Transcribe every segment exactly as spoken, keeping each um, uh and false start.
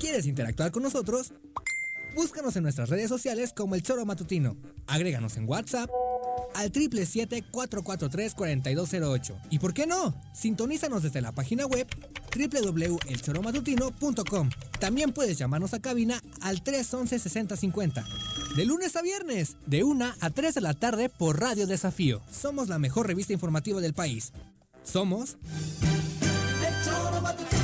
¿Quieres interactuar con nosotros? Búscanos en nuestras redes sociales como El Choro Matutino. Agréganos en WhatsApp al triple siete cuatro cuatro tres cuatro dos cero ocho. ¿Y por qué no? Sintonízanos desde la página web doble u doble u doble u punto el choro matutino punto com. También puedes llamarnos a cabina al tres once sesenta cincuenta. De lunes a viernes, de una a tres de la tarde por Radio Desafío. Somos la mejor revista informativa del país. Somos... El Choro Matutino.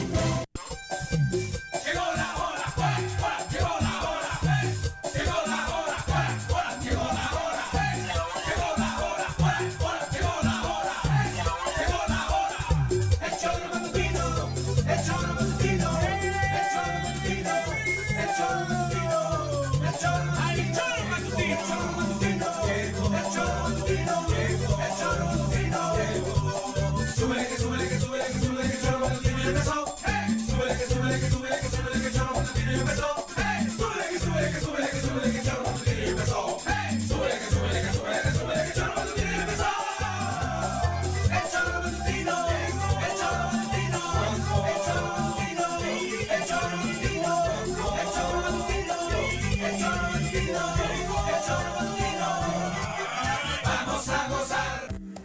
Llegó la hora, hora, hora, llegó la hora, llegó la hora, hora, hora, llegó la hora, llegó la hora, hora, hora, llegó la hora, llegó la hora. El Choro Matutino, el Choro Matutino, el Choro Matutino, el Choro Matutino, el Choro Matutino, el Choro Matutino, el Choro Matutino, el Choro Matutino. Súbele que súbele que súbele que súbele que el Choro Matutino ya empezó. Súbele que súbele que súbele que súbele que el Choro Matutino ya empezó. Súbele que súbele que súbele que súbele que el Choro Matutino ya empezó. Súbele que súbele que súbele que súbele que el Choro Matutino ya empezó. El Choro Matutino, el Choro Matutino, el Choro Matutino, el Choro Matutino, el Choro Matutino, el Choro Matutino, el Choro Matutino. Vamos a gozar.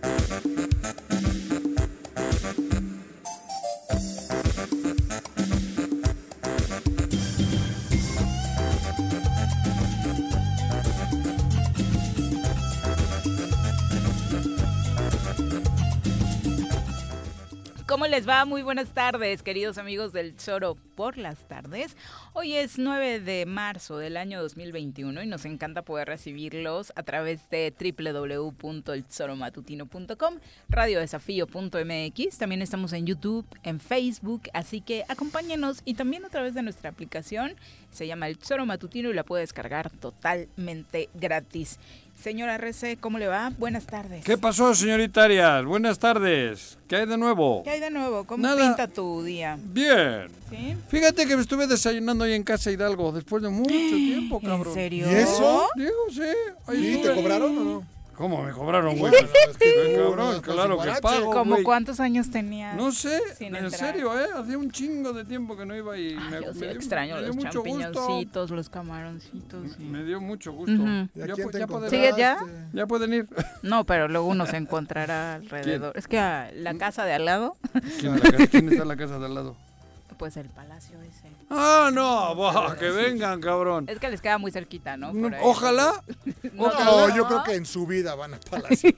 ¿Cómo les va? Muy buenas tardes, queridos amigos del Choro por las tardes. Hoy es nueve de marzo del año dos mil veintiuno y nos encanta poder recibirlos a través de doble u doble u doble u punto el choro matutino punto com, radio desafío punto m x. También estamos en YouTube, en Facebook, así que acompáñenos y también a través de nuestra aplicación. Se llama El Choro Matutino y la puede descargar totalmente gratis. Señora R C, ¿cómo le va? Buenas tardes. ¿Qué pasó, señorita Arias? Buenas tardes. ¿Qué hay de nuevo? ¿Qué hay de nuevo? ¿Cómo Nada. pinta tu día? Bien. ¿Sí? Fíjate que me estuve desayunando hoy en casa Hidalgo después de mucho tiempo, cabrón. ¿En serio? ¿Y eso? Digo, sí. Ahí ¿Y estuve. te cobraron o no? ¿Cómo me cobraron, güey? Bueno, es que Qué tú, cabrón, no, claro con que su pago, ¿Cómo güey. cuántos años tenías? No sé, sin en entrar? serio, ¿eh? Hacía un chingo de tiempo que no iba y Ay, me, yo sí me dio- extraño me dio los mucho gusto. champiñoncitos, los camaroncitos. sí. Me dio mucho gusto. Ujú. ¿Y a Ya, quién pu- te ya pueden, ¿Sigue ya? encontraste? ya pueden ir. No, pero luego uno se encontrará alrededor. Es que a la casa de al lado, ¿Quién, la casa- quién está en la casa de al lado? pues el palacio ese. Ah, no, buah, que vengan, cabrón. Es que les queda muy cerquita, ¿no? No, Por ahí. ojalá, No, No, no. yo creo que en su vida van a Palacio.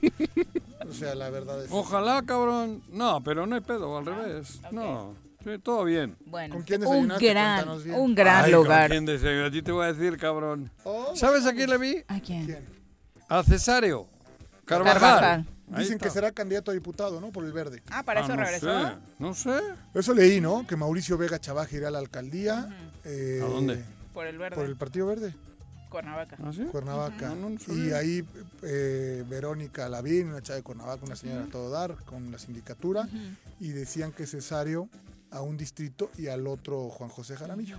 O sea, la verdad es... ojalá, cabrón. No, pero no hay pedo, al revés. ok. No, sí, todo bien. Bueno, ¿Con quién un desayunaste? gran, Cuéntanos bien. un gran Ay, lugar. ¿con quién deseo? A ti te voy a decir, cabrón. Oh, ¿Sabes a quién le vi? ¿A quién? ¿quién? A Cesáreo Carvajal. Carvajal. Ahí Dicen está. que será candidato a diputado, ¿no? Por el Verde. Ah, ¿para Ah, eso no regresó? sé, no sé. Eso leí, ¿no? Que Mauricio Vega Chavaje irá a la alcaldía. eh, ¿A dónde? Por el verde. Por el Partido Verde, Cuernavaca. ¿Ah, sí? Cuernavaca. No, no, no Y sabía. ahí eh, Verónica Lavín, una chava de Cuernavaca, una señora a todo dar, con la sindicatura. Y decían que Cesario a un distrito y al otro Juan José Jaramillo.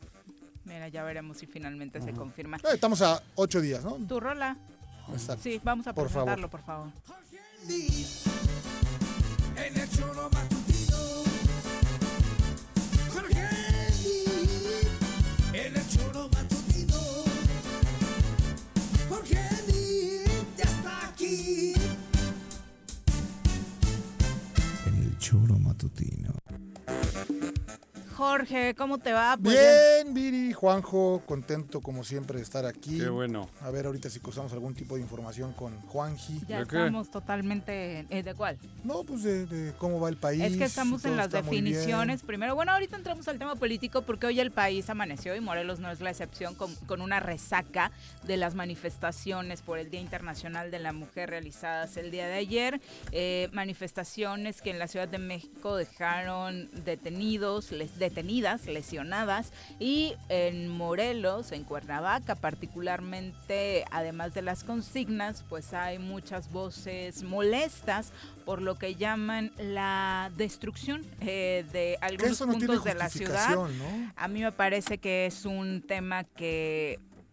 Mira, ya veremos si finalmente se confirma. Eh, estamos a ocho días, ¿no? ¿Tu rola? Exacto. Sí, vamos a Por favor. presentarlo, por favor. En el Choro Matutino. Jorge Lee. En el Choro Matutino. Jorge Lee ya está aquí. En el Choro Matutino. Jorge, ¿cómo te va? Pues Bien, Viri, Juanjo, contento como siempre de estar aquí. Qué bueno. A ver ahorita si cruzamos algún tipo de información con Juanji. ya, ya ¿De qué? estamos totalmente... eh, ¿De cuál? No, pues de, de cómo va el país. Es que estamos todo en las está muy bien. definiciones. Primero, bueno, ahorita entramos al tema político porque hoy el país amaneció y Morelos no es la excepción con, con una resaca de las manifestaciones por el Día Internacional de la Mujer realizadas el día de ayer. Eh, manifestaciones que en la Ciudad de México dejaron detenidos, les, detenidas, lesionadas, y en Morelos, en Cuernavaca particularmente, además de las consignas, pues hay muchas voces molestas por lo que llaman la destrucción eh, de Que algunos eso no tiene puntos de la ciudad. justificación, ¿no? A mí me parece que es un tema que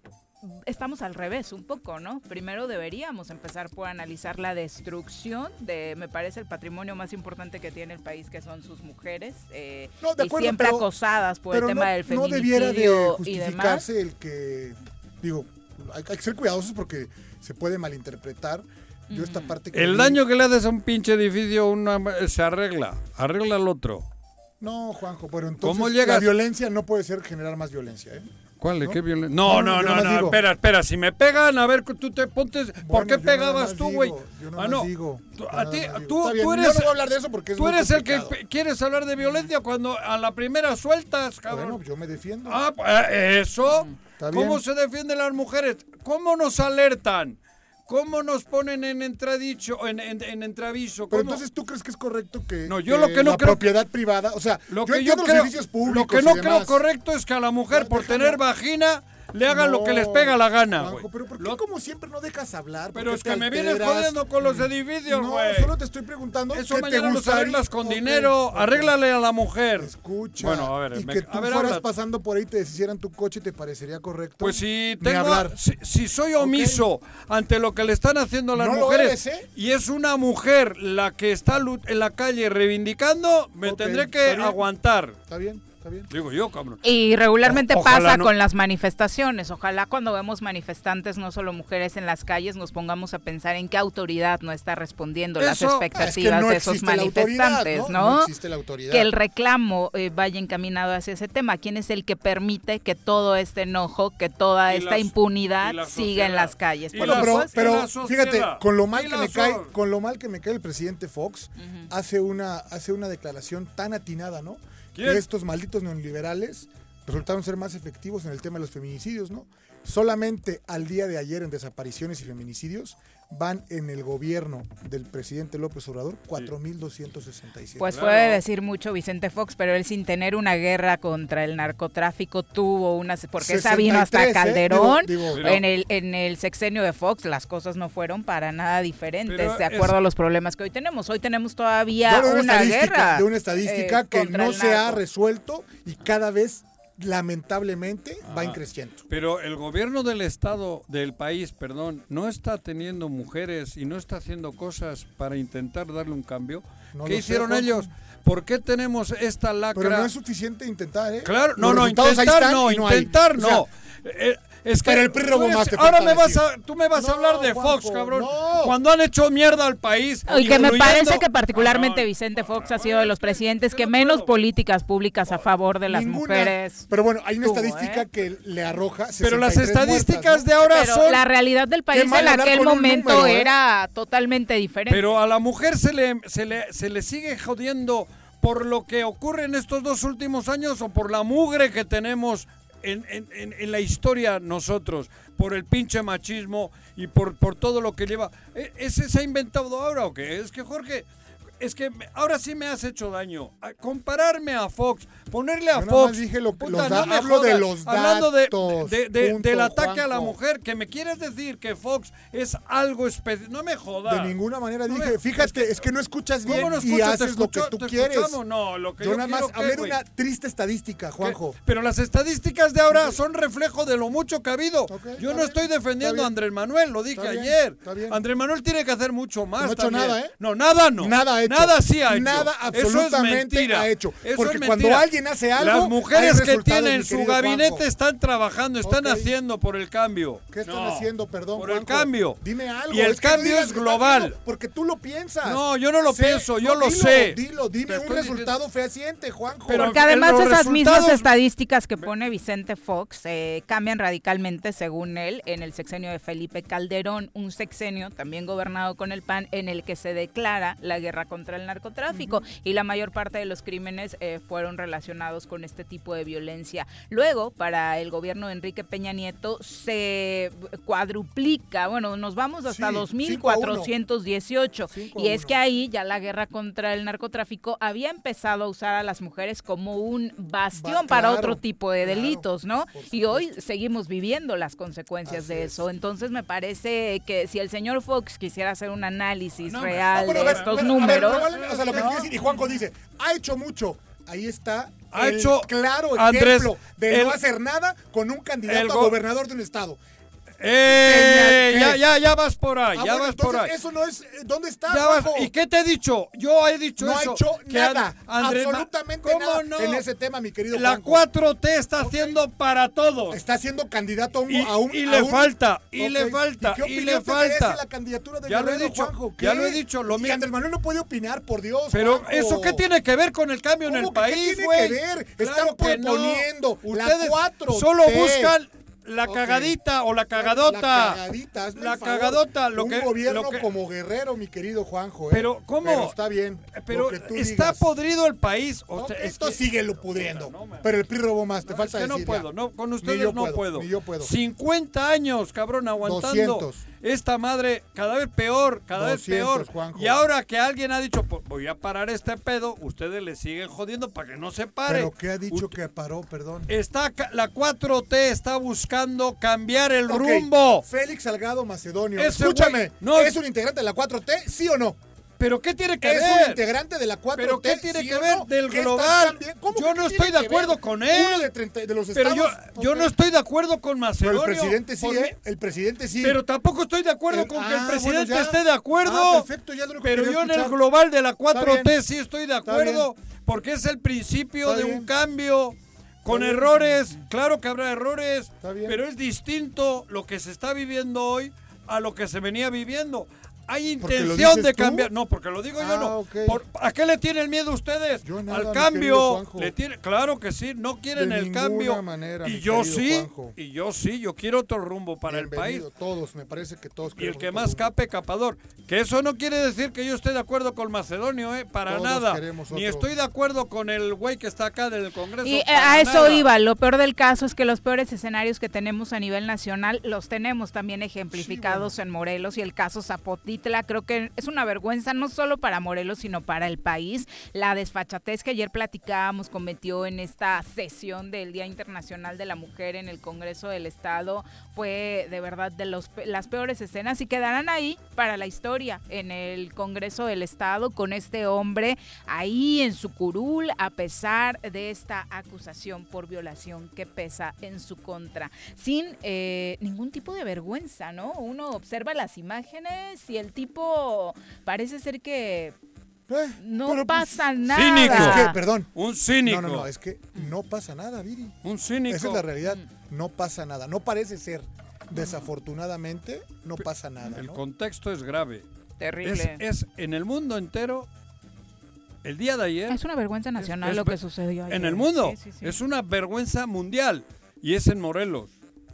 estamos al revés un poco, ¿no? Primero deberíamos empezar por analizar la destrucción de, me parece, el patrimonio más importante que tiene el país, que son sus mujeres, eh, No, de y acuerdo, siempre pero- acosadas por el Pero tema no, del no feminicidio debiera de y demás. justificarse el que, digo, hay, hay que ser cuidadosos porque se puede malinterpretar. Yo esta parte que El vi- daño que le haces a un pinche edificio una, se arregla. Arregla el otro. No, Juanjo, pero entonces ¿Cómo llegas? la violencia no puede ser generar más violencia, ¿eh? ¿Cuál? ¿De ¿No? qué violencia? No, No, no, yo no, nomás no, digo. espera, espera. Si me pegan, a ver, tú te pontes. ¿Por Bueno, qué yo nada pegabas más tú, digo, güey? yo Ah, nomás no. digo, Tú- yo a nada ti, más digo. tú, Está bien, tú yo eres. no voy a hablar de eso porque es Tú muy eres el que complicado. pe- quieres hablar de violencia cuando a la primera sueltas, cabrón. Bueno, yo me defiendo. Ah, eh, eso. Está bien. ¿Cómo se defienden las mujeres? ¿Cómo nos alertan? ¿Cómo nos ponen en entredicho, en, en, en entreaviso? Pero ¿Cómo? entonces, ¿tú crees que es correcto que, No, yo lo que no la creo- propiedad privada, o sea, Lo yo que yo entiendo creo, los servicios públicos lo que no y creo demás. correcto es que a la mujer Ya, por déjame. tener vagina le hagan lo que les pega la gana, Juanjo, güey. pero ¿por qué Lo- como siempre no dejas hablar? ¿Por Pero qué es te que me vienes alteras? jodiendo con los edificios, No, güey. solo te estoy preguntando Eso qué te mañana los gustaría. arreglas con Ok, dinero. ok. Arréglale a la mujer. Escucha. Bueno, a ver, y me- que a tú ver, fueras habla. pasando por ahí y te deshicieran tu coche, ¿te parecería correcto? Pues si Ni tengo, hablar. si, si soy omiso ante lo que le están haciendo a las No lo mujeres eres, ¿eh? y es una mujer la que está lu- en la calle reivindicando, me Ok, tendré está que bien. aguantar. Está bien, está bien. Digo yo, cabrón. Y regularmente O- ojalá pasa no- con las manifestaciones. Ojalá cuando vemos manifestantes, no solo mujeres en las calles, nos pongamos a pensar en qué autoridad no está respondiendo las Eso- Ah, es que expectativas no de esos existe la autoridad, manifestantes, ¿no? ¿no? No existe la autoridad. Que el reclamo eh, vaya encaminado hacia ese tema. ¿Quién es el que permite que todo este enojo, que toda Y esta la- impunidad y la siga en sociedad. las calles? Y Por Bueno, la- pero, supuesto. pero y la sociedad. fíjate, con lo mal Y que la me cae, so- con lo mal que me cae el presidente Fox, hace una hace una declaración tan atinada, ¿no? ¿Quién? Que estos malditos neoliberales resultaron ser más efectivos en el tema de los feminicidios, ¿no? Solamente al día de ayer en desapariciones y feminicidios van en el gobierno del presidente López Obrador cuatro mil doscientos sesenta y siete. Pues Claro. puede decir mucho Vicente Fox, pero él sin tener una guerra contra el narcotráfico tuvo una, porque esa vino hasta sesenta y tres, ¿eh? Calderón. Digo, digo, Pero- en el en el sexenio de Fox las cosas no fueron para nada diferentes Pero de acuerdo es- a los problemas que hoy tenemos. Hoy tenemos todavía yo hablo de una, estadística, guerra de una estadística eh, que contra no el se ha narco. resuelto y cada vez lamentablemente va Ah. increciendo. Pero el gobierno del estado, del país, perdón, no está teniendo mujeres y no está haciendo cosas para intentar darle un cambio. No ¿Qué lo sé, hicieron Juanjo. ellos? ¿Por qué tenemos esta lacra? Pero no es suficiente intentar, ¿eh? Claro, no, Los no, resultados ahí intentar están no, y no hay. intentar O sea, no. Eh, es que pero el P R I robó tú eres- más, te ahora falta me vas decir. a, tú me vas No, a hablar de Fox, Juanjo, cabrón. no. Cuando han hecho mierda al país. Y que me incluyendo- parece que particularmente Ah, no. Vicente Fox ha sido de los Pero es que- presidentes yo que no menos puedo. políticas públicas a favor de las Ninguna. mujeres. Pero bueno, hay una tuvo, estadística ¿eh? que le arroja Pero las sesenta y tres estadísticas muertas, de ¿no? ahora Pero son. la realidad del país mal en hablar aquel con un momento número, ¿eh? era totalmente diferente. Pero a la mujer se le, se le, se le sigue jodiendo por lo que ocurre en estos dos últimos años o por la mugre que tenemos en, en, en, en la historia nosotros, por el pinche machismo y por, por todo lo que lleva. ¿E- ¿Ese se ha inventado ahora o qué? Es que Jorge, es que me- ahora sí me has hecho daño. A- compararme a Fox, ponerle a Yo nada Fox. más dije lo- puta, los no da- me hablo de jodas. los Hablando de, datos, de- de- punto, del ataque a la Juanjo. mujer, que me quieres decir que Fox es algo especial. No me jodas. De ninguna manera No dije, me- fíjate, es que, no escuchas ¿Cómo bien no y escuchas? ¿Te haces lo que escucho- tú te quieres. escuchamos? No, lo que Yo yo, nada más quiero, ¿qué, hablé de güey? una triste estadística, Juanjo. ¿Qué? Pero las estadísticas de ahora son reflejo de lo mucho que ha habido. Ok, Yo está no bien, estoy defendiendo está bien. a Andrés Manuel, lo dije Está bien, ayer. está bien. Andrés Manuel tiene que hacer mucho más. No ha hecho también. nada, ¿eh? No, nada no. Nada ha hecho. Nada sí ha hecho. Nada Eso es absolutamente mentira. ha hecho. Eso Porque es cuando mentira. alguien hace algo, las mujeres hay que resultados, tienen mi su querido gabinete Juanjo. están trabajando, están Ok. haciendo por el cambio. ¿Qué están No, haciendo, perdón, Por el Juanjo? cambio. Dime algo. Y el es que no cambio digas es que estás global. diciendo, porque tú lo piensas. No, yo no lo Sé- pienso, yo no, lo dilo, sé. Dilo, dime Te un estoy resultado fehaciente, Juanjo. Pero- Porque además los esas mismas resultados- estadísticas que pone Vicente Fox eh, cambian radicalmente, según él, en el sexenio de Felipe Calderón, un sexenio también gobernado con el P A N, en el que se declara la guerra contra el narcotráfico y la mayor parte de los crímenes eh, fueron relacionados con este tipo de violencia. Luego, para el gobierno de Enrique Peña Nieto, se cuadruplica, bueno, nos vamos hasta Sí, dos mil cinco a uno. cuatrocientos dieciocho cinco a y es uno. que ahí ya la guerra contra el narcotráfico había empezado a usar a las mujeres como un bastión Va- para claro, otro tipo de claro, delitos, ¿no? por Y hoy supuesto. seguimos viviendo las consecuencias Así de es. eso. Entonces me parece que si el señor Fox quisiera hacer un análisis No, real No, pero a de ver, estos pero, a ver, números, probablemente, o sea, lo que ¿no? quiere decir, y Juanjo dice, ha hecho mucho. Ahí está Ha el hecho, claro Andrés, ejemplo de el- no hacer nada con un candidato el a go- gobernador de un estado. ¡Eh! ¿Qué? Ya, ya, ya vas por ahí, Ah, ya bueno, vas por entonces, ahí. eso no es... ¿Dónde está, Ya vas- Juanjo? ¿Y qué te he dicho? Yo he dicho No ha eso. hecho que nada, And- Andrés Ma- absolutamente ¿Cómo nada no? en ese tema, mi querido La Juanjo. cuatro T está haciendo para todos. Está siendo candidato a un... Y, a un- y a le un- falta, y Ok. le falta, ¿Y qué y, opinión le te merece falta. la candidatura de Ya lo he Guerrero, dicho, Juanjo? ya ¿Qué? lo he dicho, lo Y mismo. Andrés Manuel no puede opinar, por Dios, Pero Juanjo. ¿eso qué tiene que ver con el cambio en el ¿Cómo que qué país, tiene güey? que ver? Claro Están que no. proponiendo la Ustedes cuatro T. solo buscan la Ok. cagadita o la cagadota. La cagadita, hazme La el favor. cagadota, lo un que- gobierno lo que- como Guerrero, mi querido Juanjo. ¿eh? Pero, ¿cómo? Pero está bien. Pero lo que tú está digas. podrido el país. O Ok, sea, es esto que- sigue lo pudriendo. No, man. Pero el P R I robó más. Te No, falta es que no decir, ya. puedo, no, con Ni ustedes yo no puedo, puedo. ni yo puedo. cincuenta años, cabrón, aguantando. doscientos. Esta madre cada vez peor, cada vez doscientos, peor. Juanjo. Y ahora que alguien ha dicho, "Pues voy a parar este pedo", ustedes le siguen jodiendo para que no se pare. Pero ¿qué ha dicho Ut- que paró? Perdón. Está ca- la cuatro T está buscando cambiar el Ok, rumbo. Félix Salgado Macedonio. Ese Escúchame. güey- no. ¿Es un integrante de la cuatro T? ¿Sí o no? Pero ¿qué tiene que ¿Es un ver? integrante de la cuatro T? ¿Pero qué tiene ¿sí que o ver no? del ¿Qué estás global? cambiando? ¿Cómo Yo que no qué estoy tiene de que acuerdo ver? con él. Uno de, treinta de los Pero yo, estados. yo Ok. no estoy de acuerdo con Pero Macedonio. el presidente sí, por ¿eh? mi- El presidente sí. Pero tampoco estoy de acuerdo El- con que el ah, presidente bueno, ya. esté de acuerdo. Ah, perfecto, ya es lo único que Pero quería yo en el escuchar. global de la cuatro Está T bien. sí estoy de Está acuerdo, porque es el principio Está de bien. un cambio. Con bien. errores, claro que habrá errores, Está bien. pero es distinto lo que se está viviendo hoy a lo que se venía viviendo. Hay ¿Porque lo intención dices de tú? cambiar. No, porque lo digo yo Ah, no. ok. Por- ¿A qué le tienen miedo ustedes? Yo nada, Al mi querido cambio. Juanjo. Le tiene, claro que sí, no quieren De el ninguna cambio. manera, y mi yo querido sí, Juanjo. y yo sí, yo quiero otro rumbo para el país. Bienvenido, todos, me parece que todos Y el queremos que otro más rumbo. cape, capador. Que eso no quiere decir que yo esté de acuerdo con Macedonio, ¿eh? Para Todos nada. queremos Ni otro. estoy de acuerdo con el güey que está acá del Congreso. Y eh, para a eso nada. iba, lo peor del caso es que los peores escenarios que tenemos a nivel nacional los tenemos también ejemplificados en Morelos, y el caso Zapotitla creo que es una vergüenza no solo para Morelos sino para el país. La desfachatez que ayer platicábamos cometió en esta sesión del Día Internacional de la Mujer en el Congreso del Estado fue de verdad de los, las peores escenas, y quedarán ahí para la historia en el Congreso del Estado con este hombre ahí en su curul a pesar de esta acusación por violación que pesa en su contra, sin eh, ningún tipo de vergüenza, ¿no? Uno observa las imágenes y el tipo parece ser que Eh, no pero, pues, pasa nada. Cínico. Es que, perdón. Un cínico. No, no, no, es que no pasa nada, Viri. Un cínico. Esa es la realidad. No pasa nada. No parece ser. Desafortunadamente, no pasa nada, El ¿no? contexto es grave. Es, Terrible. Es, es en el mundo entero. El día de ayer. una vergüenza nacional es- lo que sucedió ayer. En el mundo. Sí, sí, sí. Es una vergüenza mundial. Y es en Morelos.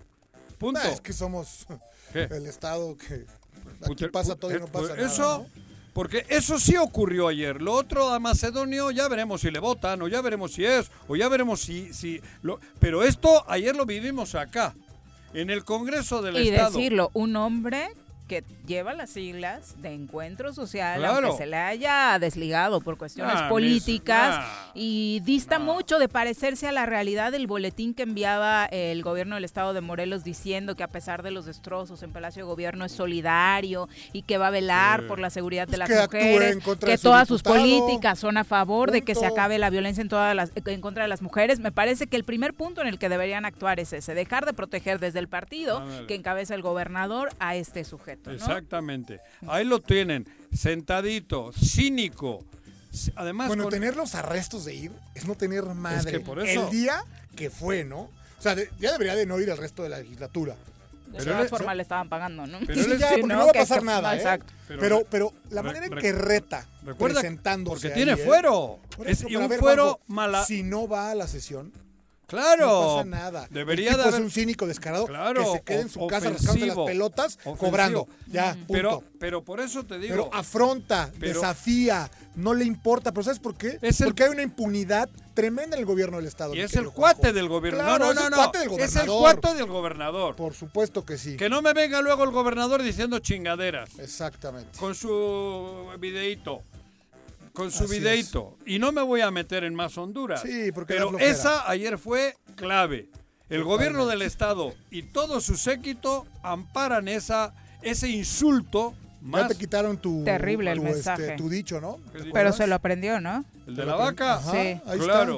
Punto. Nah, es que somos ¿Qué? el estado que aquí Puter- pasa todo y no eh, pasa pues nada. Eso, ¿no? porque eso sí ocurrió ayer. Lo otro a Macedonio ya veremos si le votan, o ya veremos si es, o ya veremos si... si lo, pero esto ayer lo vivimos acá, en el Congreso del Y Estado. decirlo, un hombre que lleva las siglas de Encuentro Social, Claro. aunque se le haya desligado por cuestiones Ah, mis- políticas, ah, y dista no. mucho de parecerse a la realidad del boletín que enviaba el gobierno del estado de Morelos diciendo que a pesar de los destrozos en Palacio de Gobierno es solidario y que va a velar Sí. por la seguridad de Pues las que actúe mujeres, en contra que de su todas sus diputado. políticas son a favor de que se Punto. acabe la violencia en todas las en contra de las mujeres. Me parece que el primer punto en el que deberían actuar es ese, dejar de proteger desde el partido Ándale. que encabeza el gobernador a este sujeto, ¿no? Exactamente. Ahí lo tienen, sentadito, cínico. C- Además, Bueno, con- tener los arrestos de ir es no tener madre. que por eso- El día que fue, ¿no? O sea, de- ya debería de no ir el resto de la legislatura. De Pero todas él- formas le estaban pagando, ¿no? Pero sí, él- ya, sí, porque ¿no? no, va a Que- pasar que- nada, no, ¿eh? exacto. Pero- Pero, pero la re- manera en re- que reta, recuerda, presentándose porque ahí, tiene ¿eh? fuero. Por Es, eso, y pero a un ver, fuero Juanjo, mala. Si no va a la sesión, Claro. no pasa nada. Debería el tipo de haber. es un cínico descarado Claro, que se quede en su of- casa rascándose las ofensivo. pelotas, Ofensivo. cobrando. Ya, punto. Pero, pero por eso te digo. Pero afronta, Pero- desafía, no le importa. ¿Pero sabes por qué? Es el- Porque hay una impunidad tremenda en el gobierno del Estado. y mi es querido el cuate Juanjo. del gobernador. Claro, no, es no, el no. cuate del Es el gobernador. cuate del gobernador. Por supuesto que sí. Que no me venga luego el gobernador diciendo chingaderas. Exactamente. Con su videíto. Con su Así videíto. Y no me voy a meter en más Honduras. Sí, porque da Pero flojera. esa ayer fue clave. El Totalmente. gobierno del Estado y todo su séquito amparan esa, ese insulto Ya más. te quitaron tu, Terrible el tu, mensaje. tu dicho, ¿no? ¿Qué ¿Te dicho? Pero acuerdas? se lo aprendió, ¿no? El de la vaca. Ajá, Sí. ahí está. Claro.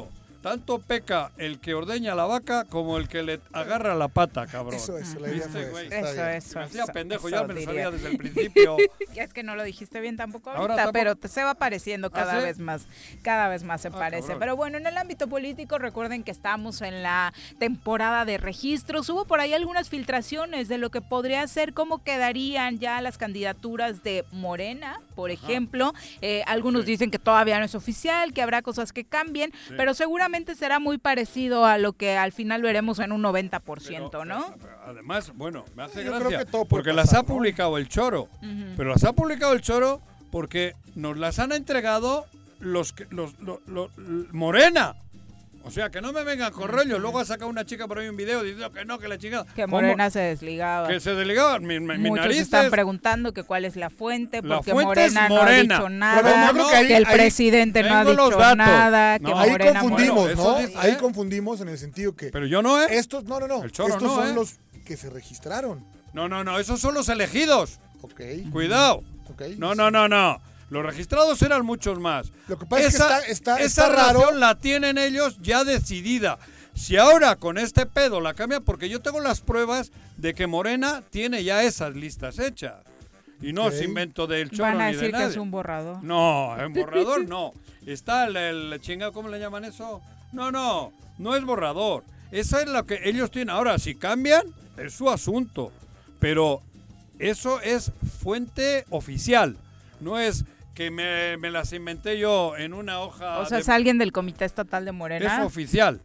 tanto peca el que ordeña la vaca como el que le agarra la pata, cabrón. Eso, eso, la idea ¿Viste, fue güey? esa, está Eso, bien. eso. Me hacía eso, pendejo, eso ya me lo diría. sabía desde el principio. Es que no lo dijiste bien tampoco Ahora ahorita, tampoco. pero te se va pareciendo cada ¿Ah, sí? vez más, cada vez más se Ah, parece. cabrón. Pero bueno, en el ámbito político, recuerden que estamos en la temporada de registros. Hubo por ahí algunas filtraciones de lo que podría ser, cómo quedarían ya las candidaturas de Morena, por ejemplo. Eh, algunos Sí. dicen que todavía no es oficial, que habrá cosas que cambien, Sí. pero seguramente será muy parecido a lo que al final veremos en un noventa por ciento, Pero, ¿no? pero, Además, bueno, me hace Yo creo gracia que todo puede porque las pasar, ha ¿no? publicado el Choro. Ujú. Pero las ha publicado el Choro porque nos las han entregado los, que- los, los- los- Morena. O sea, que no me vengan con rollo. Luego ha sacado una chica por ahí un video diciendo que no, que la chingada. Que ¿Cómo? Morena se desligaba. Que se desligaban mis, mis Muchos narices. están preguntando que cuál es la fuente, La porque fuente es Morena, no Morena. ha dicho Pero nada, yo creo que ahí- que el ahí presidente no ha tengo los dicho datos. nada, que No. Ahí Morena... confundimos, bueno, eso ¿no? dice, Ahí ¿eh? confundimos en el sentido que Pero yo no, ¿eh? estos, no, no, no, El Choro estos no, son ¿eh? los que se registraron. No, no, no. Esos son los elegidos. Ok, Cuidado. ok. No, no, no, no. Los registrados eran muchos más. Lo que pasa es que esa, está- está- esa está raro. relación la tienen ellos ya decidida. Si ahora con este pedo la cambian, porque yo tengo las pruebas de que Morena tiene ya esas listas hechas. Y no Ok. es invento del Choro Van a ni de decir que nadie. es un borrador. No, en borrador no. Está el, el chingado, ¿cómo le llaman eso? No, no, no es borrador. Eso es lo que ellos tienen. Ahora, si cambian, es su asunto. Pero eso es fuente oficial. No es que me, me las inventé yo en una hoja. O sea, de- es alguien del Comité Estatal de es Morena. oficial.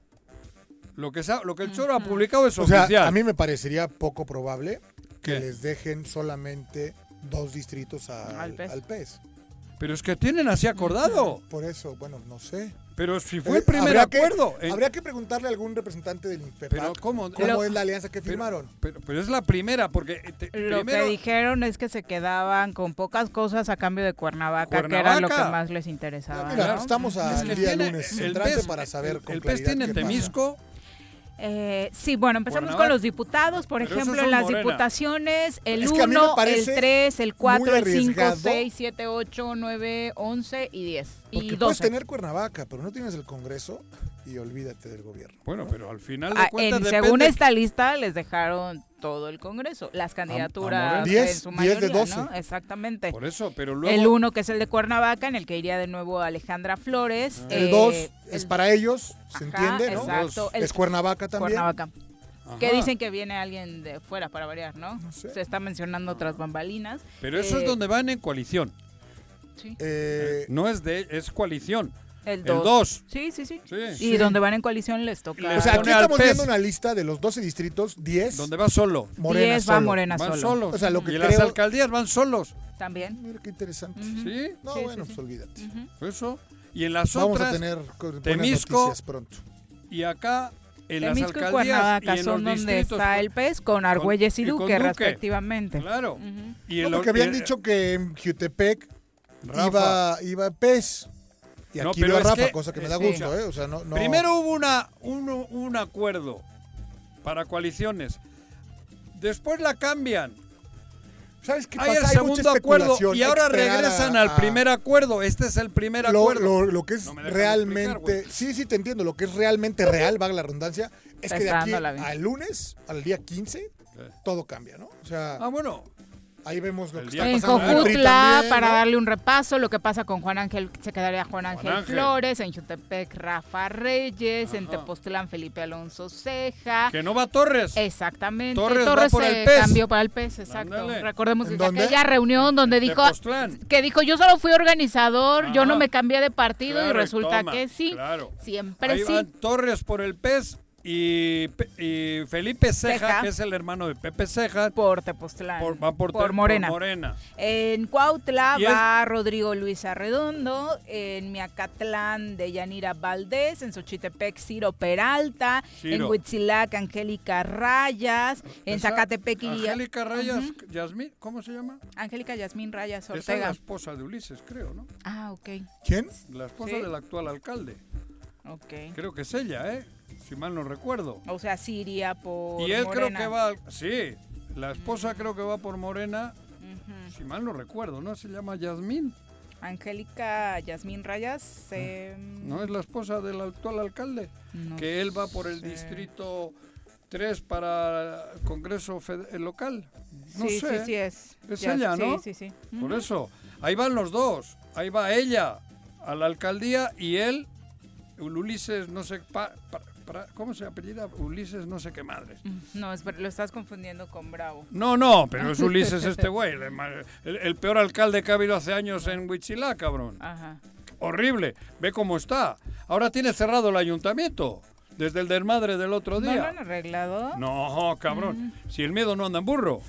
Lo que, sa- lo que el Choro ha publicado es O sea, oficial. a mí me parecería poco probable que ¿Qué? les dejen solamente dos distritos a- Al P E S. al P E S. Pero es que tienen así acordado. Por eso, bueno, no sé. Pero si fue Eh, el primer habría que- acuerdo. en- Habría que preguntarle a algún representante del INPEPAC Pero ¿cómo? cómo Lo- es la alianza que Pero- firmaron. Pero, pero es la primera, porque eh, te- Lo primero, que dijeron es que se quedaban con pocas cosas a cambio de Cuernavaca, que era lo que Cuernavaca. más les interesaba. Ah, mira, ¿no? estamos Es al que día tiene- lunes el entrante P E S para saber el, con el P E S claridad tiene qué pasa. Temisco. Eh, sí, bueno, empezamos Cuernavaca. con los diputados, por Pero ejemplo, esos en son las Morena. diputaciones, el Es que a mí me uno, el parece tres, el cuatro, muy el cinco, arriesgado. seis, siete, ocho, nueve, once y diez. Porque Y puedes doce. tener Cuernavaca, pero no tienes el Congreso y olvídate del gobierno. Bueno, pero al final de Ah, cuentas en- depende. según esta lista les dejaron todo el Congreso, las candidaturas Morena. en Diez, su diez de mayoría, doce. ¿no? Exactamente. Por eso, pero luego. El uno, que es el de Cuernavaca, en el que iría de nuevo Alejandra Flores. El eh, dos es el- para ellos, se Ajá, entiende, ¿no? Exacto. El Es Cuernavaca también. Cuernavaca. Ajá. Que dicen que viene alguien de fuera para variar, ¿no? No sé. Se está mencionando otras bambalinas. Pero eso Eh, es donde van en coalición. Sí. Eh, No es de. Es coalición. El El dos. dos. Sí, sí, sí. Sí. Y Sí. donde van en coalición les toca. Les o sea, aquí pone al estamos P E S. viendo una lista de los doce distritos, diez Donde va solo. Morena diez va solo. Morena Van solo. solos. O sea, lo que y creo- las alcaldías van solos. También. Mira qué interesante. Ujú. ¿Sí? No, Sí, bueno, sí, pues sí. olvídate. Ujú. Eso. Y en las Vamos otras. a tener co- buenas Temisco, noticias pronto. Y acá. En las Temisco y alcaldías. Cuernavaca y en son los donde distritos, está el P E S con Argüelles y, y con Duque, Duque. respectivamente. Claro. Ujú. Y No, en porque lo- habían y- dicho que en Jutepec Rafa. iba, iba P E S. Y No, aquí pero veo a es Rafa, que- cosa que me da sí. gusto, ¿eh? O sea, no, no- Primero hubo una, un, un acuerdo para coaliciones. Después la cambian. ¿Sabes qué Hay pasa? el Hay mucha segundo acuerdo especulación. y ahora Hay que esperar regresan a- al a- primer acuerdo. Este es el primer Lo, acuerdo. lo- lo que es No me dejan realmente... explicar, güey. sí, sí, te entiendo. Lo que es realmente real, valga la redundancia, es Te que de está aquí dando la vida. al lunes, al día quince, Eh. todo cambia, ¿no? O sea, Ah, bueno. ahí vemos lo el que día está En pasando en el P R I Jojutla, también, para ¿no? darle un repaso, lo que pasa con Juan Ángel, se quedaría Juan Ángel, Ángel. Flores, en Jutepec Rafa Reyes, en Ajá. Tepoztlán Felipe Alonso Ceja. Que no va Torres. Exactamente. Torres Torres, va por se el P E S. cambió para el P E S, exacto. Ándale. Recordemos ¿En que dónde? aquella reunión donde dijo Tepoztlán. que dijo yo solo fui organizador, yo Ajá. no me cambié de partido y Claro, resulta toma, que sí. Claro. Siempre Ahí sí. van Torres por el P E S y, Pe- y Felipe Ceja, Ceja. que es el hermano de Pepe Ceja, Por Tepoztlán. por, va por, por Te- Morena. Morena. En Cuautla Y es- va Rodrigo Luis Arredondo, en Miacatlán de Yanira Valdés, en Xochitepec Ciro Peralta, Ciro. en Huitzilac Angélica Rayas, en Esa- Zacatepec iría Angélica Rayas, Ujú. Yasmín, ¿cómo se llama? Angélica Yasmín Rayas Esa es Ortega. la esposa de Ulises, creo, ¿no? Ah, ok, ¿Quién? La esposa Sí. del actual alcalde. ok. Creo que es ella, ¿eh? Si mal no recuerdo. O sea, sí iría por y él Morena. creo que va... al- Sí, la esposa creo que va por Morena, Ujú. si mal no recuerdo, ¿no? Se llama Yasmín. Angélica Yasmín Rayas. Eh, ¿No es la esposa del actual alcalde? no Que él va por el sé. distrito tres para el Congreso fed- local. No sí, sé. sí, sí es. Es Ya- ella, ¿no? Sí, sí, sí. Por Ujú. eso, ahí van los dos. Ahí va ella a la alcaldía y él, Ulises, no sé, pa- pa- pa- ¿cómo se apellida? Ulises, no sé qué madres. No, es, ver- lo estás confundiendo con Bravo. No, no, pero es Ulises este güey, el, el- el peor alcalde que ha habido hace años en Huichilá, cabrón. Ajá. Horrible, ve cómo está. Ahora tiene cerrado el ayuntamiento, desde el desmadre del otro ¿No lo día. han arreglado? No, cabrón, si el miedo no anda en burro,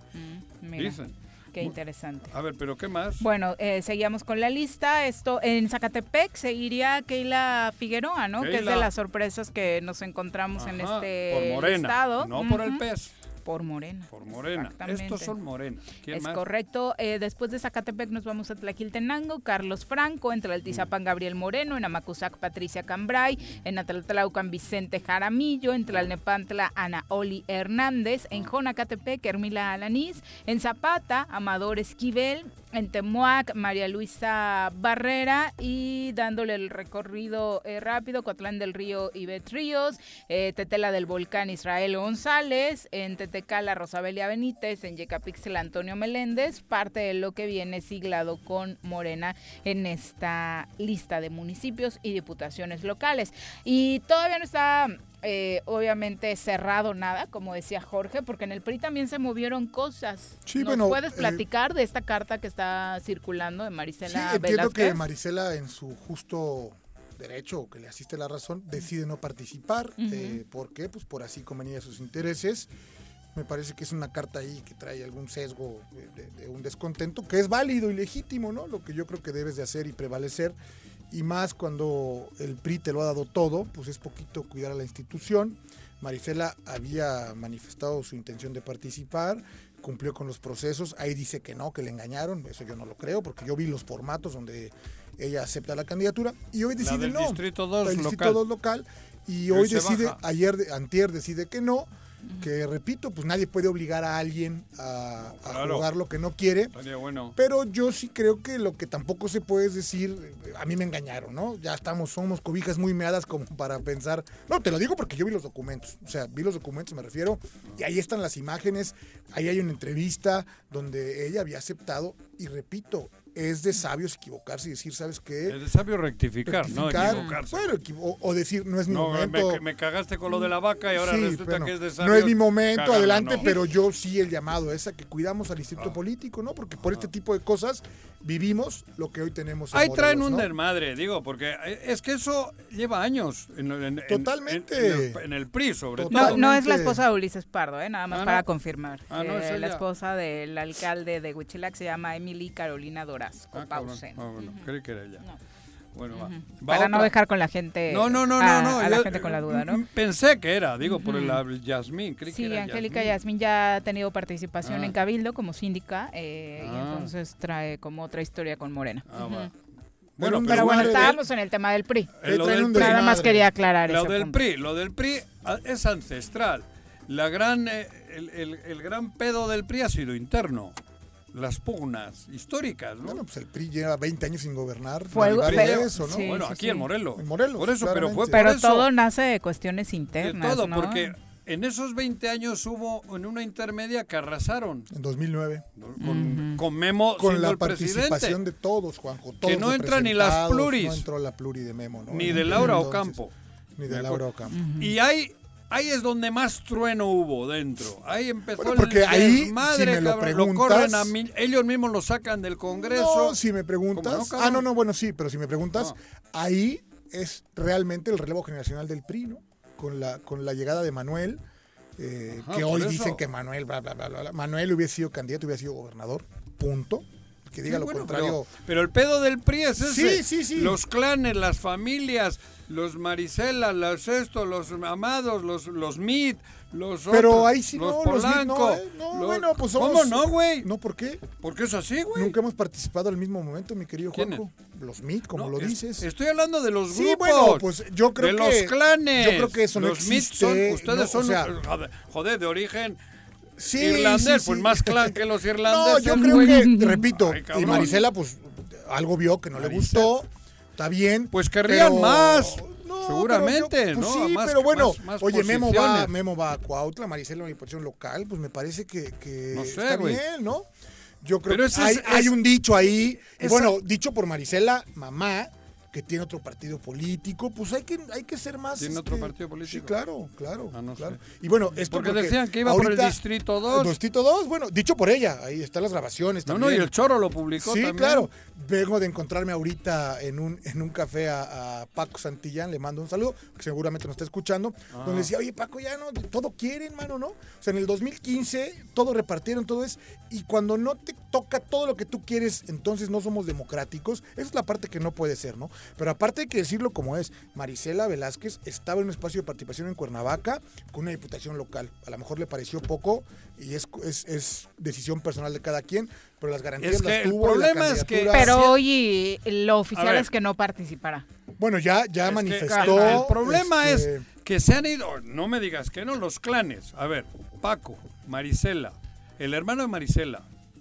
Mm, mira, dicen. qué interesante. A ver, pero ¿qué más? Bueno, eh, seguíamos con la lista. Esto en Zacatepec seguiría Keila Figueroa, ¿no? Que es de Keila. las sorpresas que nos encontramos en Ajá, este por Morena, listado. no por el Ujú. P E S, Por Morena. por Morena. Exactamente. Estos son Morena. ¿Quién Es más? correcto. Eh, después de Zacatepec nos vamos a Tlaquiltenango, Carlos Franco, en Tlaltizapan Gabriel Moreno, en Amacuzac Patricia Cambray, en Atlaltlaucan Vicente Jaramillo, en Tlalnepantla Ana Oli Hernández, en Jonacatepec Hermila Alanís, en Zapata Amador Esquivel, en Temuac María Luisa Barrera y dándole el recorrido eh, rápido, Coatlán del Río Ivette Ríos, eh, Tetela del Volcán Israel González, en Tetecala Rosabelia Benítez, en Yecapixtla Antonio Meléndez, parte de lo que viene siglado con Morena en esta lista de municipios y diputaciones locales. Y todavía no está eh, obviamente cerrado nada, como decía Jorge, porque en el P R I también se movieron cosas. Sí, ¿Nos bueno, puedes eh, platicar de esta carta que está circulando de Sí, Marisela entiendo que Velázquez? Marisela, en su justo derecho, o que le asiste la razón, decide no participar. Ujú. eh, ¿Por qué? Pues por así convenir a sus intereses. Me parece que es una carta ahí que trae algún sesgo de, de- de un descontento, que es válido y legítimo, ¿no? Lo que yo creo que debes de hacer y prevalecer. Y más cuando el P R I te lo ha dado todo, pues es poquito cuidar a la institución. Marisela había manifestado su intención de participar, cumplió con los procesos, ahí dice que no, que le engañaron, eso yo no lo creo, porque yo vi los formatos donde ella acepta la candidatura y hoy La decide del no. Distrito dos el local. Distrito dos local, y Hoy hoy se decide, baja. ayer, de- antier decide que no, que repito, pues nadie puede obligar a alguien a, a Claro. jugar lo que no quiere. Estaría bueno. Pero yo sí creo que lo que tampoco se puede es decir, eh, a mí me engañaron, ¿no? Ya estamos, somos cobijas muy meadas como para pensar. No, te lo digo porque yo vi los documentos. O sea, vi los documentos, me refiero, y ahí están las imágenes. Ahí hay una entrevista donde ella había aceptado, y repito, es de sabios equivocarse y decir, ¿sabes qué? Es de sabio rectificar, no Rectificar. equivocarse. Bueno, equivo- o, o decir, no es mi No, momento. me, me cagaste con lo de la vaca y ahora Sí, resulta bueno, que es de sabio. no es mi momento, cagarla, adelante, no. pero yo sí el llamado es a que cuidamos al instituto Ah. político, ¿no? Porque por este tipo de cosas vivimos lo que hoy tenemos en Ahí traen Morelos, un ¿no? desmadre, digo, porque es que eso lleva años en, en- en- Totalmente. en- en el, en el P R I, sobre No, todo. Totalmente. no es la esposa de Ulises Pardo, ¿eh? Nada más Ah, ¿no? para confirmar. Ah, no, es Eh, la ella. esposa del alcalde de Huichilac se llama Emily Carolina Dorazco Ah, cabrón. Pausen. Ah, bueno, creí que era ella. No. Bueno, va. Ujú. Va Para no otra. dejar con la gente. No, no, no, a, no, no. a la yo, gente con la duda, eh, ¿no? Pensé que era, digo, por el Ujú. el Yasmín. Creí que Sí, era Angélica Yasmín. Yasmín ya ha tenido participación Ah. en Cabildo como síndica eh, y Ah. entonces trae como otra historia con Morena. Ah, Ujú. va. Pero un Pero bueno, desmadre de- estábamos en el tema del P R I. Eh, lo traen del un P R I. Nada más desmadre. quería aclarar Lo ese del punto. P R I, lo del P R I ah, es ancestral. La gran, eh, el, el- el gran pedo del P R I ha sido interno. Las pugnas históricas, ¿no? Bueno, pues el P R I lleva veinte años sin gobernar. Fue algo- deriva de pero- eso, ¿no? sí. bueno, aquí en Morelos. En Morelos, Por eso, pero fue claramente. por Pero eso. todo nace de cuestiones De internas, todo, ¿no? porque en esos veinte años hubo en una intermedia que arrasaron En dos mil nueve. con, Ujú. con Memo Con siendo la el presidente. participación de todos, Juanjo. Todos no entra ni las representados, pluris. No entró la pluri de Memo, ¿no? Ni En de aquel Laura entonces. Ocampo. Ni Me de Laura Ocampo. Ujú. Y ahí, ahí es donde más trueno hubo dentro. Ahí empezó Bueno, el porque ahí, desmadre, si me lo cabrón. Lo preguntas- corren a mí, ellos mismos lo sacan del Congreso. No, si me preguntas. ¿Cómo no, cabrón? ah, no, no, bueno, sí, pero si me preguntas, No. ahí es realmente el relevo generacional del P R I, ¿no? Con la, con la llegada de Manuel, eh, Ajá, que por hoy eso. dicen que Manuel, bla, bla, bla, bla, bla. Manuel hubiera sido candidato, hubiera sido gobernador, punto. El que diga Sí, lo bueno, contrario. Pero, pero el pedo del P R I es ese. Sí, sí, sí. Los clanes, las familias, los Marisela, los esto, los Amados, los, los Mid, los Pero otros, ahí sí los no, los Mid Polanco. no, ¿eh? No, los- bueno, pues ¿Cómo somos- no, güey? No, ¿por qué? Porque es así, güey. Nunca hemos participado al mismo momento, mi querido ¿Quiénes? Juanjo. Los M I T, como No, lo es- dices. Estoy hablando de los Sí, grupos. bueno, pues yo creo de que- los clanes. yo creo que eso no los Mid son, existe, ustedes no, o son, sea- joder, joder, de origen Sí, irlandés, sí, pues sí. más clan que los No, irlandeses. yo creo güey. que, repito, Ay, y cabrón. Marisela, pues algo vio que no le Maricela. gustó, está bien. Pues querrían pero- más, No, seguramente, pero yo- pues ¿no? sí, Más- pero bueno, más- más oye, Memo va, posiciones. Memo va a Cuautla, Maricela en una posición local, pues me parece que, que No sé, está güey. bien, ¿no? Yo creo Pero que ese hay, es- hay es- un dicho ahí, y esa- bueno, dicho por Maricela, mamá, que tiene otro partido político, pues hay que, hay que ser más... ¿Tiene otro este, partido político? Sí, claro, claro, Ah, no claro. sé. Y bueno, esto Porque decían que iba por el Distrito dos. El Distrito dos, bueno, dicho por ella, ahí están las grabaciones No, también. no, y el Choro lo publicó Sí, también. claro. Vengo de encontrarme ahorita en un, en un café a, a Paco Santillán, le mando un saludo, que seguramente nos está escuchando, Ah. donde decía, oye Paco, ya no, todo quieren, mano, ¿no? O sea, en el dos mil quince todo repartieron, todo es, y cuando no te toca todo lo que tú quieres, entonces no somos democráticos. Esa es la parte que no puede ser, ¿no? Pero aparte hay que decirlo como es, Marisela Velázquez estaba en un espacio de participación en Cuernavaca con una diputación local. A lo mejor le pareció poco y es, es, es decisión personal de cada quien, pero las garantías Es que las el tuvo. y la problema es que- candidatura- Pero Sí. hoy lo A oficial ver. es que no participará. Bueno, ya, ya Es que, manifestó. el, el problema este, es que se han ido, no me digas que no, los clanes. A ver, Paco, Marisela, el hermano de Marisela,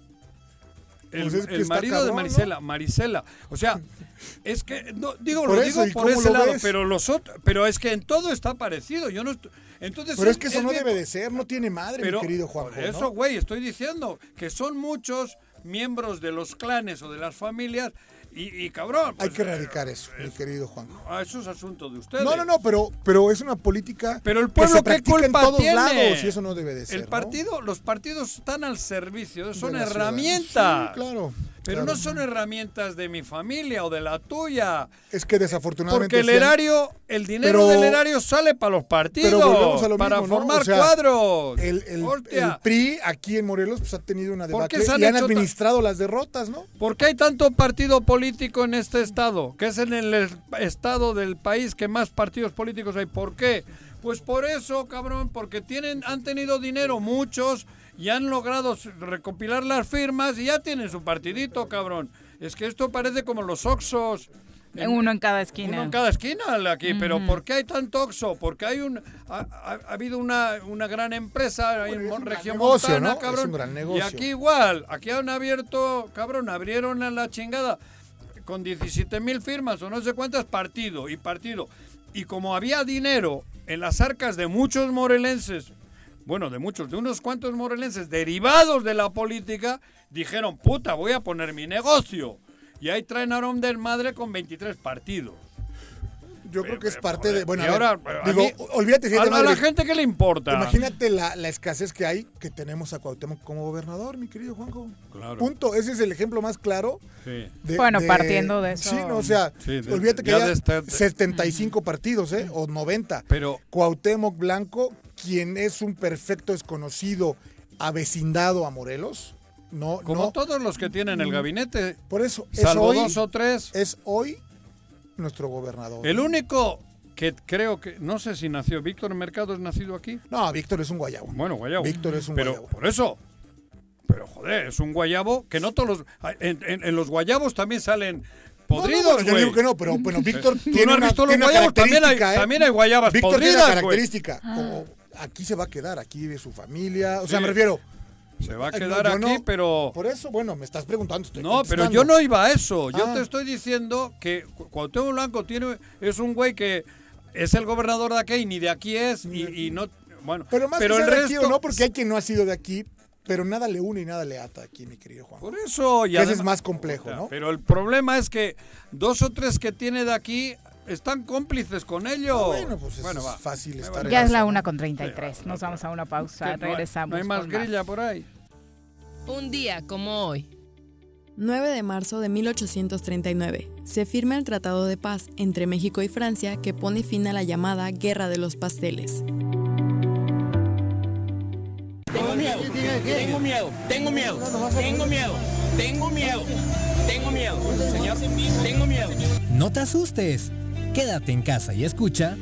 el, Pues es que el está marido de cabrón, Marisela, Marisela. O sea, es que, no, digo, Por lo eso, digo ¿y por cómo ese lo lado, ves? pero los otros, pero es que en todo está parecido. Yo no estoy, entonces Pero es que eso no bien- debe de ser, no tiene madre, pero mi querido Juanjo. por eso, ¿no? güey, estoy diciendo que son muchos miembros de los clanes o de las familias y, y cabrón. Hay pues, que erradicar eso, mi es- querido Juanjo. Ah, eso es asunto de ustedes. No, no, no, pero, pero es una política Pero el que pueblo, se ¿qué practica en culpa todos tiene? lados y eso no debe de ser. El ¿no? partido, los partidos están al servicio, son De la ciudad. herramientas. Sí, claro. Pero claro. no son herramientas de mi familia o de la tuya. Es que desafortunadamente. Porque el sí han- erario, el dinero Pero- del erario sale para los partidos, pero volvemos a lo para mismo, ¿no? formar O sea, cuadros. El, el- Hostia, el P R I aquí en Morelos pues, ha tenido una ¿Por qué debacle se han y han hecho ta- administrado las derrotas, ¿no? ¿por qué hay tanto partido político en este estado? Que es en el es- estado del país que más partidos políticos hay. ¿Por qué? Pues por eso, cabrón, porque tienen, han tenido dinero muchos y han logrado s- recopilar las firmas y ya tienen su partidito, cabrón. Es que esto parece como los Oxos. En- Uno en cada esquina. Uno en cada esquina aquí, pero ¿por qué hay tanto Oxo? Porque hay un ha, ha- ha habido una, una gran empresa ahí en es Mon- un gran región negocio, montana, ¿no? cabrón. Es un gran negocio. Y aquí igual, aquí han abierto, cabrón, abrieron a la chingada con diecisiete mil firmas o no sé cuántas, partido y partido. Y como había dinero en las arcas de muchos morelenses, bueno, de muchos, de unos cuantos morelenses derivados de la política, dijeron, puta, voy a poner mi negocio. Y ahí traen a un del madre con veintitrés partidos. Yo creo que es pero, parte joder, de. Bueno, y a ver, ahora, a digo, mí- olvídate si A, es de a la madre. gente, ¿qué le importa? Imagínate la, la escasez que hay que tenemos a Cuauhtémoc como gobernador, mi querido Juanjo. Claro. Punto. Ese es el ejemplo más claro. Sí. de- Bueno, de- partiendo de eso. Sí, no, o sea, Sí, de- olvídate que ya ya de estar- setenta y cinco partidos, ¿eh? O noventa. Pero Cuauhtémoc Blanco, quien es un perfecto desconocido avecindado a Morelos. No, como no. todos los que tienen el gabinete, Por eso, es salvo hoy, dos o tres, es hoy nuestro gobernador. el único que creo que, no sé si nació, Víctor Mercado es nacido aquí. No, Víctor es un guayabo. Bueno, guayabo. Víctor es un pero guayabo. por eso, pero joder, es un guayabo que no todos los, en, en- en los guayabos también salen podridos, No, no, bueno, yo güey. digo que no, pero bueno, Víctor ¿Tú tiene no has una, visto los tiene una guayabos? También hay, característica, ¿eh? también hay guayabas Víctor tiene podridas, una güey. característica. o- aquí se va a quedar, aquí vive su familia. O sea, Sí. me refiero. Se va a Ay, no, quedar yo aquí, no. pero... Por eso, bueno, me estás preguntando. Estoy No, pero contestando. yo no iba a eso. Yo Ah. te estoy diciendo que Cu- Cuauhtémoc Blanco tiene, es un güey que es el gobernador de aquí y ni de aquí es y, y no... Bueno, Pero más pero que el sea de aquí resto... o no, porque hay quien no ha sido de aquí, pero nada le une y nada le ata aquí, mi querido Juan. Por eso... Y Que ese además- es más complejo, o sea, ¿no? Pero el problema es que dos o tres que tiene de aquí están cómplices con ellos. Ah, bueno, pues eso va. es fácil Me estar vale. en Ya es eso, la ¿no? una con treinta y tres. Nos vamos a una pausa. Que no hay- Regresamos. No hay más con grilla por ahí. Un día como hoy. nueve de marzo de mil ochocientos treinta y nueve. Se firma el Tratado de Paz entre México y Francia que pone fin a la llamada Guerra de los Pasteles. Tengo miedo, tengo miedo, tengo miedo, tengo miedo, tengo miedo, tengo miedo, señor, tengo miedo. No te asustes. Quédate en casa y escucha.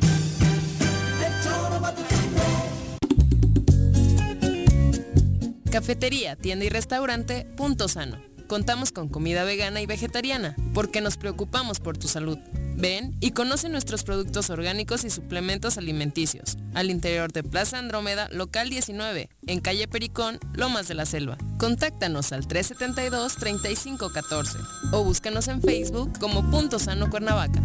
Cafetería, tienda y restaurante Punto Sano. Contamos con comida vegana y vegetariana porque nos preocupamos por tu salud. Ven y conoce nuestros productos orgánicos y suplementos alimenticios. Al interior de Plaza Andrómeda, local diecinueve, en calle Pericón, Lomas de la Selva. Contáctanos al tres setenta y dos, treinta y cinco catorce o búscanos en Facebook como Punto Sano Cuernavaca.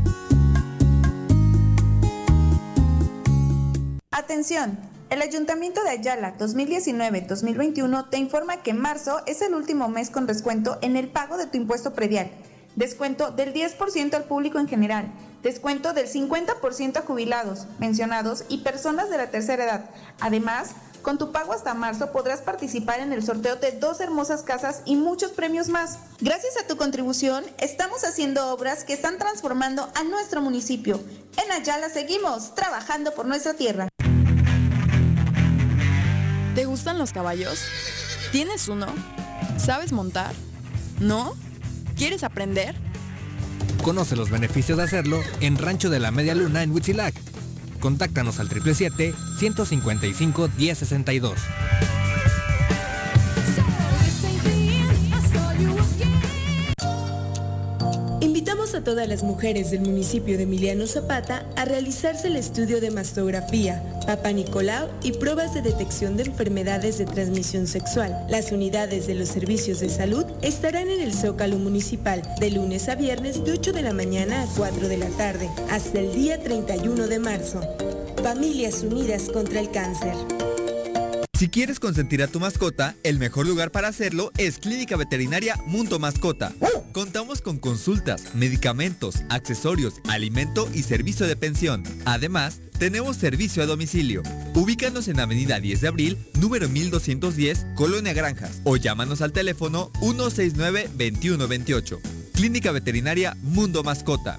Atención, el Ayuntamiento de Ayala dos mil diecinueve dos mil veintiuno te informa que marzo es el último mes con descuento en el pago de tu impuesto predial. Descuento del diez por ciento al público en general, descuento del cincuenta por ciento a jubilados, pensionados y personas de la tercera edad. Además, con tu pago hasta marzo podrás participar en el sorteo de dos hermosas casas y muchos premios más. Gracias a tu contribución, estamos haciendo obras que están transformando a nuestro municipio. En Ayala seguimos trabajando por nuestra tierra. ¿Te gustan los caballos? ¿Tienes uno? ¿Sabes montar? ¿No? ¿Quieres aprender? Conoce los beneficios de hacerlo en Rancho de la Media Luna en Huitzilac. Contáctanos al siete siete siete, ciento cincuenta y cinco, diez sesenta y dos. Invitamos a todas las mujeres del municipio de Emiliano Zapata a realizarse el estudio de mastografía, Papa Nicolau y pruebas de detección de enfermedades de transmisión sexual. Las unidades de los servicios de salud estarán en el Zócalo Municipal de lunes a viernes de ocho de la mañana a cuatro de la tarde, hasta el día treinta y uno de marzo. Familias Unidas contra el Cáncer. Si quieres consentir a tu mascota, el mejor lugar para hacerlo es Clínica Veterinaria Mundo Mascota. Contamos con consultas, medicamentos, accesorios, alimento y servicio de pensión. Además, tenemos servicio a domicilio. Ubícanos en Avenida diez de abril, número mil doscientos diez, Colonia Granjas, o llámanos al teléfono uno seis nueve, veintiuno veintiocho. Clínica Veterinaria Mundo Mascota.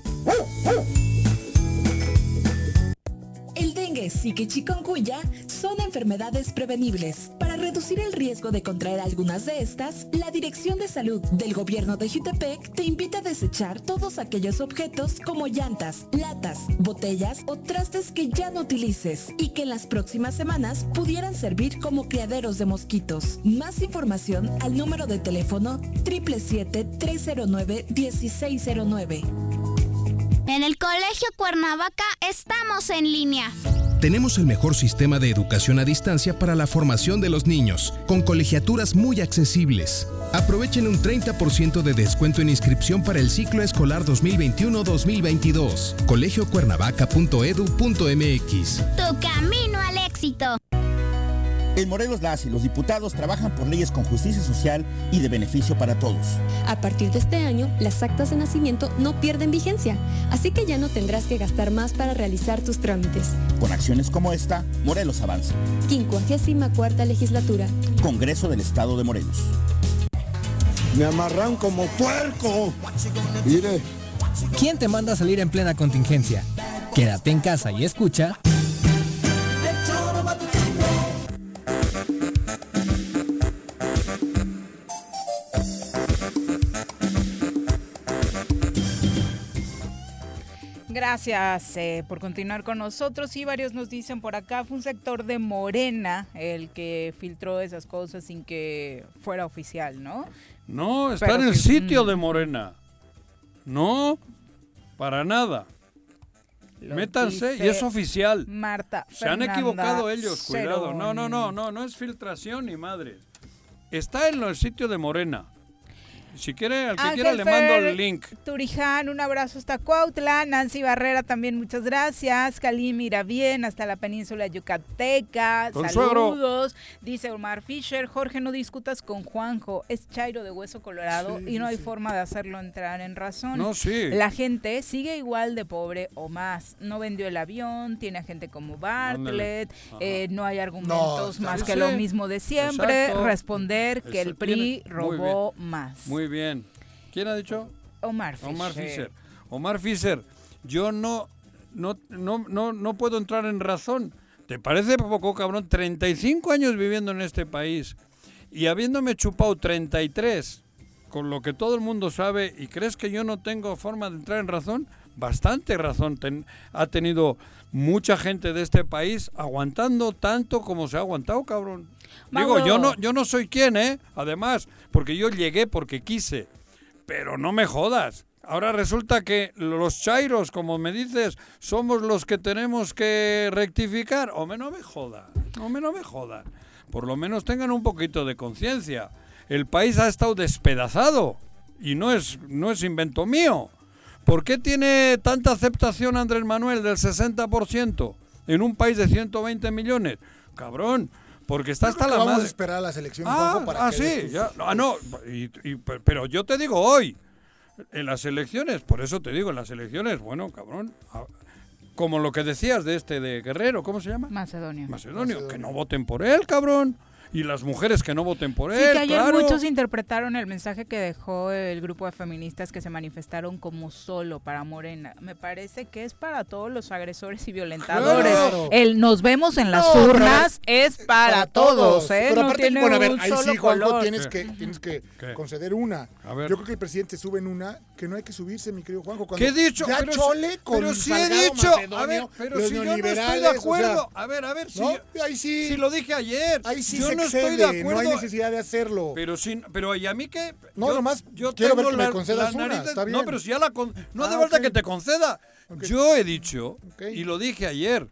El dengue, zika y chikungunya son enfermedades prevenibles. Para reducir el riesgo de contraer algunas de estas, la Dirección de Salud del Gobierno de Jutepec te invita a desechar todos aquellos objetos como llantas, latas, botellas o trastes que ya no utilices y que en las próximas semanas pudieran servir como criaderos de mosquitos. Más información al número de teléfono siete siete siete, tres cero nueve, uno seis cero nueve. En el Colegio Cuernavaca estamos en línea. Tenemos el mejor sistema de educación a distancia para la formación de los niños, con colegiaturas muy accesibles. Aprovechen un treinta por ciento de descuento en inscripción para el ciclo escolar dos mil veintiuno dos mil veintidós. colegio cuernavaca punto edu punto m x. Tu camino al éxito. En Morelos, las y los diputados trabajan por leyes con justicia social y de beneficio para todos. A partir de este año, las actas de nacimiento no pierden vigencia, así que ya no tendrás que gastar más para realizar tus trámites. Con acciones como esta, Morelos avanza. quincuagésima cuarta legislatura. Congreso del Estado de Morelos. Me amarran como puerco. Mire. ¿Quién te manda a salir en plena contingencia? Quédate en casa y escucha. Gracias eh, por continuar con nosotros. Y varios nos dicen por acá, fue un sector de Morena el que filtró esas cosas sin que fuera oficial, ¿no? No, está Pero en el sí, sitio mm. de Morena. No, para nada. Lo Métanse y dice es oficial. Marta Se han Fernanda equivocado ellos, cuidado. Cerón. No, no, no, no, no es filtración ni madre. Está en el sitio de Morena. Si quiere, al que Ángel quiera le mando Fer el link. Turiján, un abrazo hasta Cuautla. Nancy Barrera también, muchas gracias. Kalim Irabien, hasta la península yucateca. Con Saludos. Dice Omar Fisher, Jorge, no discutas con Juanjo. Es chairo de hueso colorado Sí, y no hay sí. forma de hacerlo entrar en razón. No, sí. La gente sigue igual de pobre o más. No vendió el avión, tiene a gente como Bartlett. eh, no hay argumentos No, más sí, que sí. lo mismo de siempre. Exacto. Responder que el Eso P R I tiene- muy robó más. Muy bien. ¿Quién ha dicho? Omar Fisher. Omar Fisher. Omar Fisher, yo no, no, no, no, no puedo entrar en razón. ¿Te parece poco, cabrón? treinta y cinco años viviendo en este país y habiéndome chupado treinta y tres, con lo que todo el mundo sabe, ¿y crees que yo no tengo forma de entrar en razón? Bastante razón ten- ha tenido mucha gente de este país aguantando tanto como se ha aguantado, cabrón. Mauro. Digo, yo no, yo no soy quien, ¿eh? Además, porque yo llegué porque quise. Pero no me jodas. Ahora resulta que los chairos, como me dices, somos los que tenemos que rectificar. Hombre, no me jodan, hombre, no me jodan. Por lo menos tengan un poquito de conciencia. El país ha estado despedazado y no es, no es invento mío. ¿Por qué tiene tanta aceptación Andrés Manuel del sesenta por ciento en un país de ciento veinte millones? Cabrón, porque está hasta la vamos madre. a esperar a las elecciones, Ah, Juanjo, para ah que sí, des tus- ya, ah, no, y- y- pero yo te digo hoy, en las elecciones, por eso te digo, en las elecciones, bueno, cabrón, ah, como lo que decías de este de Guerrero, ¿cómo se llama? Macedonio. Macedonio, Macedonio. que no voten por él, cabrón. Y las mujeres que no voten por Sí, él, que ayer claro. muchos interpretaron el mensaje que dejó el grupo de feministas que se manifestaron como solo para Morena. Me parece que es para todos los agresores y violentadores. Claro. El nos vemos en las No, pero urnas es para, todos, ¿eh? Pero no aparte, tiene bueno, a ver, un ahí solo sí, Juanjo, color. tienes ¿Qué? que, tienes que ¿Qué? conceder una. A ver. Yo creo que el presidente sube en una que no hay que subirse, mi querido Juanjo. Cuando ¿Qué he dicho? Ya Pero si- chole con pero si he Salgado dicho, Macedonio, a ver, pero los si yo no estoy neoliberales, de o sea, acuerdo. A ver, a ver, si, ¿no? yo- Ahí sí. si lo dije ayer. Ahí sí yo se no estoy de excede, acuerdo. no hay necesidad de hacerlo. Pero sin, pero ¿y a mí qué? No, yo, nomás yo quiero ver tengo que me la- concedas las una, narices- está bien. No, pero si ya la con, no hace Ah, falta ok. que te conceda. Ok. Yo he dicho Ok. y lo dije ayer.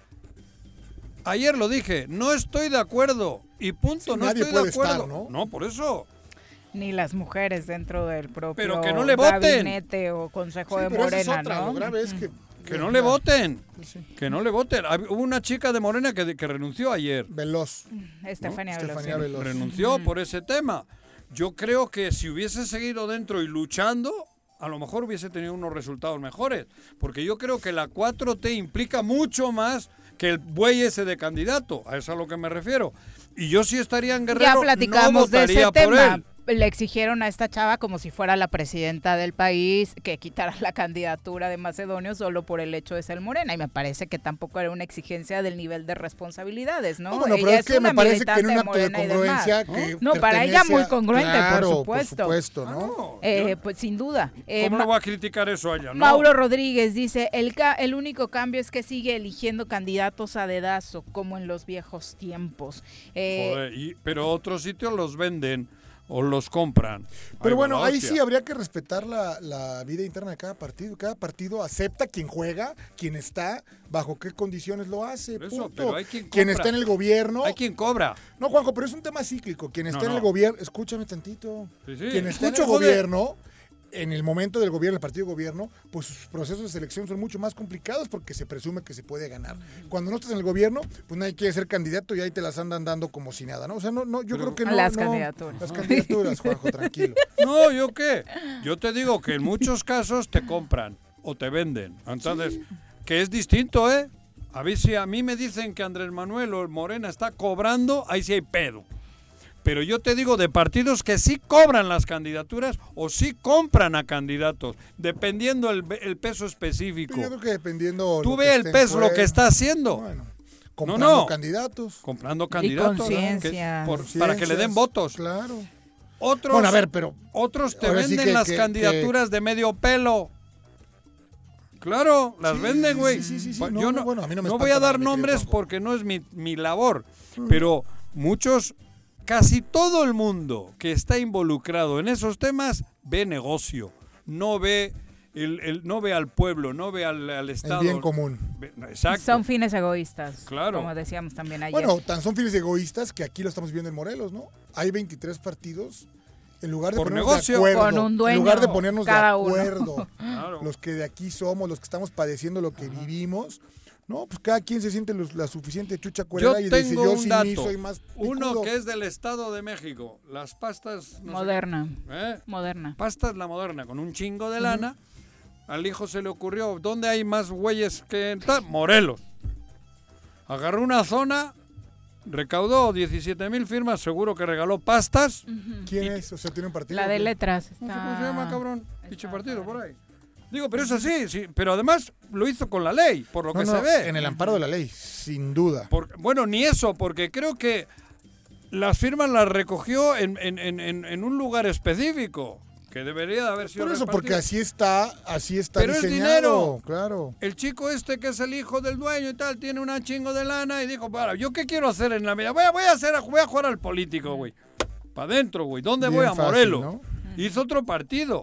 Ayer lo dije, no estoy de acuerdo y punto, Sí, no nadie estoy de puede estar, acuerdo. ¿no? No, por eso. Ni las mujeres dentro del propio Pero que no le voten. gabinete o consejo Sí, de pero esa Morena, es otra. ¿no? Lo grave es que... Que no le voten. Sí. Que no le voten. Hab- Hubo una chica de Morena que, que renunció ayer. Veloz. Estefanía ¿no? Veloz, Estefanía sí. Veloz. Renunció por ese tema. Yo creo que si hubiese seguido dentro y luchando, a lo mejor hubiese tenido unos resultados mejores. Porque yo creo que la cuatro T implica mucho más que el buey ese de candidato. A eso es a lo que me refiero. Y yo sí estaría en Guerrero, Ya platicamos no de votaría ese por tema. él. Le exigieron a esta chava como si fuera la presidenta del país que quitara la candidatura de Macedonio solo por el hecho de ser Morena y me parece que tampoco era una exigencia del nivel de responsabilidades, ¿no? No, bueno, pero Ella es que una me parece que en militante un de acto de Morena y demás. congruencia que No, para ella pertenece muy a- congruente, Claro, por supuesto. Por supuesto, ¿no? No, Eh, yo- pues sin duda. Eh, ¿Cómo Ma- le voy a criticar eso a ella? No. Mauro Rodríguez dice, el, ca- el único cambio es que sigue eligiendo candidatos a dedazo, como en los viejos tiempos. Eh, Joder, y- pero otros sitios los venden o los compran. Pero Ay, bueno, la ahí hostia. sí habría que respetar la, la vida interna de cada partido. Cada partido acepta quién juega, quién está, bajo qué condiciones lo hace. Por eso, punto. pero hay quien Quien compra. está en el gobierno. Hay quien cobra. No, Juanjo, pero es un tema cíclico. Quien está No, en el no. gobierno, escúchame tantito. Sí, sí. Quien está Escucho, en el joder. gobierno, en el momento del gobierno, el partido de gobierno, pues sus procesos de selección son mucho más complicados porque se presume que se puede ganar. Cuando no estás en el gobierno, pues nadie quiere ser candidato y ahí te las andan dando como si nada, ¿no? O sea, no, no, yo Pero- creo que no. Las no. candidaturas. Las candidaturas, Juanjo, tranquilo. No, ¿yo qué? Yo te digo que en muchos casos te compran o te venden. Entonces, que es distinto, ¿eh? A ver si a mí me dicen que Andrés Manuel o Morena está cobrando, ahí sí hay pedo. Pero yo te digo de partidos que sí cobran las candidaturas o sí compran a candidatos, dependiendo el, el peso específico. Yo creo que dependiendo. Tú lo ve que el esté en peso, lo juego. que está haciendo. Bueno, no, comprando no. candidatos. Comprando candidatos. conciencia. que- por- para que le den Conciencias, votos. Claro. Otros, Bueno, a ver, pero otros te ahora sí venden que- las que- candidaturas de medio pelo. Claro, las Sí, venden, güey. sí, sí, sí, sí. Pa- No, Yo no, no, bueno, a mí no me no espanta voy a nada, dar mi querido nombres Juanjo. porque no es mi, mi labor, pero muchos, casi todo el mundo que está involucrado en esos temas ve negocio, no ve el, el- no ve al pueblo, no ve al, al Estado. El bien común. Ve- Exacto. Son fines egoístas, Claro. como decíamos también ayer. Bueno, tan son fines egoístas que aquí lo estamos viendo en Morelos, ¿no? Hay veintitrés partidos. En lugar de Por ponernos negocio. de acuerdo, Con un dueño, en lugar de ponernos de cada uno. acuerdo, Claro. los que de aquí somos, los que estamos padeciendo lo que vivimos, no, pues cada quien se siente los- la suficiente chucha Yo cuerera y dice tengo yo un sin dato, mí soy más uno picudo". que es del Estado de México, las pastas no sé Moderna. qué, ¿eh? Moderna. Pastas La Moderna, con un chingo de lana. Al hijo se le ocurrió, ¿dónde hay más güeyes que en tal? Morelos. Agarró una zona, recaudó diecisiete mil firmas, seguro que regaló pastas. ¿Quién es? O sea, tiene un partido. La de ¿o qué? letras. No sé Está... cómo se llama, cabrón. Pinche está partido por padre. ahí. Digo, pero es así, sí. Pero además lo hizo con la ley, por lo No, que no, se ve. en el amparo de la ley, sin duda. Por- bueno, ni eso, porque creo que las firmas las recogió en, en- en- en- en un lugar específico, que debería de haber sido Por eso, repartido. porque así está, así está Pero es diseñado, dinero. claro. El chico este que es el hijo del dueño y tal, tiene una chingo de lana y dijo, para, ¿yo qué quiero hacer en la vida? Voy a, voy a, hacer, voy a jugar al político, güey. Para adentro, güey. ¿Dónde Bien voy? A fácil, Morelos. ¿no? Hizo otro partido.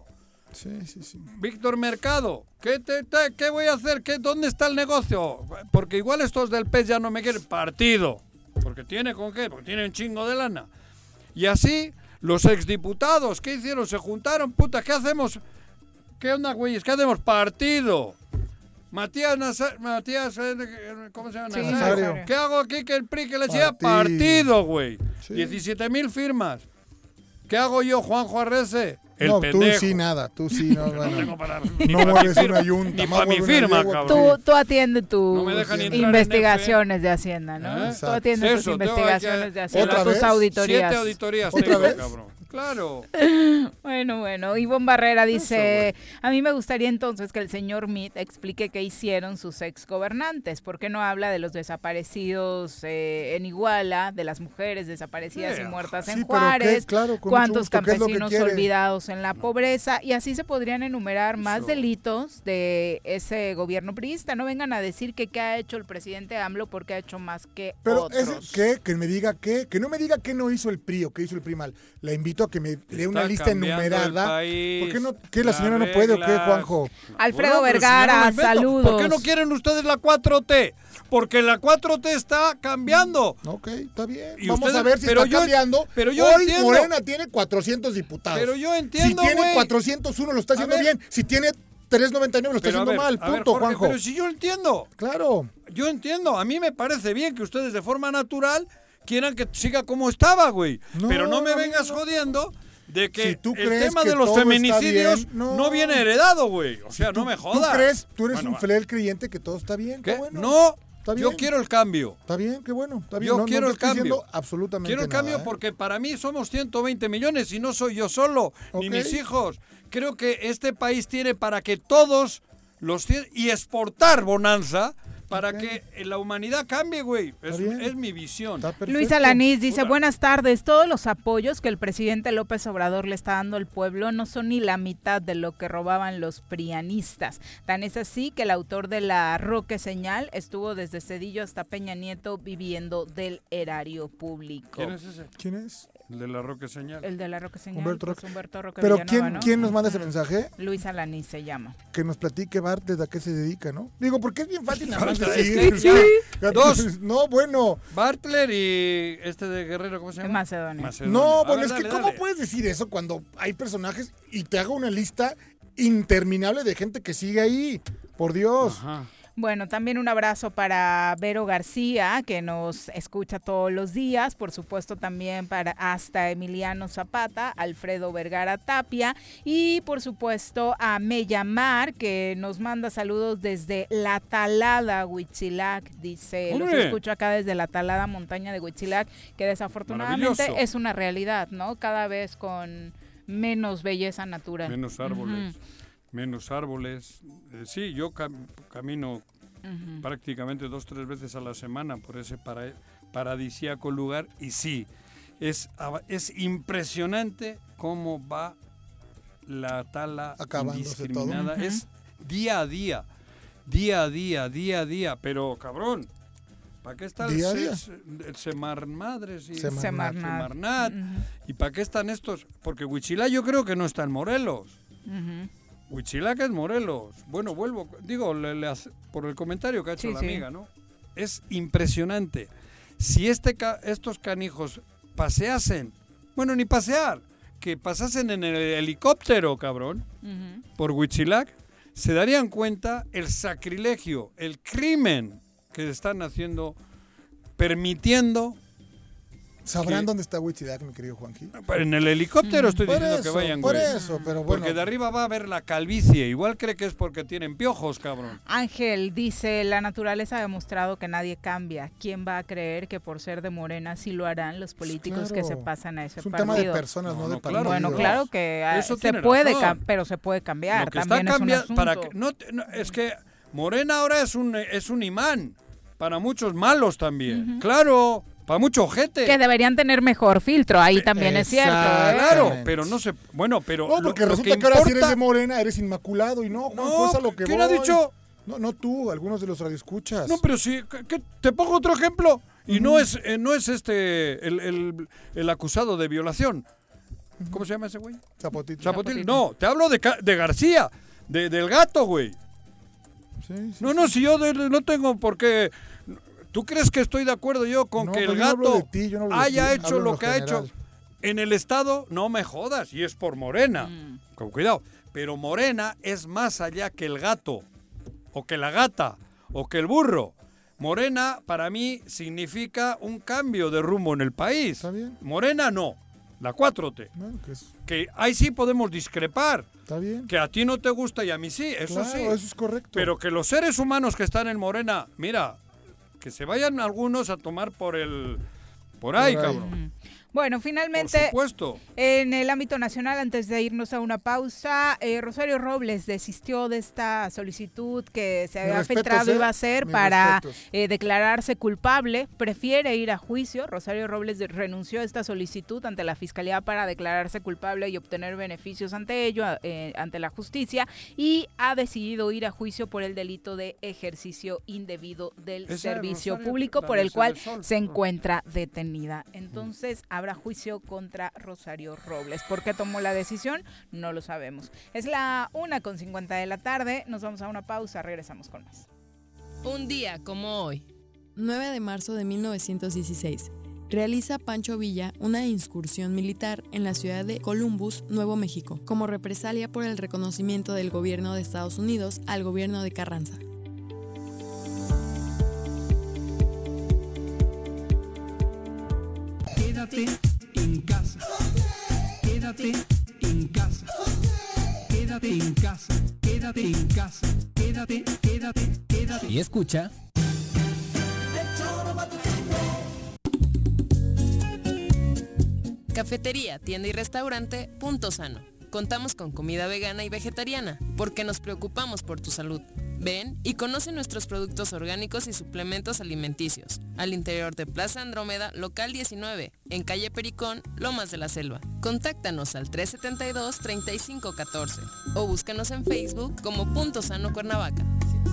Sí, sí, sí. Víctor Mercado, ¿qué, te, te, ¿qué voy a hacer? ¿Qué, ¿Dónde está el negocio? Porque igual estos del P E S ya no me quieren. Partido. Porque tiene con qué, porque tiene un chingo de lana. Y así, los exdiputados, ¿qué hicieron? Se juntaron, puta, ¿qué hacemos? ¿Qué onda, güeyes? ¿Qué hacemos? Partido. Matías Nazario, Matías, ¿cómo se llama? Sí, Nazario. Nazario. ¿Qué hago aquí que el P R I que le decía? Partido. Partido, güey. Sí. diecisiete mil firmas. ¿Qué hago yo, Juanjo Arrece? El no, pendejo. tú sí, nada. Tú sí, no, No bueno. tengo para- No ni para mueves mi firma, una yunta. ni más para mi mueve una firma, yegua, cabrón. Tú, tú atiendes tus No me dejan ni entrar en investigaciones de Hacienda, ¿no? ¿Eh? Tú Exacto. atiendes tus Eso, tengo investigaciones que- de Hacienda, ¿Otra tus vez? auditorías. Siete auditorías ¿Otra tengo, vez? cabrón. Claro. Bueno, bueno, Ivonne Barrera dice, a mí me gustaría entonces que el señor Meade explique qué hicieron sus exgobernantes. ¿Por qué no habla de los desaparecidos eh, en Iguala, de las mujeres desaparecidas Sí, y muertas sí, en pero Juárez? qué, claro, con ¿Cuántos mucho gusto, ¿qué es lo que campesinos quiere? olvidados en la pobreza? Y así se podrían enumerar más Eso. delitos de ese gobierno priista. No vengan a decir que qué ha hecho el presidente AMLO porque ha hecho más que Pero otros. ese, ¿qué? Que me diga qué. Que no me diga qué no hizo el P R I o qué hizo el P R I mal. La invito a que me dé una Está lista cambiando el enumerada. país, ¿Por qué no? ¿Qué? ¿La las señora no puede o qué, reglas. Juanjo? Alfredo Bueno, pero si Vergara, yo no lo invento, saludos. ¿Por qué no quieren ustedes la cuatro T? Porque la cuatro T está cambiando. Ok, está bien. Y Vamos ustedes- a ver si pero está yo- cambiando. pero yo Hoy entiendo. Morena tiene cuatrocientos diputados. Pero yo entiendo, Si tiene güey. cuatrocientos uno lo está A haciendo ver. bien. Si tiene trescientos noventa y nueve lo está Pero a haciendo ver, mal. a ver, Punto, Jorge, Juanjo. Pero si yo entiendo. Claro. Yo entiendo. A mí me parece bien que ustedes de forma natural quieran que siga como estaba, güey. No, pero no me a mí vengas no. jodiendo de que Si tú el crees tema que de los todo está feminicidios bien, no. no. viene heredado, güey. O sea, no me jodas. ¿Tú crees? Tú eres Bueno, un va. fiel creyente que todo está bien. ¿Qué? Qué bueno. No. Está Yo bien. quiero el cambio. Está bien, qué bueno. Está bien. Yo No, no quiero te el estoy cambio. diciendo absolutamente Quiero el nada, cambio ¿eh? porque para mí somos ciento veinte millones y no soy yo solo, ni Ok. mis hijos. Creo que este país tiene para que todos los cien- y exportar bonanza para Ok. que la humanidad cambie, güey. Es, bien. es mi visión. Está perfecto. Luis Alanís dice, Puta. buenas tardes, todos los apoyos que el presidente López Obrador le está dando al pueblo no son ni la mitad de lo que robaban los prianistas. Tan es así que el autor de la Roque Señal estuvo desde Cedillo hasta Peña Nieto viviendo del erario público. ¿Quién es ese? ¿Quién es? El de la Roque Señal. El de la Roque Señal, Humberto pues, Roque. Humberto Roque Pero Villanueva, ¿quién, ¿no? ¿quién nos manda ese mensaje? Luis Alanís se llama. Que nos platique Bartlett a qué se dedica, ¿no? Digo, porque es bien fácil nada más Es decir. que o sea, ya. Dos. No, bueno. Bartler y este de Guerrero, ¿cómo se llama? Macedonia. Macedonia. No, A bueno, ver, es que dale, ¿cómo dale. puedes decir eso cuando hay personajes y te hago una lista interminable de gente que sigue ahí? Por Dios. Ajá. Bueno, también un abrazo para Vero García, que nos escucha todos los días, por supuesto también para hasta Emiliano Zapata, Alfredo Vergara Tapia y por supuesto a Mella Mar, que nos manda saludos desde La Talada, Huitzilac, dice, los ¡Hombre! escucho acá desde La Talada, montaña de Huitzilac, que desafortunadamente Maravilloso. es una realidad, ¿no? Cada vez con menos belleza natural. Menos árboles. Ujú. Menos árboles. Eh, sí, yo cam- camino Ujú. prácticamente dos, tres veces a la semana por ese para- paradisíaco lugar y sí, es, ava- es impresionante cómo va la tala Acabándose indiscriminada. todo. Es día a día, día a día, día a día, pero cabrón, ¿para qué está el, Día a se- día. se- el Semar Madres y Semarnat. Semarnat. Semarnat? Ujú. ¿Y para qué están estos? Porque Huichilá yo creo que no está en Morelos. Ujú. Huichilaca es Morelos. Bueno, vuelvo, digo, le- le hace- por el comentario que ha hecho Sí, la sí. amiga, ¿no? Es impresionante. Si este ca- estos canijos paseasen, bueno, ni pasear, que pasasen en el helicóptero, cabrón, Ujú. por Huichilac, se darían cuenta el sacrilegio, el crimen que están haciendo, permitiendo. ¿Sabrán que- dónde está Huitzilac, mi querido Juanji? En el helicóptero estoy Por diciendo eso, que vayan, por güey. eso, pero bueno. Porque de arriba va a ver la calvicie. Igual cree que es porque tienen piojos, cabrón. Ángel dice, la naturaleza ha demostrado que nadie cambia. ¿Quién va a creer que por ser de Morena sí lo harán los políticos que se Claro. pasan a ese Es un partido? tema de personas, no, No, de no, partidos. claro. Bueno, claro que ah, Eso se tiene puede, razón. cam- pero se puede cambiar. Lo que También está es un cambiando para asunto. que no, te- no, es que Morena ahora es un es un imán para muchos malos también. Claro, para mucho ojete. Que deberían tener mejor filtro, ahí también es cierto. ¿eh? Claro, pero no se, bueno, pero No, lo- porque lo resulta que, que ahora si eres importa- de Morena eres inmaculado y no, Juanjo, No, es a lo que ¿quién voy. ha dicho? No, no tú, algunos de los radioescuchas. No, pero sí, ¿qué- qué? Te pongo otro ejemplo y no es eh, no es este el, el- el acusado de violación. ¿Cómo se llama ese güey? Zapotil. Zapotil. No, te hablo de, de García, de, del gato, güey. Sí, sí, no, no, si yo de, no tengo por qué... ¿Tú crees que estoy de acuerdo yo con no, que el yo no hablo gato de ti, yo no hablo de haya ti, hecho hablo en lo lo que ha general. hecho en el Estado? No me jodas, y es por Morena. Mm. Con cuidado. Pero Morena es más allá que el gato, o que la gata, o que el burro. Morena, para mí, significa un cambio de rumbo en el país. ¿Está bien? Morena no, la cuatro T. Bueno, que, es, Que ahí sí podemos discrepar. está bien. Que a ti no te gusta y a mí sí, eso Claro, sí. eso es correcto. Pero que los seres humanos que están en Morena, mira, que se vayan algunos a tomar por el... Por ahí, Por ahí. cabrón. Bueno, finalmente, Por supuesto. en el ámbito nacional, antes de irnos a una pausa, eh, Rosario Robles desistió de esta solicitud que se Mis había respetos, filtrado ¿eh? iba a hacer Mis para respetos. eh, declararse culpable. Prefiere ir a juicio. Rosario Robles de- renunció a esta solicitud ante la Fiscalía para declararse culpable y obtener beneficios ante ello, a- eh, ante la justicia, y ha decidido ir a juicio por el delito de ejercicio indebido del Esa servicio Rosario, público, la por de el cual Cedesol. se encuentra detenida. Entonces, habrá juicio contra Rosario Robles. ¿Por qué tomó la decisión? No lo sabemos. Es la una con cincuenta de la tarde. Nos vamos a una pausa. Regresamos con más. Un día como hoy. nueve de marzo de mil novecientos dieciséis. Realiza Pancho Villa una incursión militar en la ciudad de Columbus, Nuevo México, como represalia por el reconocimiento del gobierno de Estados Unidos al gobierno de Carranza. Quédate en casa. Quédate en casa. Quédate en casa. Quédate en casa. Quédate, quédate, quédate. Y escucha. Cafetería, tienda y restaurante Punto Sano. Contamos con comida vegana y vegetariana, porque nos preocupamos por tu salud. Ven y conoce nuestros productos orgánicos y suplementos alimenticios, al interior de Plaza Andrómeda, local diecinueve, en calle Pericón, Lomas de la Selva. Contáctanos al tres setenta y dos, treinta y cinco catorce o búscanos en Facebook como Punto Sano Cuernavaca.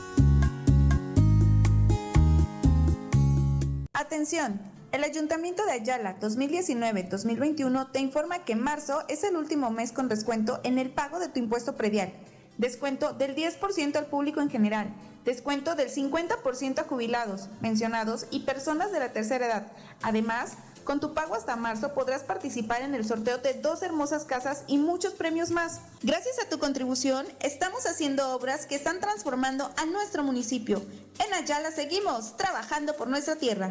Atención, el Ayuntamiento de Ayala dos mil diecinueve dos mil veintiuno te informa que marzo es el último mes con descuento en el pago de tu impuesto predial. Descuento del diez por ciento al público en general, descuento del cincuenta por ciento a jubilados, pensionados y personas de la tercera edad. Además, con tu pago hasta marzo podrás participar en el sorteo de dos hermosas casas y muchos premios más. Gracias a tu contribución, estamos haciendo obras que están transformando a nuestro municipio. En Ayala seguimos trabajando por nuestra tierra.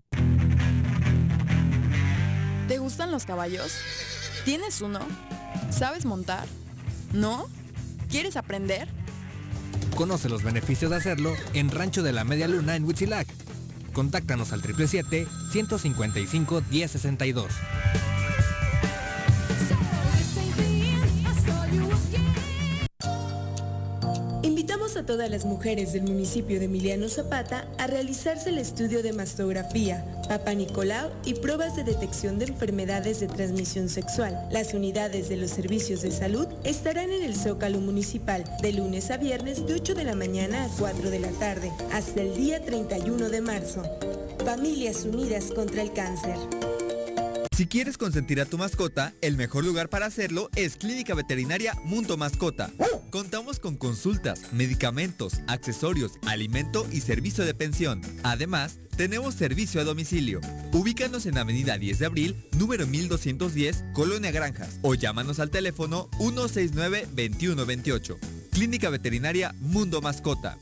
¿Te gustan los caballos? ¿Tienes uno? ¿Sabes montar? ¿No? ¿Quieres aprender? Conoce los beneficios de hacerlo en Rancho de la Media Luna en Huitzilac. Contáctanos al siete siete siete, ciento cincuenta y cinco, diez sesenta y dos. Invitamos a todas las mujeres del municipio de Emiliano Zapata a realizarse el estudio de mastografía, Papa Nicolau y pruebas de detección de enfermedades de transmisión sexual. Las unidades de los servicios de salud estarán en el Zócalo Municipal de lunes a viernes de ocho de la mañana a cuatro de la tarde, hasta el día treinta y uno de marzo. Familias Unidas contra el Cáncer. Si quieres consentir a tu mascota, el mejor lugar para hacerlo es Clínica Veterinaria Mundo Mascota. Contamos con consultas, medicamentos, accesorios, alimento y servicio de pensión. Además, tenemos servicio a domicilio. Ubícanos en Avenida diez de abril, número mil doscientos diez, Colonia Granjas, o llámanos al teléfono uno seis nueve, veintiuno veintiocho. Clínica Veterinaria Mundo Mascota.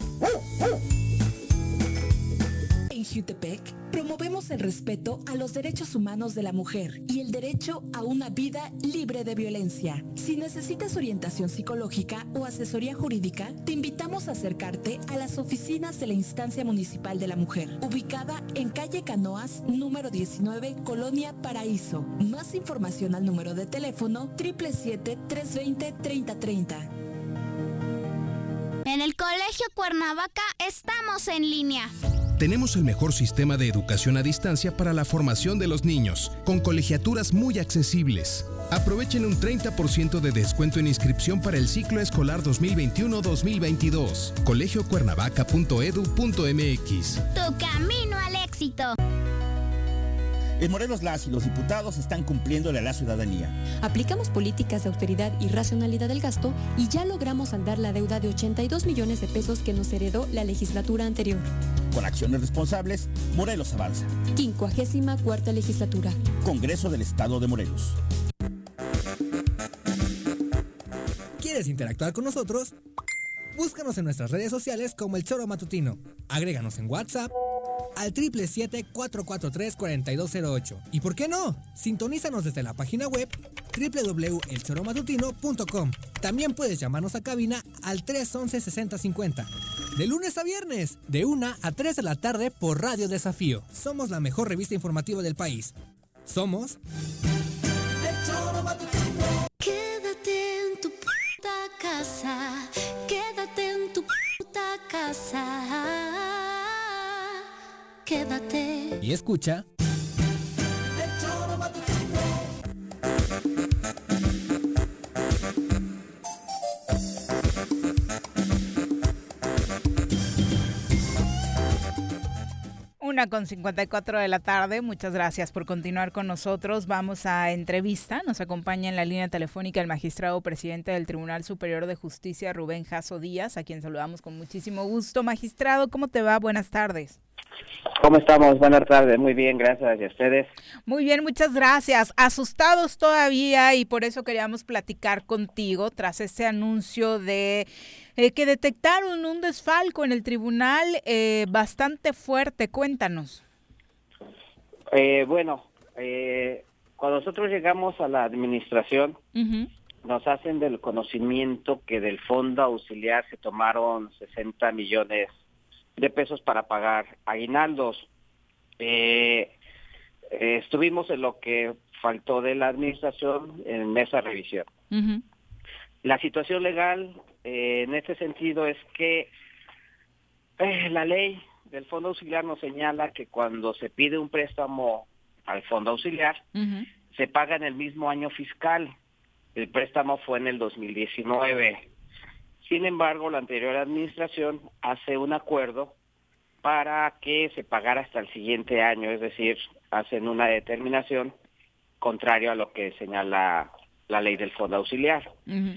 En Jutepec promovemos el respeto a los derechos humanos de la mujer y el derecho a una vida libre de violencia. Si necesitas orientación psicológica o asesoría jurídica, te invitamos a acercarte a las oficinas de la Instancia Municipal de la Mujer, ubicada en calle Canoas, número diecinueve, Colonia Paraíso. Más información al número de teléfono siete siete siete, tres dos cero, treinta treinta. En el Colegio Cuernavaca estamos en línea. Tenemos el mejor sistema de educación a distancia para la formación de los niños, con colegiaturas muy accesibles. Aprovechen un treinta por ciento de descuento en inscripción para el ciclo escolar dos mil veintiuno dos mil veintidós. colegio cuernavaca punto edu punto m x. Tu camino al éxito. En Morelos las y los diputados están cumpliéndole a la ciudadanía. Aplicamos políticas de austeridad y racionalidad del gasto y ya logramos saldar la deuda de ochenta y dos millones de pesos que nos heredó la legislatura anterior. Con acciones responsables, Morelos avanza. quincuagésima cuarta legislatura. Congreso del Estado de Morelos. ¿Quieres interactuar con nosotros? Búscanos en nuestras redes sociales como El Choro Matutino. Agréganos en WhatsApp al triple siete, cuatro cuatro tres, cuatro dos cero ocho. ¿Y por qué no? Sintonízanos desde la página web doble u doble u doble u punto el choro matutino punto com. También puedes llamarnos a cabina al tres once, sesenta cincuenta. De lunes a viernes, de una a tres de la tarde por Radio Desafío. Somos la mejor revista informativa del país. Somos... El Choro Matutino. Quédate en tu puta casa, quédate en tu puta casa. Quédate y escucha. El Choro Matutino. Una con cincuenta y cuatro de la tarde, muchas gracias por continuar con nosotros. Vamos a entrevista, nos acompaña en la línea telefónica el magistrado presidente del Tribunal Superior de Justicia, Rubén Jasso Díaz, a quien saludamos con muchísimo gusto. Magistrado, ¿cómo te va? Buenas tardes. ¿Cómo estamos? Buenas tardes, muy bien, gracias. ¿Y a ustedes? Muy bien, muchas gracias. Asustados todavía y por eso queríamos platicar contigo tras este anuncio de eh, que detectaron un desfalco en el tribunal eh, bastante fuerte. Cuéntanos. Eh, bueno, eh, cuando nosotros llegamos a la administración, Uh-huh. nos hacen del conocimiento que del fondo auxiliar se tomaron sesenta millones de pesos para pagar aguinaldos. Eh, eh, estuvimos en lo que faltó de la administración en mesa de revisión. Uh-huh. La situación legal eh, en este sentido es que eh, la ley del fondo auxiliar nos señala que cuando se pide un préstamo al fondo auxiliar, Uh-huh. se paga en el mismo año fiscal. El préstamo fue en el dos mil diecinueve. Sin embargo, la anterior administración hace un acuerdo para que se pagara hasta el siguiente año, es decir, hacen una determinación contrario a lo que señala la ley del fondo auxiliar. Uh-huh.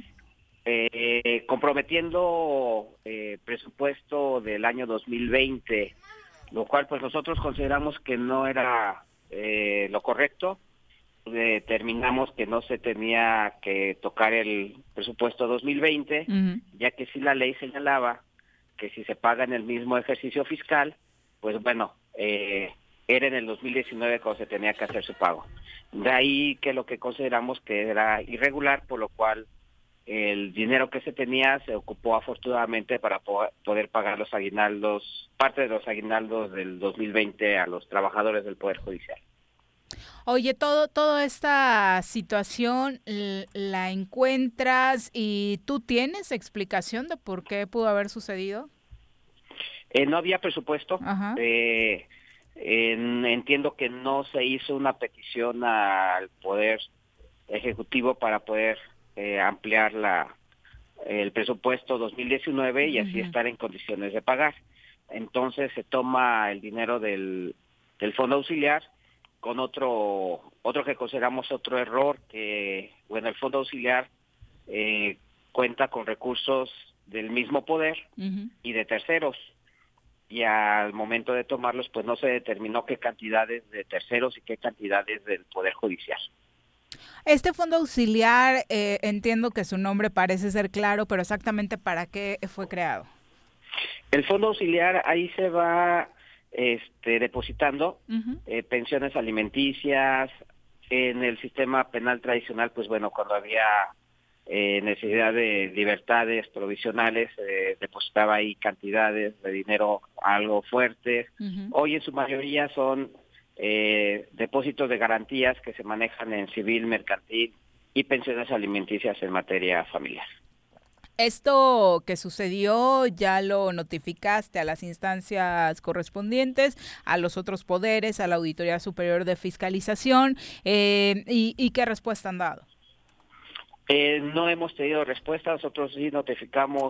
Eh, comprometiendo eh, presupuesto del año dos mil veinte, lo cual pues nosotros consideramos que no era eh, lo correcto. Determinamos que no se tenía que tocar el presupuesto dos mil veinte, Uh-huh. ya que sí la ley señalaba que si se paga en el mismo ejercicio fiscal, pues bueno, eh, era en el dos mil diecinueve cuando se tenía que hacer su pago. De ahí que lo que consideramos que era irregular, por lo cual el dinero que se tenía se ocupó afortunadamente para po- poder pagar los aguinaldos, parte de los aguinaldos del dos mil veinte a los trabajadores del Poder Judicial. Oye, todo, toda esta situación l- la encuentras y tú tienes explicación de por qué pudo haber sucedido. Eh, no había presupuesto. Ajá. Eh, en- entiendo que no se hizo una petición al Poder Ejecutivo para poder eh, ampliar la el presupuesto dos mil diecinueve y así Ujú. estar en condiciones de pagar. Entonces se toma el dinero del, del fondo auxiliar con otro otro que consideramos otro error, que bueno, el fondo auxiliar eh, cuenta con recursos del mismo poder Uh-huh. y de terceros, y al momento de tomarlos pues no se determinó qué cantidades de terceros y qué cantidades del Poder Judicial. Este fondo auxiliar, eh, entiendo que su nombre parece ser claro, pero exactamente para qué fue creado. El fondo auxiliar ahí se va este, depositando Uh-huh. eh, pensiones alimenticias. En el sistema penal tradicional, pues bueno, cuando había eh, necesidad de libertades provisionales, eh, depositaba ahí cantidades de dinero algo fuertes. Uh-huh. Hoy en su mayoría son eh, depósitos de garantías que se manejan en civil, mercantil y pensiones alimenticias en materia familiar. Esto que sucedió ya lo notificaste a las instancias correspondientes, a los otros poderes, a la Auditoría Superior de Fiscalización, eh, y, ¿y qué respuesta han dado? Eh, no hemos tenido respuesta. Nosotros sí notificamos,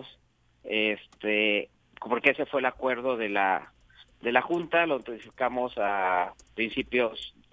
este, porque ese fue el acuerdo de la de la Junta, lo notificamos a principios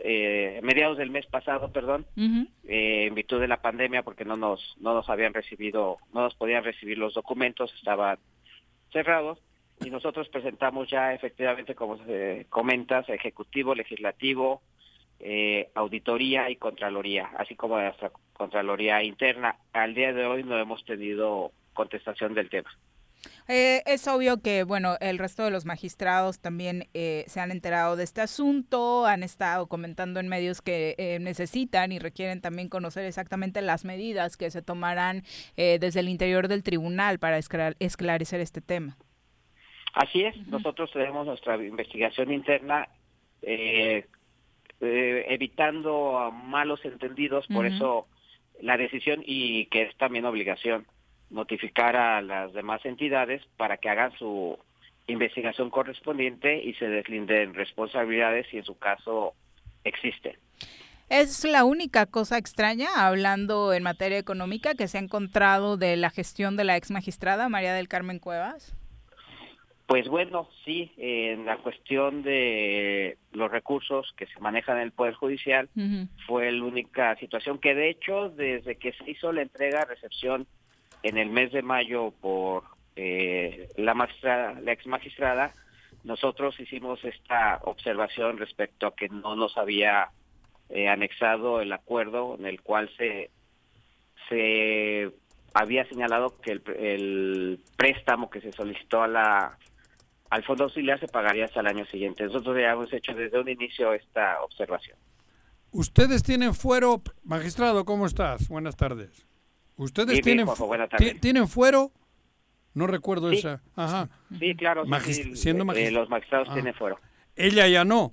eh, mediados del mes pasado, perdón, Uh-huh. eh, en virtud de la pandemia, porque no nos no nos habían recibido, no nos podían recibir los documentos, estaban cerrados, y nosotros presentamos ya efectivamente, como se comentas, ejecutivo, legislativo, eh, auditoría y contraloría, así como nuestra contraloría interna. Al día de hoy no hemos tenido contestación del tema. Eh, es obvio que, bueno, el resto de los magistrados también eh, se han enterado de este asunto, han estado comentando en medios que eh, necesitan y requieren también conocer exactamente las medidas que se tomarán eh, desde el interior del tribunal para esclar- esclarecer este tema. Así es, uh-huh. Nosotros tenemos nuestra investigación interna, eh, eh, evitando malos entendidos, por uh-huh. eso la decisión, y que es también obligación, notificar a las demás entidades para que hagan su investigación correspondiente y se deslinden responsabilidades si en su caso existen. ¿Es la única cosa extraña, hablando en materia económica, que se ha encontrado de la gestión de la ex magistrada María del Carmen Cuevas? Pues bueno, sí, en la cuestión de los recursos que se manejan en el Poder Judicial, uh-huh. fue la única situación que, de hecho, desde que se hizo la entrega-recepción en el mes de mayo por eh, la magistrada, la ex magistrada, nosotros hicimos esta observación respecto a que no nos había eh, anexado el acuerdo en el cual se se había señalado que el, el préstamo que se solicitó a la al Fondo Auxiliar se pagaría hasta el año siguiente. Nosotros ya hemos hecho desde un inicio esta observación. Ustedes tienen fuero, magistrado, ¿cómo estás? Buenas tardes. ¿Ustedes sí, tienen, Juanjo, buenas tardes. ¿tienen fuero? No recuerdo sí. esa. Ajá. Sí, claro. Magist- sí, siendo magist- eh, los magistrados ah. tienen fuero. ¿Ella ya no?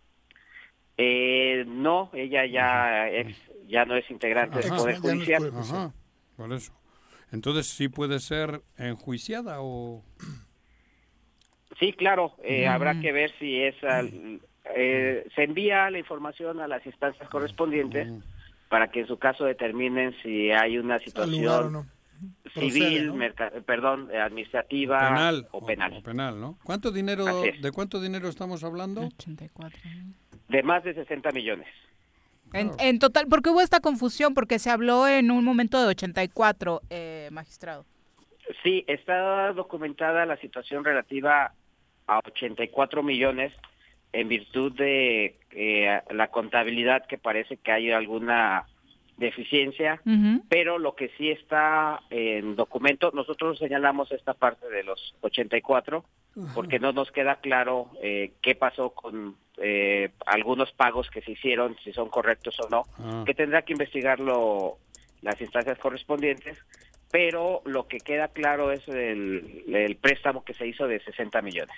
Eh, no, ella ya ex, ya no es integrante Ajá. del Poder Judicial. Ajá, por eso. Entonces, ¿sí puede ser enjuiciada o...? Sí, claro. Eh, Mm. Habrá que ver si es... Al, eh, se envía la información a las instancias correspondientes mm. para que en su caso determinen si hay una situación no. civil, Procede, ¿no? merca- perdón, administrativa penal, o penal. O, o penal, ¿no? ¿Cuánto dinero, Así es. ¿De cuánto dinero estamos hablando? ochenta y cuatro. De más de sesenta millones. En, en total, ¿por qué hubo esta confusión? Porque se habló en un momento de ochenta y cuatro, eh, magistrado. Sí, está documentada la situación relativa a ochenta y cuatro millones en virtud de eh, la contabilidad, que parece que hay alguna deficiencia, uh-huh. pero lo que sí está en documento, nosotros señalamos esta parte de los ochenta y cuatro, uh-huh. porque no nos queda claro eh, qué pasó con eh, algunos pagos que se hicieron, si son correctos o no, uh-huh. que tendrá que investigarlo las instancias correspondientes, pero lo que queda claro es el, el préstamo que se hizo de sesenta millones.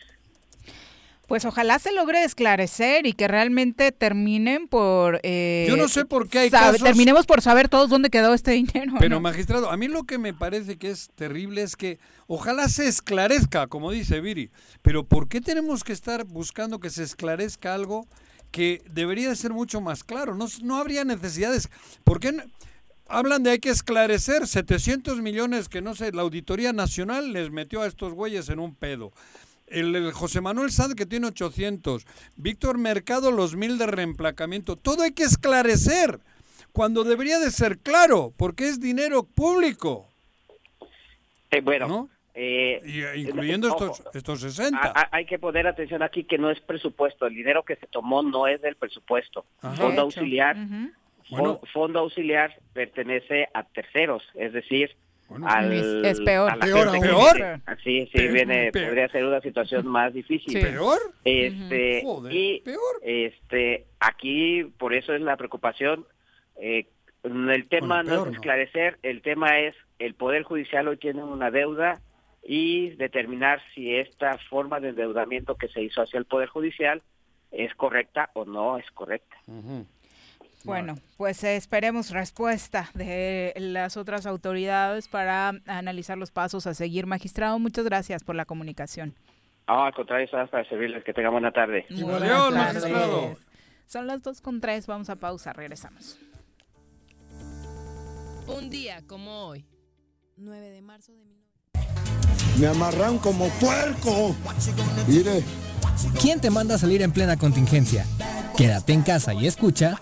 Pues ojalá se logre esclarecer y que realmente terminen por... Eh, Yo no sé por qué hay sabe, casos... Terminemos por saber todos dónde quedó este dinero. Pero, ¿no? magistrado, a mí lo que me parece que es terrible es que ojalá se esclarezca, como dice Viri, pero ¿por qué tenemos que estar buscando que se esclarezca algo que debería de ser mucho más claro? No, no habría necesidades. ¿Por qué no? Hablan de hay que esclarecer setecientos millones que, no sé, la Auditoría Nacional les metió a estos güeyes en un pedo. El, el José Manuel Sanz, que tiene ochocientos, Víctor Mercado los mil de reemplacamiento, todo hay que esclarecer, cuando debería de ser claro, porque es dinero público. Eh, bueno, ¿no? eh, y, incluyendo estos, estos sesenta. A, a, hay que poner atención aquí que no es presupuesto, el dinero que se tomó no es del presupuesto. Ajá. Fondo auxiliar, Uh-huh. bueno. Fondo auxiliar pertenece a terceros, es decir, Bueno, es, al, es peor. a la ¿Peor gente aún? que- ¿Peor? Así, sí, Peor, viene, peor. podría ser una situación más difícil. Sí. ¿Peor? Este, Joder, y peor. este, aquí, por eso es la preocupación. Eh, el tema Bueno, no peor es no. esclarecer, el tema es el Poder Judicial hoy tiene una deuda y determinar si esta forma de endeudamiento que se hizo hacia el Poder Judicial es correcta o no es correcta. Uh-huh. Bueno, pues eh, esperemos respuesta de las otras autoridades para analizar los pasos a seguir. Magistrado, muchas gracias por la comunicación. Ah, al contrario, estamos para servirles. Que tengan buena tarde. Muy Igual, buenas adiós, tardes. magistrado. Son las dos con tres, vamos a pausa, regresamos. Un día como hoy. nueve de marzo de mil Me amarran como puerco. Mire, ¿Quién te manda a salir en plena contingencia? Quédate en casa y escucha.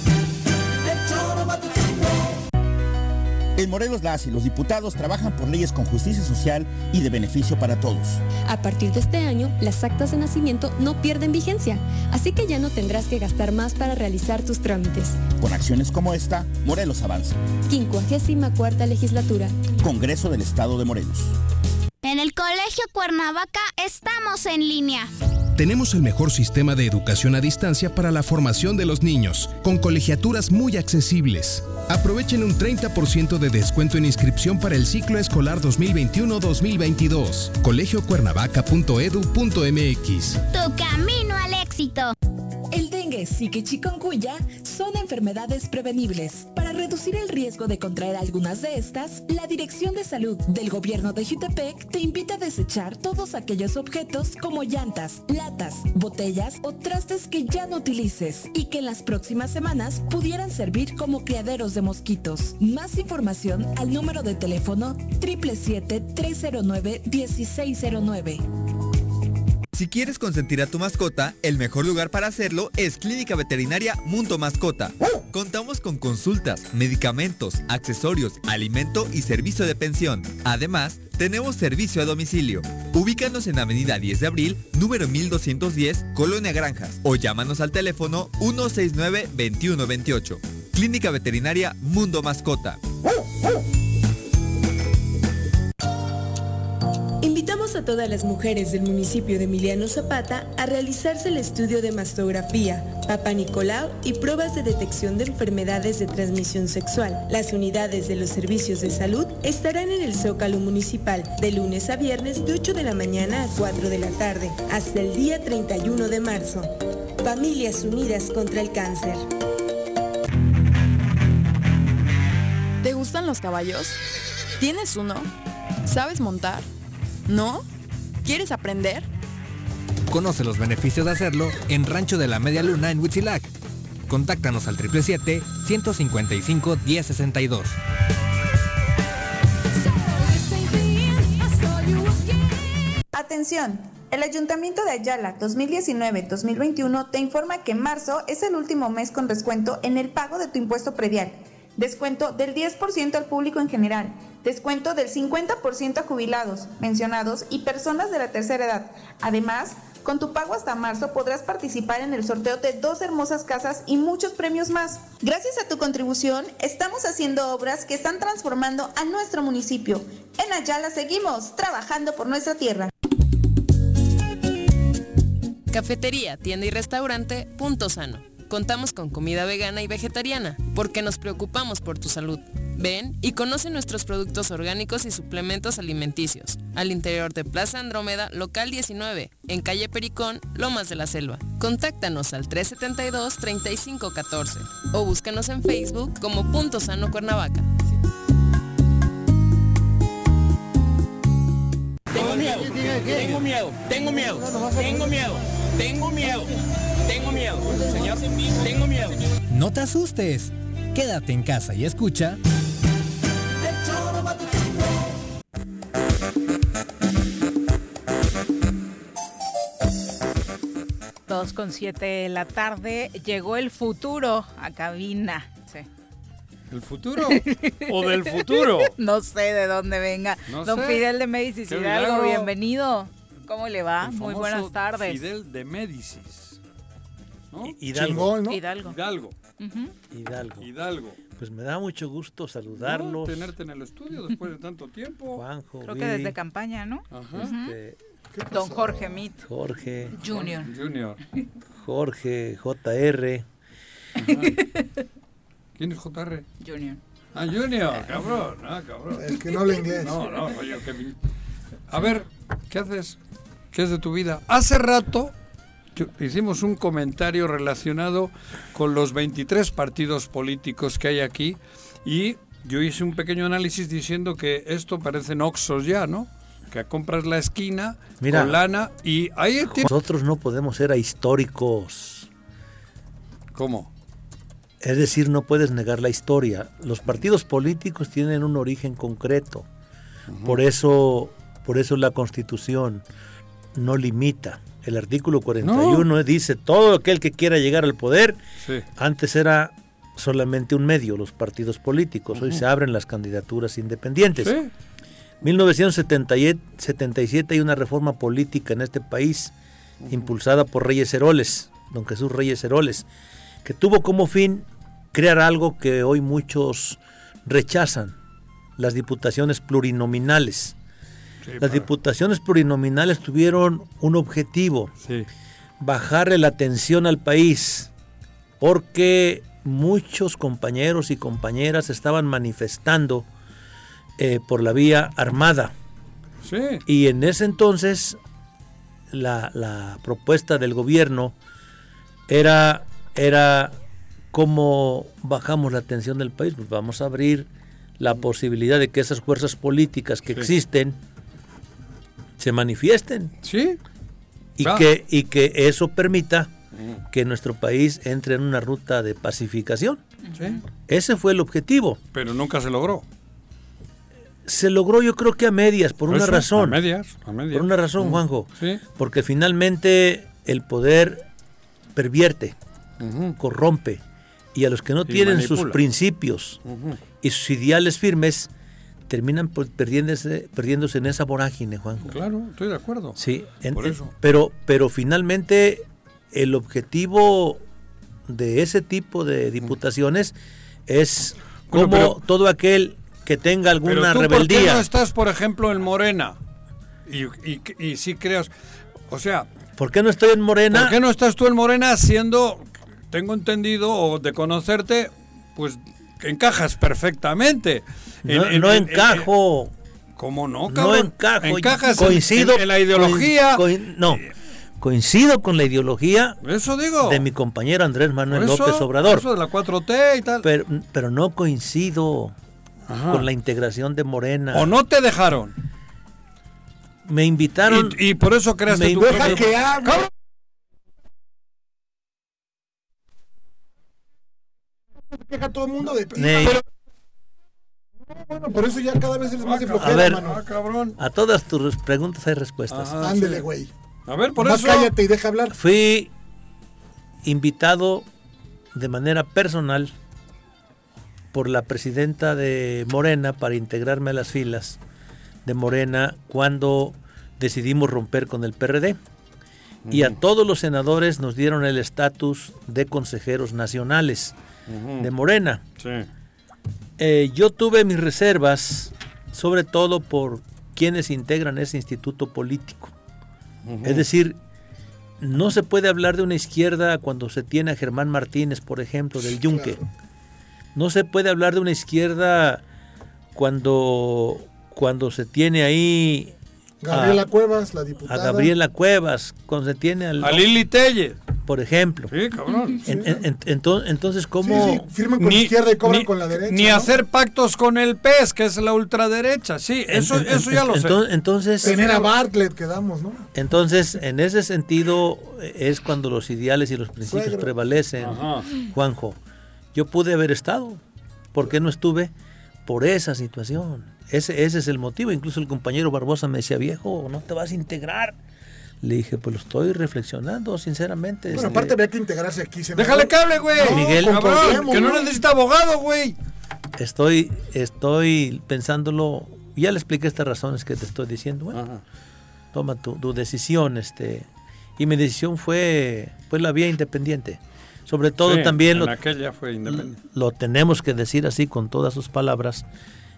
En Morelos, las y los diputados trabajan por leyes con justicia social y de beneficio para todos. A partir de este año, las actas de nacimiento no pierden vigencia, así que ya no tendrás que gastar más para realizar tus trámites. Con acciones como esta, Morelos avanza. quincuagésima cuarta legislatura. Congreso del Estado de Morelos. En el Colegio Cuernavaca estamos en línea. Tenemos el mejor sistema de educación a distancia para la formación de los niños, con colegiaturas muy accesibles. Aprovechen un treinta por ciento de descuento en inscripción para el ciclo escolar dos mil veintiuno dos mil veintidós. colegio cuernavaca punto edu punto mx. Tu camino al éxito. El dengue, zika y chikungunya son enfermedades prevenibles. Para reducir el riesgo de contraer algunas de estas, la Dirección de Salud del Gobierno de Jutepec te invita a desechar todos aquellos objetos como llantas, latas, botellas o trastes que ya no utilices y que en las próximas semanas pudieran servir como criaderos de mosquitos. Más información al número de teléfono siete siete siete, tres cero nueve, uno seis cero nueve. Si quieres consentir a tu mascota, el mejor lugar para hacerlo es Clínica Veterinaria Mundo Mascota. Contamos con consultas, medicamentos, accesorios, alimento y servicio de pensión. Además, tenemos servicio a domicilio. Ubícanos en Avenida diez de abril, número mil doscientos diez, Colonia Granjas, o llámanos al teléfono uno seis nueve, veintiuno veintiocho. Clínica Veterinaria Mundo Mascota. Invitamos a todas las mujeres del municipio de Emiliano Zapata a realizarse el estudio de mastografía, Papa Nicolau y pruebas de detección de enfermedades de transmisión sexual. Las unidades de los servicios de salud estarán en el Zócalo Municipal de lunes a viernes de ocho de la mañana a cuatro de la tarde, hasta el día treinta y uno de marzo. Familias Unidas contra el Cáncer. ¿Te gustan los caballos? ¿Tienes uno? ¿Sabes montar? ¿No? ¿Quieres aprender? Conoce los beneficios de hacerlo en Rancho de la Media Luna en Huitzilac. Contáctanos al siete siete siete, ciento cincuenta y cinco, diez sesenta y dos. Atención, el Ayuntamiento de Ayala dos mil diecinueve dos mil veintiuno te informa que marzo es el último mes con descuento en el pago de tu impuesto predial. Descuento del diez por ciento al público en general. Descuento del cincuenta por ciento a jubilados, pensionados y personas de la tercera edad. Además, con tu pago hasta marzo podrás participar en el sorteo de dos hermosas casas y muchos premios más. Gracias a tu contribución, estamos haciendo obras que están transformando a nuestro municipio. En Ayala seguimos trabajando por nuestra tierra. Cafetería, tienda y restaurante Punto Sano. Contamos con comida vegana y vegetariana, porque nos preocupamos por tu salud. Ven y conoce nuestros productos orgánicos y suplementos alimenticios, al interior de Plaza Andrómeda, local diecinueve, en calle Pericón, Lomas de la Selva. Contáctanos al tres setenta y dos, treinta y cinco catorce o búscanos en Facebook como Punto Sano Cuernavaca. Tengo miedo, tengo miedo, tengo miedo, tengo miedo, tengo miedo, tengo miedo, señor, tengo miedo. No te asustes, quédate en casa y escucha. dos con siete de la tarde, llegó el futuro a cabina. Sí. ¿El futuro? ¿O del futuro? No sé de dónde venga. No Don sé. Fidel de Médicis Qué Hidalgo, milagro. bienvenido. ¿Cómo le va? El Muy famoso buenas tardes. Fidel de Médicis. ¿No? Hidalgo, ¿no? Hidalgo. Hidalgo. Ujú. Hidalgo. Hidalgo. Pues me da mucho gusto saludarlos. No, tenerte en el estudio después de tanto tiempo. Juanjo, Creo que desde campaña, ¿no? Ajá. Este, Don Jorge Mit. Jorge. Junior. Junior. Jorge, J R. ¿Quién es J R? Junior. Ah, Junior, cabrón. Ah, cabrón. El que no habla inglés. No, no, oye, que mi- A ver, ¿qué haces? ¿Qué es de tu vida? Hace rato yo- hicimos un comentario relacionado con los veintitrés partidos políticos que hay aquí y yo hice un pequeño análisis diciendo que esto parecen Oxxos ya, ¿no? Que compras la esquina Mira, con lana y ahí tiene... Nosotros no podemos ser ahistóricos. ¿Cómo? Es decir, no puedes negar la historia. Los partidos políticos tienen un origen concreto. Por eso, por eso la Constitución. no limita. El artículo cuarenta y uno no. dice, todo aquel que quiera llegar al poder, sí. Antes era solamente un medio, los partidos políticos, uh-huh. Hoy se abren las candidaturas independientes. Sí. mil novecientos setenta y siete hay una reforma política en este país, uh-huh. Impulsada por Reyes Heroles, don Jesús Reyes Heroles, que tuvo como fin crear algo que hoy muchos rechazan, las diputaciones plurinominales. Sí, Las para... diputaciones plurinominales tuvieron un objetivo, sí. Bajarle la tensión al país, porque muchos compañeros y compañeras estaban manifestando eh, por la vía armada. Sí. Y en ese entonces la, la propuesta del gobierno era, era cómo bajamos la tensión del país. Pues vamos a abrir la posibilidad de que esas fuerzas políticas que sí. existen se manifiesten. Sí. Y, claro. que, y que eso permita que nuestro país entre en una ruta de pacificación. Sí. Ese fue el objetivo. Pero nunca se logró. Se logró, yo creo que a medias, por Eso, una razón. A medias, a medias. Por una razón, uh-huh. Juanjo. Sí. Porque finalmente el poder pervierte, uh-huh. corrompe, y a los que no y tienen manipula. sus principios uh-huh. y sus ideales firmes terminan perdiéndose, perdiéndose en esa vorágine, Juanjo. Claro, estoy de acuerdo. Sí, en, por eso. En, pero, pero finalmente el objetivo de ese tipo de diputaciones es bueno, como pero, todo aquel que tenga alguna pero tú, rebeldía. ¿por qué no estás, por ejemplo, en Morena? Y, y, y si creas, o sea... ¿Por qué no estoy en Morena? ¿Por qué no estás tú en Morena siendo, tengo entendido, o de conocerte, pues encajas perfectamente? No, en, no en, encajo. En, ¿Cómo no, cabrón? No encajo. Encajas coincido, en, en la ideología. Co, co, no, coincido con la ideología eso digo. de mi compañero Andrés Manuel eso, López Obrador. Eso de la cuatro T y tal. Pero, pero no coincido Ajá. con la integración de Morena. ¿O no te dejaron? Me invitaron. Y, y por eso creaste tu... Deja que hable. Deja todo el mundo de... Pero... Bueno, por eso ya cada vez eres más de flojera, a ver, mano. Ah, cabrón. A todas tus preguntas hay respuestas. Ajá, ándele, güey. A ver, por más eso... cállate y deja hablar. Fui invitado de manera personal por la presidenta de Morena para integrarme a las filas de Morena cuando decidimos romper con el P R D. Uh-huh. Y a todos los senadores nos dieron el estatus de consejeros nacionales uh-huh. de Morena. Sí. Eh, yo tuve mis reservas, sobre todo por quienes integran ese instituto político. Uh-huh. Es decir, no se puede hablar de una izquierda cuando se tiene a Germán Martínez, por ejemplo, del Yunque. Claro. No se puede hablar de una izquierda cuando, cuando se tiene ahí Gabriela a, Cuevas, la diputada. A Gabriela Cuevas, cuando se tiene al, a Lili Telle, por ejemplo. Sí, cabrón. En, en, en, entonces, entonces, ¿cómo? Sí, sí, firman con ni, la izquierda y cobran ni, con la derecha. Ni ¿no? hacer pactos con el P E S, que es la ultraderecha. Sí, eso, en, eso ya en, lo entonces, sé. Entonces, tener a Bartlett quedamos, ¿no? Entonces, en ese sentido, es cuando los ideales y los principios Suegro. prevalecen, Ajá. Juanjo. Yo pude haber estado. ¿Por qué no estuve? Por esa situación. Ese, ese es el motivo. Incluso el compañero Barbosa me decía, viejo, no te vas a integrar. Le dije, pues lo estoy reflexionando, sinceramente. Bueno, este... aparte había que integrarse aquí. Se Déjale que hable, güey. No, Miguel, cabrón, que no necesita abogado, güey. Estoy, estoy pensándolo. Ya le expliqué estas razones que te estoy diciendo. Bueno, Ajá. toma tu, tu decisión. este Y mi decisión fue, fue la vía independiente. Sobre todo sí, también en lo, aquella fue independiente. Lo tenemos que decir así con todas sus palabras.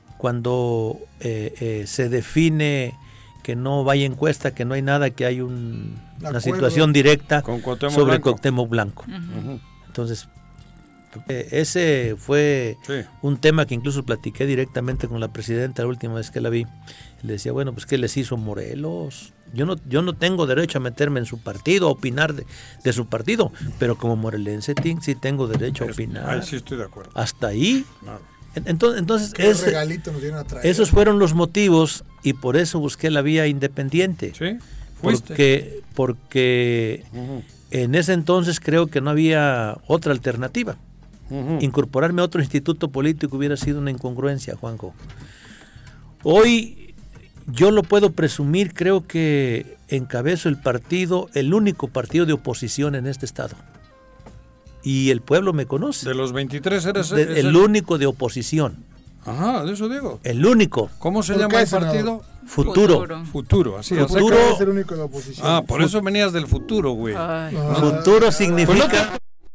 Cuando eh, eh, se define que no vaya encuesta, que no hay nada, que hay un, una situación directa Cuauhtémoc sobre Blanco. Cuauhtémoc Blanco. Uh-huh. Entonces, eh, ese fue sí. un tema que incluso platiqué directamente con la presidenta la última vez que la vi. Le decía, bueno, pues ¿qué les hizo Morelos? Yo no, yo no tengo derecho a meterme en su partido, a opinar de, de su partido, pero como morelense sí tengo derecho a opinar. Ahí sí estoy de acuerdo. Hasta ahí. Claro. Entonces, entonces ¿Qué ese, regalito nos vienen a traer? esos fueron los motivos y por eso busqué la vía independiente. Sí, fuiste. Porque, porque uh-huh. en ese entonces creo que no había otra alternativa. Uh-huh. Incorporarme a otro instituto político hubiera sido una incongruencia, Juanjo. Hoy Yo lo puedo presumir, creo que encabezo el partido, el único partido de oposición en este estado. Y el pueblo me conoce. De los veintitrés eres De- es el único de oposición. Ajá, de eso digo. El único. ¿Cómo se ¿Por llama qué, el senador? partido? Futuro. Futuro. Futuro, así es. Futuro. Futuro es el único de oposición. Ah, por eso venías del futuro, güey. Ay. Ah, Futuro significa...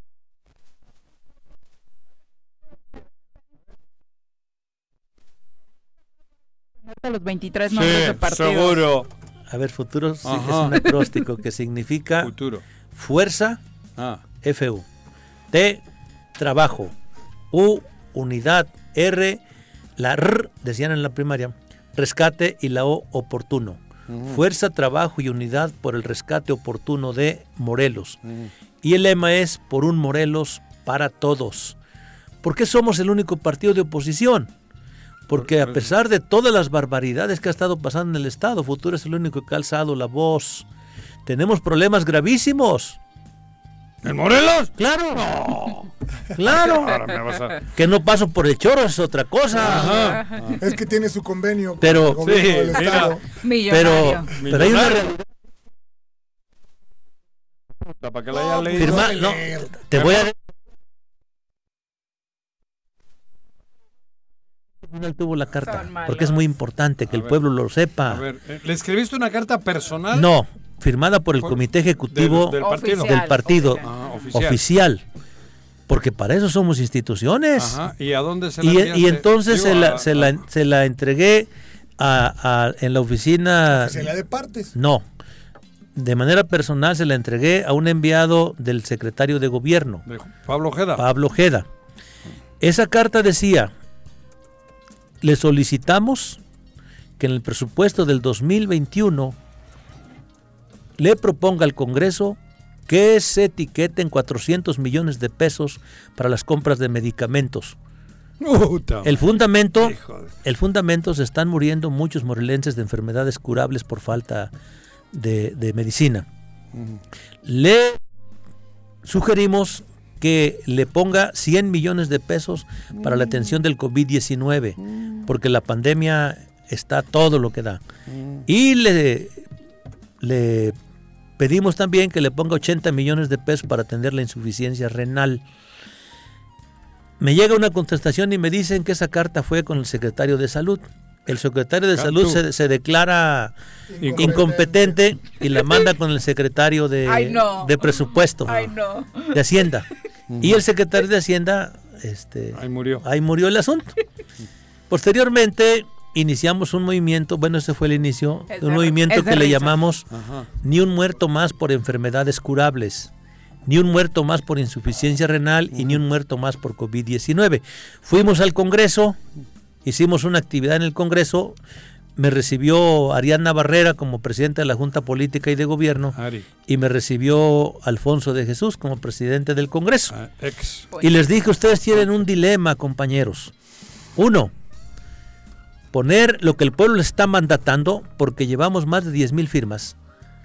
Los veintitrés nombres de Sí, partidos. seguro. A ver, futuro sí, Ajá. es un acróstico que significa Futuro. fuerza, Ah, F U. T, trabajo. U, unidad. R, la R, decían en la primaria, rescate, y la O, oportuno. Ujú. Fuerza, trabajo y unidad por el rescate oportuno de Morelos. ujú. Y el lema es por un Morelos para todos. ¿Por qué somos el único partido de oposición? Porque a pesar de todas las barbaridades que ha estado pasando en el Estado, Futuro es el único que ha alzado la voz. Tenemos problemas gravísimos. ¿En Morelos? ¡Claro! No. ¡Claro! Ahora me vas a... Que no paso por el choro es otra cosa. Ajá. Es que tiene su convenio Pero- con el gobierno Sí, del mira. Estado. Millonario. Pero, pero hay una realidad. Para que la haya leído. Firma, no, te voy a... Tribunal tuvo la carta, Son malos. porque es muy importante que A el ver. pueblo lo sepa. A ver, eh, ¿le escribiste una carta personal? No, firmada por el Por- comité ejecutivo del, del partido. Oficial. del partido Ah, oficial. oficial. Porque para eso somos instituciones. Ajá. ¿Y a dónde se la Y, enviaste? y entonces Digo, se, la, a- se, la, a- se la entregué a, a- en la oficina. Oficialidad de partes. No, de manera personal se la entregué a un enviado del secretario de gobierno, de Pablo Ojeda. Pablo Ojeda. Esa carta decía, le solicitamos que en el presupuesto del dos mil veintiuno le proponga al Congreso que se etiqueten cuatrocientos millones de pesos para las compras de medicamentos. Puta El fundamento, Hijo de- el fundamento, se están muriendo muchos morelenses de enfermedades curables por falta de, de medicina. Ujú. Le sugerimos que le ponga cien millones de pesos para la atención del COVID diecinueve, porque la pandemia está todo lo que da. Y le, le pedimos también que le ponga ochenta millones de pesos para atender la insuficiencia renal. Me llega una contestación y me dicen que esa carta fue con el secretario de Salud. El secretario de Ah, Salud tú. se, se declara Incompetente. incompetente y la manda con el secretario de, Ay, no. de Presupuesto, Ay, no. de Hacienda. Y el secretario de Hacienda, este, Ahí murió. ahí murió el asunto. Posteriormente iniciamos un movimiento, bueno, ese fue el inicio, Es un de- movimiento es de que le risa. llamamos Ajá. Ni un muerto más por enfermedades curables, ni un muerto más por insuficiencia renal y ni un muerto más por COVID diecinueve. Fuimos al Congreso, hicimos una actividad en el Congreso, me recibió Ariadna Barrera como presidenta de la Junta Política y de Gobierno Ari. y me recibió Alfonso de Jesús como presidente del Congreso. Ah, ex. Y les dije, ustedes tienen un dilema, compañeros. Uno, poner lo que el pueblo les está mandatando, porque llevamos más de diez mil firmas,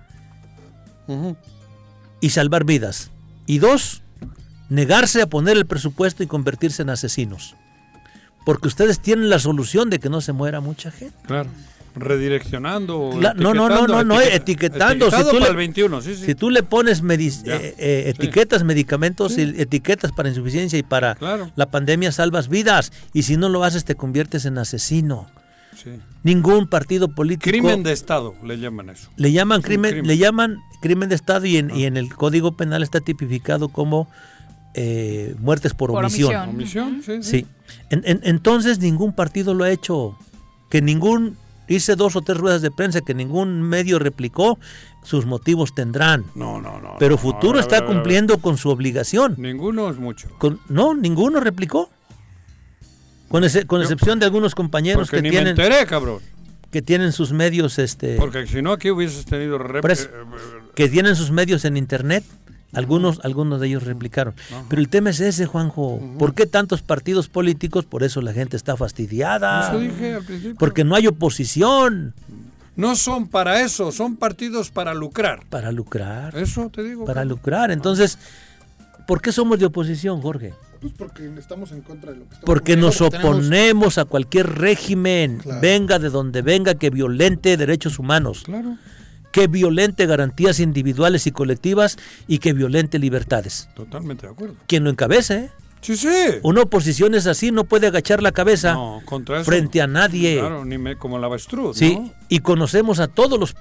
Ujú. y salvar vidas. Y dos, negarse a poner el presupuesto y convertirse en asesinos. Porque ustedes tienen la solución de que no se muera mucha gente. Claro. Redireccionando. o Cla- no, no, no, no, no, etiqueta- etiquetando. Etiquetado Si tú para le- el veintiuno, sí, sí. Si tú le pones medic- Ya. eh, eh, Sí. etiquetas, medicamentos, y etiquetas para insuficiencia y para Claro. la pandemia, salvas vidas. Y si no lo haces, te conviertes en asesino. Sí. Ningún partido político Crimen de Estado, le llaman eso. le llaman un crimen, crimen. le llaman crimen de Estado y en, y en el Código Penal está tipificado como eh, muertes por, Por omisión. omisión. Omisión, sí, Sí. En- en- entonces ningún partido lo ha hecho. Que ningún, hice dos o tres ruedas de prensa, que ningún medio replicó, sus motivos tendrán. No, no, no. Pero no, Futuro a ver, está a ver, a ver. cumpliendo con su obligación. Ninguno es mucho. Con- no, ninguno replicó. Con, ese- con Yo- excepción de algunos compañeros Porque que ni tienen, me enteré, cabrón. que tienen sus medios, este, Porque si no, aquí hubieses tenido... rep- Pres- eh, eh, que tienen sus medios en internet. Algunos, algunos de ellos replicaron. Pero el tema es ese, Juanjo. ¿Por qué tantos partidos políticos? Por eso la gente está fastidiada. Eso dije al principio. Porque no hay oposición. No son para eso, son partidos para lucrar. Para lucrar. Eso te digo. Para cabrón. lucrar. Entonces, ¿por qué somos de oposición, Jorge? Pues porque estamos en contra de lo que estamos Porque ocurriendo, nos porque tenemos- oponemos a cualquier régimen, Claro. venga de donde venga, que violente derechos humanos, Claro. que violente garantías individuales y colectivas y que violente libertades. Totalmente de acuerdo. Quien lo encabece, ¿eh? Sí, sí. Una oposición es así, no puede agachar la cabeza No, contra eso, frente a nadie. Claro, ni me, como el avestruz, Sí, ¿no? y conocemos a todos los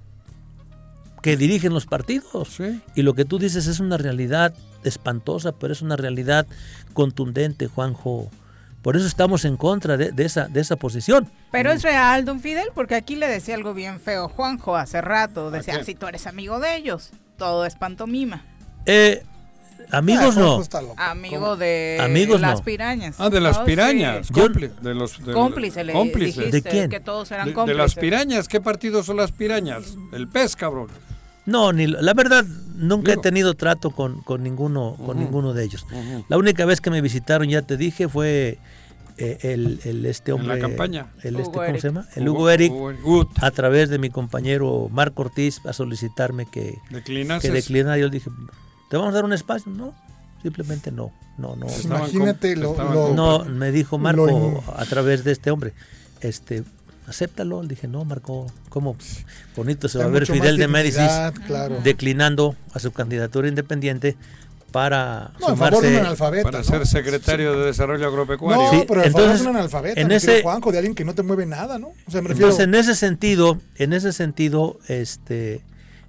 que dirigen los partidos. Sí. Y lo que tú dices es una realidad espantosa, pero es una realidad contundente, Juanjo. Por eso estamos en contra de, de esa, de esa posición. Pero es real, don Fidel, porque aquí le decía algo bien feo Juanjo hace rato. Decía, qué? si tú eres amigo de ellos, todo es pantomima. Eh, amigos Ah, no. Juanjo está loco. Amigo de Amigos las no. pirañas. Ah, de las Oh, pirañas. sí. cómpli- de los, de- Cómplice, le cómplices. dijiste, ¿De quién? que todos eran De- de, cómplices. las pirañas. ¿Qué partidos son las pirañas? El pez, cabrón. No, ni la verdad, nunca Digo. he tenido trato con, con ninguno con Ujú. ninguno de ellos. Ujú. La única vez que me visitaron, ya te dije, fue eh, el, el este En hombre. la campaña. El Hugo este, ¿cómo Eric. se llama? El Hugo- Hugo Eric, Hugo Eric. a través de mi compañero Marco Ortiz, a solicitarme que, Declinases. que declinara. Yo le dije, ¿te vamos a dar un espacio? No, simplemente no. No, no. Imagínate no, lo- lo- No, me dijo Marco lo- a través de este hombre, este, acéptalo. Le dije, no, Marco, ¿cómo? Bonito se Da va a ver mucho más Fidel de Médicis dignidad, claro. declinando a su candidatura independiente para No, a favor de un sumarse analfabeta, Para ¿no? ser secretario de Desarrollo Agropecuario. No, Sí, pero el favor entonces, es un analfabeta, en mi querido ese- Juanjo, de alguien que no te mueve nada, ¿no? O sea, me refiero... Entonces, en ese sentido, en ese sentido, este,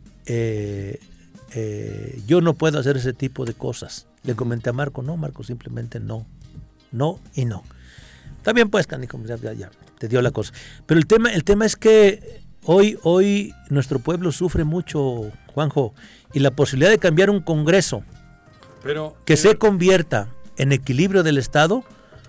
eh, eh, yo no puedo hacer ese tipo de cosas. Le comenté a Marco, no, Marco, simplemente no, no y no. También pues, Canico, ya, ya, ya, te dio la cosa. Pero el tema, el tema es que hoy, hoy nuestro pueblo sufre mucho, Juanjo, y la posibilidad de cambiar un Congreso Pero, que se convierta en equilibrio del Estado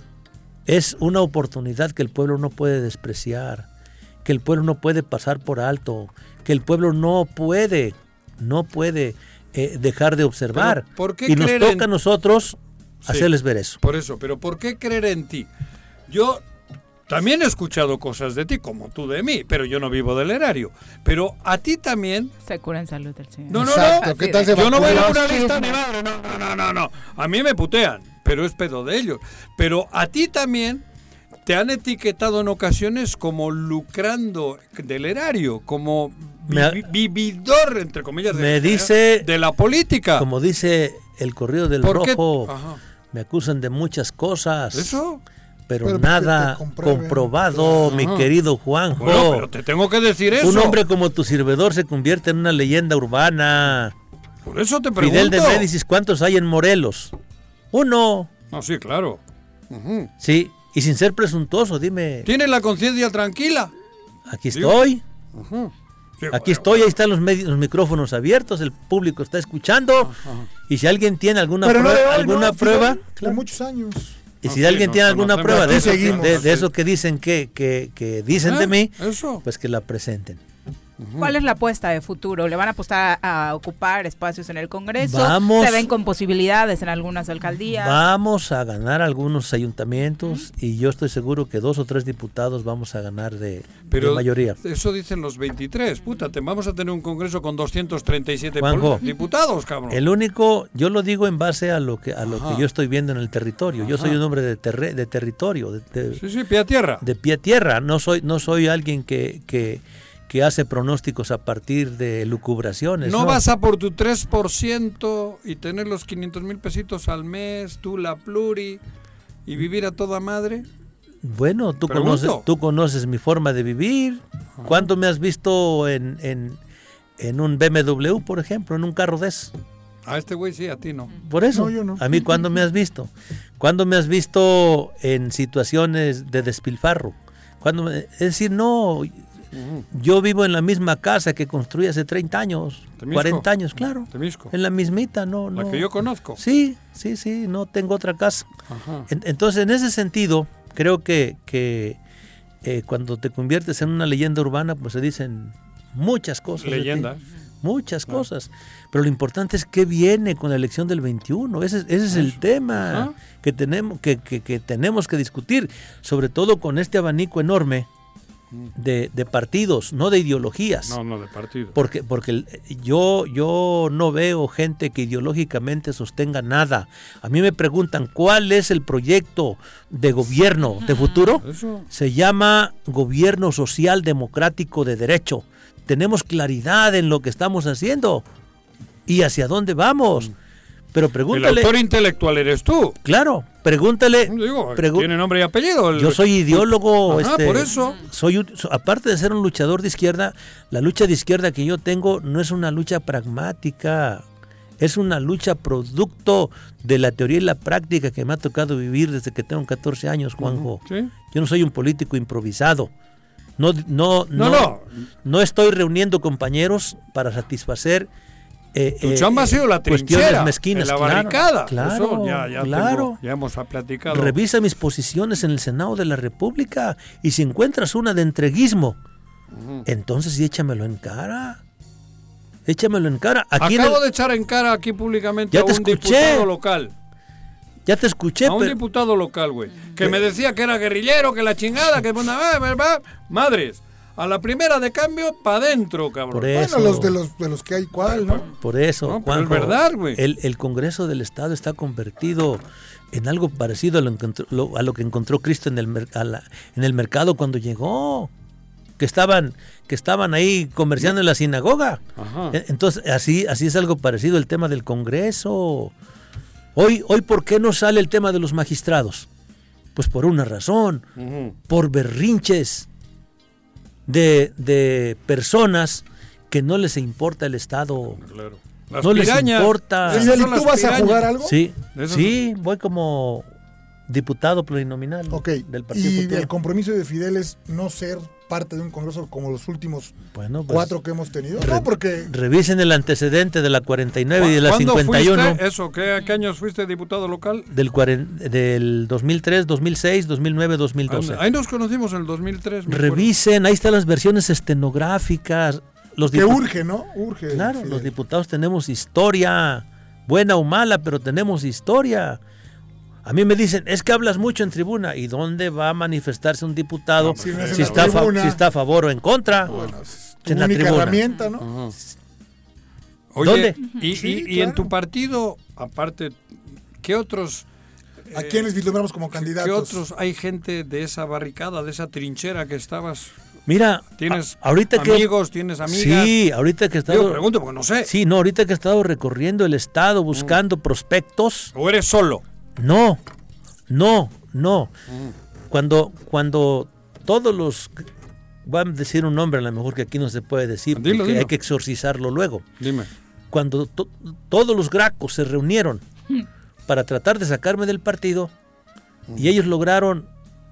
es una oportunidad que el pueblo no puede despreciar, que el pueblo no puede pasar por alto, que el pueblo no puede, no puede eh, dejar de observar. Pero, ¿por qué y nos creer toca en- a nosotros Sí, hacerles ver eso. Por eso, pero ¿por qué creer en ti? Yo también he escuchado cosas de ti, como tú de mí, pero yo no vivo del erario. Pero a ti también... Se cura en salud el señor. No, no, Exacto, no. ¿qué tal se Yo no voy a vacuna? una lista ni madre. No, no, no, no, no. A mí me putean, pero es pedo de ellos. Pero a ti también te han etiquetado en ocasiones como lucrando del erario, como Me- vi- vividor, entre comillas, de, Me dice, de la política. como dice el corrido del ¿Por qué? Rojo, Ajá. me acusan de muchas cosas. ¿Eso? Pero, Pero que nada te comprueben. comprobado, mi Ajá. querido Juanjo. Bueno, pero te tengo que decir eso. Un hombre como tu servidor se convierte en una leyenda urbana. Por eso te pregunto. Fidel de Médicis, ¿cuántos hay en Morelos? Uno. No, sí, claro. Ujú. Sí, y sin ser presuntuoso, dime, ¿Tienes la conciencia tranquila? aquí estoy, Ujú. Sí, aquí bueno. estoy, ahí están los, medi- los micrófonos abiertos, el público está escuchando, y si alguien tiene alguna, Pero no prue- de hoy, alguna ¿no? prueba, Fidel, de muchos años. y No, si sí, alguien nos tiene alguna conocemos, prueba de aquí eso, seguimos. de, de Sí. eso que dicen que, que, que dicen de Ah, mí, Eso. pues que la presenten. ¿Cuál es la apuesta de futuro? ¿Le van a apostar a, a ocupar espacios en el Congreso? Vamos. ¿Se ven con posibilidades en algunas alcaldías? Vamos a ganar algunos ayuntamientos y yo estoy seguro que dos o tres diputados vamos a ganar de, Pero de mayoría. eso dicen los veintitrés. Puta, te vamos a tener un congreso con doscientos treinta y siete Juanjo, pol- diputados, cabrón. El único, yo lo digo en base a lo que a lo Ajá. que yo estoy viendo en el territorio. Yo Ajá. soy un hombre de, terre- de territorio, de, de- Sí, sí, pie a tierra. de pie a tierra. No soy no soy alguien que, que, que hace pronósticos a partir de lucubraciones. ¿No, No, vas a por tu tres por ciento y tener los quinientos mil pesitos al mes, tú la pluri, y vivir a toda madre? Bueno, tú Pregunto. conoces, tú conoces mi forma de vivir. ¿Cuándo me has visto en, en, en un B M W, por ejemplo, en un carro de eso? A este güey sí, a ti no. Por eso, No, yo no. a mí, ¿cuándo me has visto? ¿Cuándo me has visto en situaciones de despilfarro? ¿Cuándo me- es decir, no, yo vivo en la misma casa que construí hace treinta años, Temisco. cuarenta años, claro. Temisco. En la mismita, no, La no. que yo conozco. Sí, sí, sí, no tengo otra casa. Ajá. En- Entonces, en ese sentido, creo que, que eh, cuando te conviertes en una leyenda urbana, pues se dicen muchas cosas. de ti. Leyendas. Muchas cosas. Pero lo importante es qué viene con la elección del veintiuno. Ese, ese es el tema Ajá. que tenemos que, que, que tenemos que discutir, sobre todo con este abanico enorme de, de partidos, no de ideologías. No, no, de partidos. Porque, porque el- yo, yo no veo gente que ideológicamente sostenga nada. A mí me preguntan, ¿cuál es el proyecto de gobierno de futuro? Eso. Se llama Gobierno Social Democrático de Derecho. Tenemos claridad en lo que estamos haciendo y hacia dónde vamos. Pero El pregúntale... autor intelectual eres tú. Claro, pregúntale... Digo, pregu- tiene nombre y apellido. el- Yo soy ideólogo, Ajá, este, por eso. soy un- so- aparte de ser un luchador de izquierda, la lucha de izquierda que yo tengo no es una lucha pragmática, es una lucha producto de la teoría y la práctica que me ha tocado vivir desde que tengo catorce años, Juanjo. Sí. Yo no soy un político improvisado. No, no, No, no, no. no estoy reuniendo compañeros para satisfacer eh, Tu eh, chamba ha sido la cuestiones trinchera, mezquinas. en la claro, barricada. Claro, Eso ya, ya, claro. tengo- ya hemos platicado. Revisa mis posiciones en el Senado de la República y si encuentras una de entreguismo, Ujú. entonces sí échamelo en cara. Échamelo en cara. Aquí en Acabo el- de echar en cara aquí públicamente Ya a te un escuché. diputado local. Ya te escuché, A un pero diputado local, güey. Que me decía que era guerrillero, que la chingada, que... Madres, a la primera de cambio, pa' adentro, cabrón. Por eso. Bueno, los de los de los que hay cuál, ¿no? por eso, No, pero es Juanjo, verdad, güey. el, el Congreso del Estado está convertido en algo parecido a lo, encontró- lo- a lo que encontró Cristo en el, mer- a la- en el mercado cuando llegó. Que estaban, que estaban ahí comerciando en la sinagoga. Ajá. E- Entonces, así, así es algo parecido el tema del Congreso. Hoy, hoy, ¿por qué no sale el tema de los magistrados? Pues por una razón, Ujú. por berrinches de, de personas que no les importa el Estado. Claro. Las No les pirañas. importa. Esas Fidel, son ¿y las tú vas a pirañas. jugar algo? Sí, Esas sí, voy como diputado plurinominal Ok, del Partido y Futuro. el compromiso de Fidel es no ser parte de un congreso como los últimos Bueno, pues, cuatro que hemos tenido. re- No, porque Revisen el antecedente de la cuarenta y nueve y de la ¿Cuándo cincuenta y uno. fuiste eso? ¿Qué, ¿Qué años fuiste diputado local? Del, cuaren- del dos mil tres, dos mil seis, dos mil nueve, dos mil doce. Ahí nos conocimos en el dos mil tres. me acuerdo. Revisen, ahí están las versiones estenográficas. Los que dipu- urge, ¿no? Urge. Claro, Fidel. los diputados tenemos historia, buena o mala, pero tenemos historia. A mí me dicen, es que hablas mucho en tribuna. ¿Y dónde va a manifestarse un diputado Si no es en si, la está a fa- tribuna. si está a favor o en contra? Bueno, es tu En la única tribuna. herramienta, ¿no? Ajá. Oye, ¿Dónde? Y, Sí, y- y claro. en tu partido, aparte, ¿qué otros... ¿A eh, quiénes vislumbramos como candidatos? ¿Qué otros hay gente de esa barricada, de esa trinchera que estabas? Mira, ¿Tienes a- ahorita que amigos, tienes amigas? Sí, ahorita que he estado Digo, pregunto porque no sé. Sí, no, ahorita que he estado recorriendo el estado buscando prospectos. ¿O eres solo? No. No, no. Mm. Cuando cuando todos los voy a decir un nombre a lo mejor que aquí no se puede decir Dilo, porque dilo. hay que exorcizarlo luego. Dime. Cuando to- todos los gracos se reunieron para tratar de sacarme del partido y ellos lograron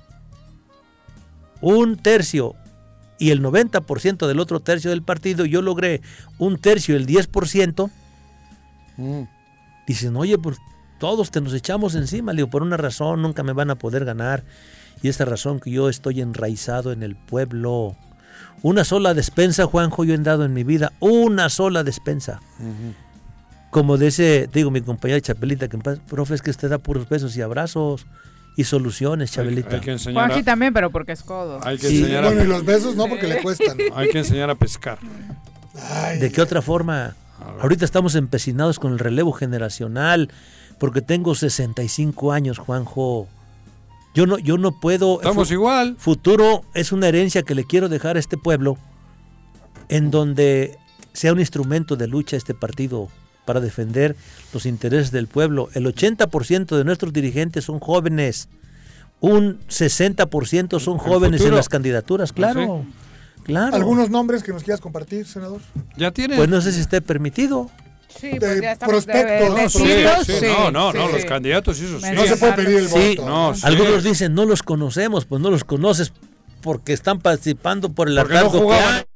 un tercio y el noventa por ciento del otro tercio del partido, y yo logré un tercio y el diez por ciento, Mm. dicen, oye, pues todos te nos echamos encima. Le digo, por una razón, nunca me van a poder ganar. Y esta razón que yo estoy enraizado en el pueblo. Una sola despensa, Juanjo, yo he dado en mi vida. Una sola despensa. Ujú. Como dice, digo, mi compañera Chapelita, que en paz, profe, es que usted da puros besos y abrazos y soluciones, Chabelita. Hay que enseñar Juanji a, también, pero porque es codo. hay que Sí. enseñar a- Bueno, y los besos no, porque le cuestan. hay que enseñar a pescar. Ay, ¿De qué otra forma? Ahorita estamos empecinados con el relevo generacional, porque tengo sesenta y cinco años, Juanjo. Yo no, yo no puedo... Estamos fu- igual. Futuro es una herencia que le quiero dejar a este pueblo, en donde sea un instrumento de lucha este partido para defender los intereses del pueblo. El ochenta por ciento de nuestros dirigentes son jóvenes, un sesenta por ciento son El jóvenes en futuro. las candidaturas, claro. Claro. ¿Algunos nombres que nos quieras compartir, senador? Ya tienes. Pues no sé si esté permitido. Sí, pues De ya estamos de, prospectos, de ¿no? Sí, decirlos, sí, sí, no, no, no, sí. los candidatos, eso sí. No se puede pedir el Sí, voto. No, sí. Algunos dicen, no los conocemos, pues no los conoces porque están participando por el Porque no hartazgo que jugaban. hay.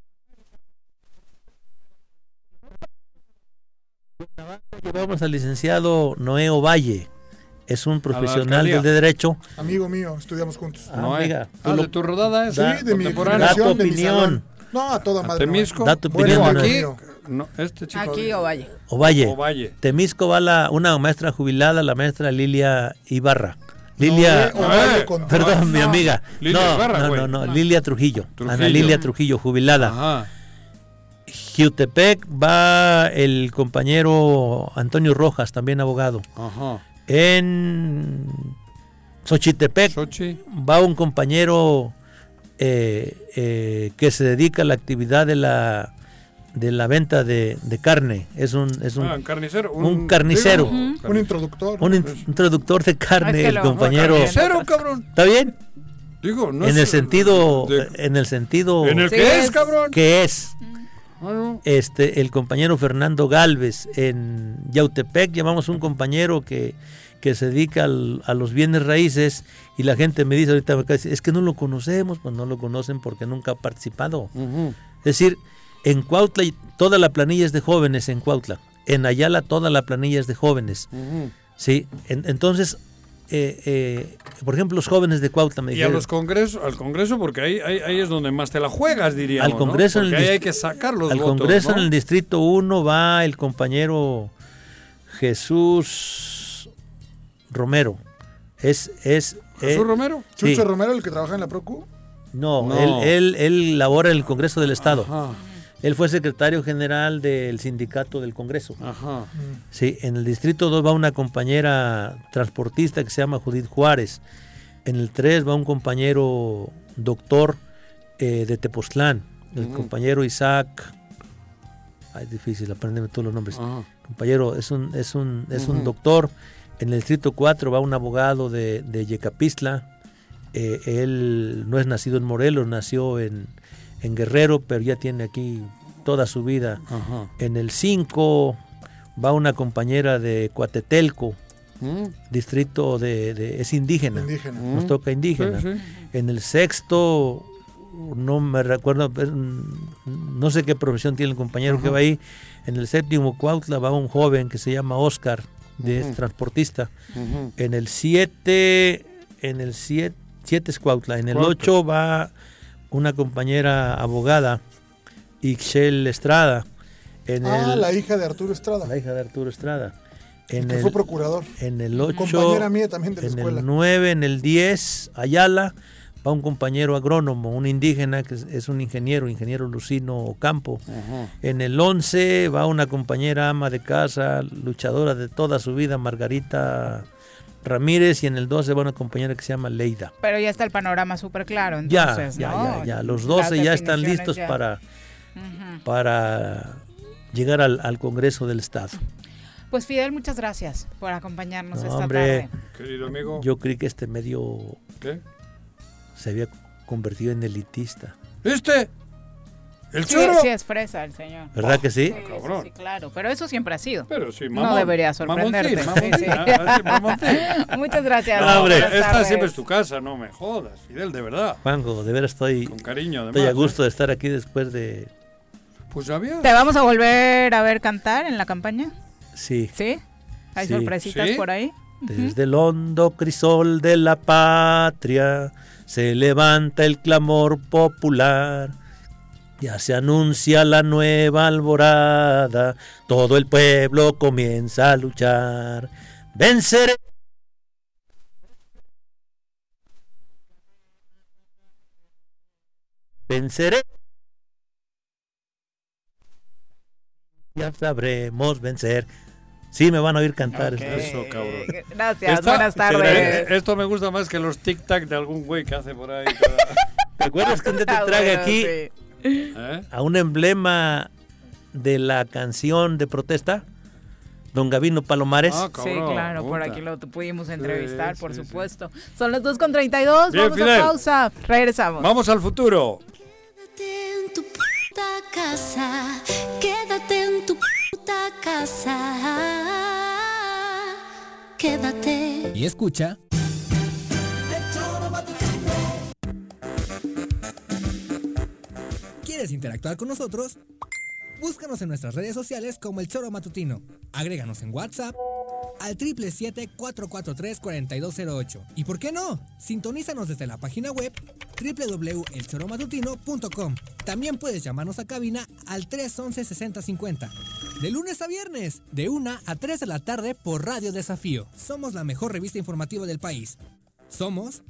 Llevamos al licenciado Noé Ovalle, es un profesional alcaldía. del derecho. Amigo mío, estudiamos juntos. Ah, No, eh. amiga, tú Ah, lo- de tu rodada es da- Sí, de mi contemporánea. da tu generación, de mi opinión. salón. No, a toda A madre. no. Temisco. Da tu Bueno, opinión, aquí, amigo. no, este chico. Aquí o Valle. Ovalle. Ovalle. Temisco va la, una maestra jubilada, la maestra Lilia Ibarra. Ah, Lilia, No, eh, oh, perdón, mi no. amiga. Lilia No, Ibarra, no, güey. no, no, No. Lilia Trujillo. Trujillo. Ana Lilia Trujillo, jubilada. Ajá. Jutepec va el compañero Antonio Rojas, también abogado. Ajá. En Xochitepec Xochi. va un compañero eh, eh, que se dedica a la actividad de la de la venta de, de carne. Es un es un, Ah, un carnicero. un carnicero. digo, Un carni- introductor. un in- introductor de carne, Es que el lo- compañero. Carnicero, cabrón. ¿Está bien? Digo, no en es- el sentido de- en el sentido ¿En el Sí, que es, es- cabrón? que es Ah, no. este el compañero Fernando Galvez en Yautepec. Llevamos un compañero que, que se dedica al- a los bienes raíces y la gente me dice ahorita acá, es que no lo conocemos. Pues no lo conocen porque nunca ha participado. Ujú. Es decir, en Cuautla y- toda la planilla es de jóvenes en Cuautla. En Ayala toda la planilla es de jóvenes. Ujú. Sí, en- entonces eh, eh, por ejemplo, los jóvenes de Cuautla me Y a dijeron, los congresos, al Congreso, porque ahí, ahí, ahí es donde más te la juegas, diríamos. al Congreso, ¿no? en el Porque ahí dist- hay que sacar los al votos, Congreso ¿no? en el Distrito uno va el compañero Jesús Romero. Es, es, ¿Jesús eh, Romero? sí. Chucho Romero, el que trabaja en la Procu. No, No. Él, él, él labora en el Congreso del Estado. Ajá, Él fue secretario general del sindicato del Congreso. ajá. Sí, en el Distrito dos va una compañera transportista que se llama Judith Juárez. En el tres va un compañero doctor eh, de Tepoztlán, el Ujú. compañero Isaac. Ay, es difícil aprenderme todos los nombres. Ajá. Compañero, es un, es un, es un Ujú. doctor. En el Distrito cuatro va un abogado de, de Yecapistla. Eh, él no es nacido en Morelos, nació en, en Guerrero, pero ya tiene aquí toda su vida. Ajá. En el cinco va una compañera de Coatetelco, Mm. distrito de, de- es indígena, Indígena. nos Mm. toca indígena. Sí, sí. En el sexto, no me recuerdo, pero, mm, no sé qué profesión tiene el compañero que Ajá. va ahí. En el séptimo Cuautla va un joven que se llama Oscar, de es Ujú. transportista. Ujú. En el siete, en el siete, siete es Cuautla. En el Cuautla. ocho va una compañera abogada, Ixchel Estrada. En Ah, el, la hija de Arturo Estrada, la hija de Arturo Estrada. En que el, fue procurador. en el ocho, Compañera mía también de la en escuela. el nueve, en el diez, Ayala, va un compañero agrónomo, un indígena que es, es un ingeniero, ingeniero Lucino Ocampo. Ajá. En el once va una compañera ama de casa, luchadora de toda su vida, Margarita Ramírez, y en el doce va una compañera que se llama Leida. Pero ya está el panorama súper claro, Ya, entonces, ya, ¿no? ya, ya. Los Las doce ya están definiciones listos ya. para, Ujú. para llegar al, al Congreso del Estado. Pues Fidel, muchas gracias por acompañarnos No, esta hombre, tarde. Querido amigo. yo creí que este medio ¿Qué? se había convertido en elitista. ¿Viste? ¿El Sí, choro? sí es fresa el señor. ¿Verdad que sí? Sí, sí, cabrón. sí, claro. Pero eso siempre ha sido. Pero sí, No mamón. debería sorprenderte. Mamoncín, Sí, mamoncín, sí. ah, sí, mamoncín. Muchas gracias. No, hombre. Buenas Esta tardes. siempre es tu casa, no me jodas, Fidel, de verdad. Juanjo, de veras estoy, Con cariño, además. estoy a ¿eh? gusto de estar aquí después de... Pues ya había. ¿Te vamos a volver a ver cantar en la campaña? Sí, ¿Sí? ¿Hay Sí. sorpresitas ¿Sí? por ahí? desde el hondo crisol de la patria se levanta el clamor popular. Ya se anuncia la nueva alborada, todo el pueblo comienza a luchar. Venceré. Venceré. Ya sabremos vencer. Sí, me van a oír cantar. Ok. Eso, cabrón. Gracias, Esta- buenas Eh, tardes. Esto me gusta más que los tic-tac de algún güey que hace por ahí. cada- ¿Te acuerdas que un día te Está traje bueno, aquí sí. ¿Eh? a un emblema de la canción de protesta? Don Gavino Palomares. Ah, Sí, cabrón, claro, por puta. aquí lo pudimos entrevistar, Sí, por sí, supuesto. Son las dos con treinta y dos, Bien, vamos Fidel. a pausa, regresamos. Vamos al futuro. Quédate en tu puta casa, quédate en tu puta casa, quédate. Y escucha. ¿Quieres interactuar con nosotros? Búscanos en nuestras redes sociales como El Choro Matutino. Agréganos en WhatsApp al triple siete cuatro cuatro tres cuatro dos cero ocho. ¿Y por qué no? Sintonízanos desde la página web doble u doble u doble u punto el choro matutino punto com. También puedes llamarnos a cabina al tres once sesenta cincuenta. De lunes a viernes, de una a tres de la tarde por Radio Desafío. Somos la mejor revista informativa del país. Somos...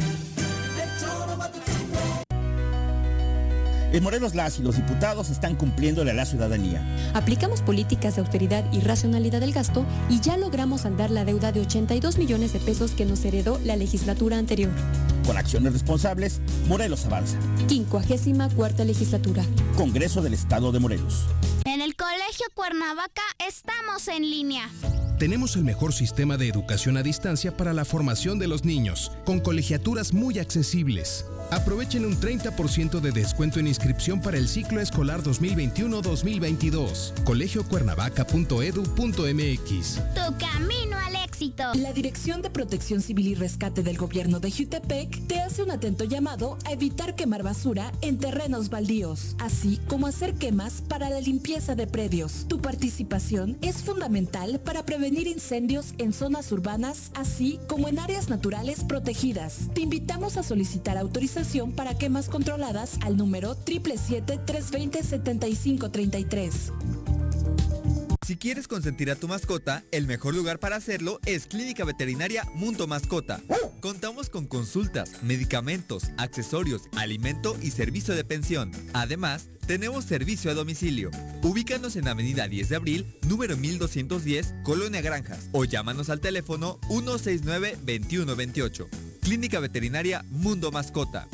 En Morelos, las y los diputados están cumpliéndole a la ciudadanía. Aplicamos políticas de austeridad y racionalidad del gasto y ya logramos saldar la deuda de ochenta y dos millones de pesos que nos heredó la legislatura anterior. Con acciones responsables, Morelos avanza. quincuagésima cuarta legislatura. Congreso del Estado de Morelos. En el Colegio Cuernavaca estamos en línea. Tenemos el mejor sistema de educación a distancia para la formación de los niños, con colegiaturas muy accesibles. Aprovechen un treinta por ciento de descuento en inscripción para el ciclo escolar dos mil veintiuno dos mil veintidós. colegio cuernavaca punto edu punto mx. Tu camino al éxito. La Dirección de Protección Civil y Rescate del Gobierno de Jutepec te hace un atento llamado a evitar quemar basura en terrenos baldíos, así como hacer quemas para la limpieza de predios. Tu participación es fundamental para prevenir incendios en zonas urbanas, así como en áreas naturales protegidas. Te invitamos a solicitar autorización para quemas controladas al número siete siete siete, tres dos cero, siete cinco tres tres. Si quieres consentir a tu mascota, el mejor lugar para hacerlo es Clínica Veterinaria Mundo Mascota. Contamos con consultas, medicamentos, accesorios, alimento y servicio de pensión. Además, tenemos servicio a domicilio. Ubícanos en Avenida diez de abril, número mil doscientos diez, Colonia Granjas, o llámanos al teléfono uno seis nueve, veintiuno veintiocho. Clínica Veterinaria Mundo Mascota.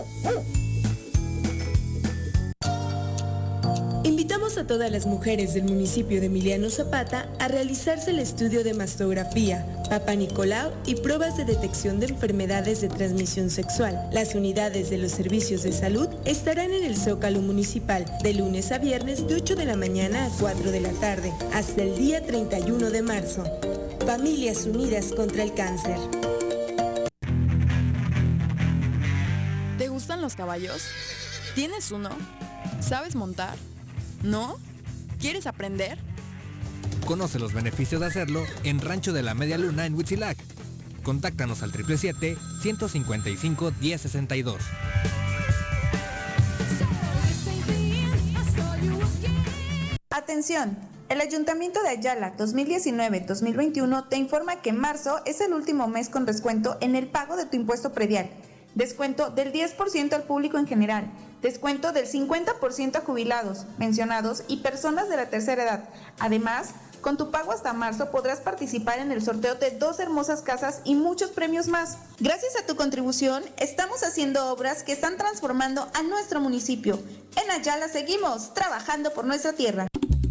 Invitamos a todas las mujeres del municipio de Emiliano Zapata a realizarse el estudio de mastografía, Papá Nicolau y pruebas de detección de enfermedades de transmisión sexual. Las unidades de los servicios de salud estarán en el Zócalo Municipal de lunes a viernes de ocho de la mañana a cuatro de la tarde, hasta el día treinta y uno de marzo. Familias Unidas contra el Cáncer. ¿Te gustan los caballos? ¿Tienes uno? ¿Sabes montar? ¿No? ¿Quieres aprender? Conoce los beneficios de hacerlo en Rancho de la Media Luna en Huitzilac. Contáctanos al siete siete siete, ciento cincuenta y cinco, diez sesenta y dos. Atención, el Ayuntamiento de Ayala dos mil diecinueve dos mil veintiuno te informa que marzo es el último mes con descuento en el pago de tu impuesto predial. Descuento del diez por ciento al público en general, descuento del cincuenta por ciento a jubilados, pensionados y personas de la tercera edad. Además, con tu pago hasta marzo podrás participar en el sorteo de dos hermosas casas y muchos premios más. Gracias a tu contribución, estamos haciendo obras que están transformando a nuestro municipio. En Ayala seguimos trabajando por nuestra tierra.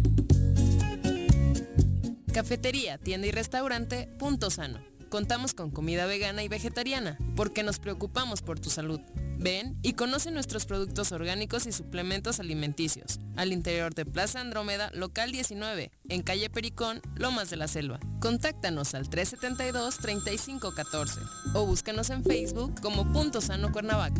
Cafetería, tienda y restaurante Punto Sano. Contamos con comida vegana y vegetariana, porque nos preocupamos por tu salud. Ven y conoce nuestros productos orgánicos y suplementos alimenticios, al interior de Plaza Andrómeda, local diecinueve, en calle Pericón, Lomas de la Selva. Contáctanos al tres setenta y dos, treinta y cinco catorce o búscanos en Facebook como Punto Sano Cuernavaca.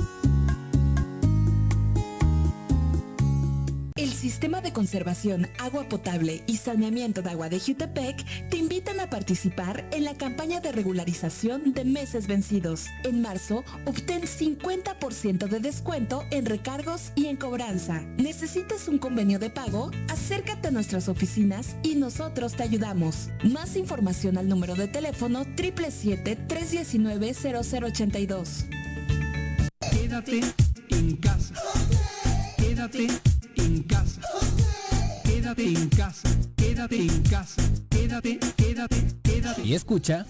El Sistema de Conservación, Agua Potable y Saneamiento de Agua de Jutepec te invitan a participar en la campaña de regularización de meses vencidos. En marzo, obtén cincuenta por ciento de descuento en recargos y en cobranza. ¿Necesitas un convenio de pago? Acércate a nuestras oficinas y nosotros te ayudamos. Más información al número de teléfono siete siete siete, tres uno nueve, cero cero ocho dos. Quédate en casa. Quédate en casa. Quédate en casa. Quédate en casa. Quédate, quédate, quédate. Y escucha.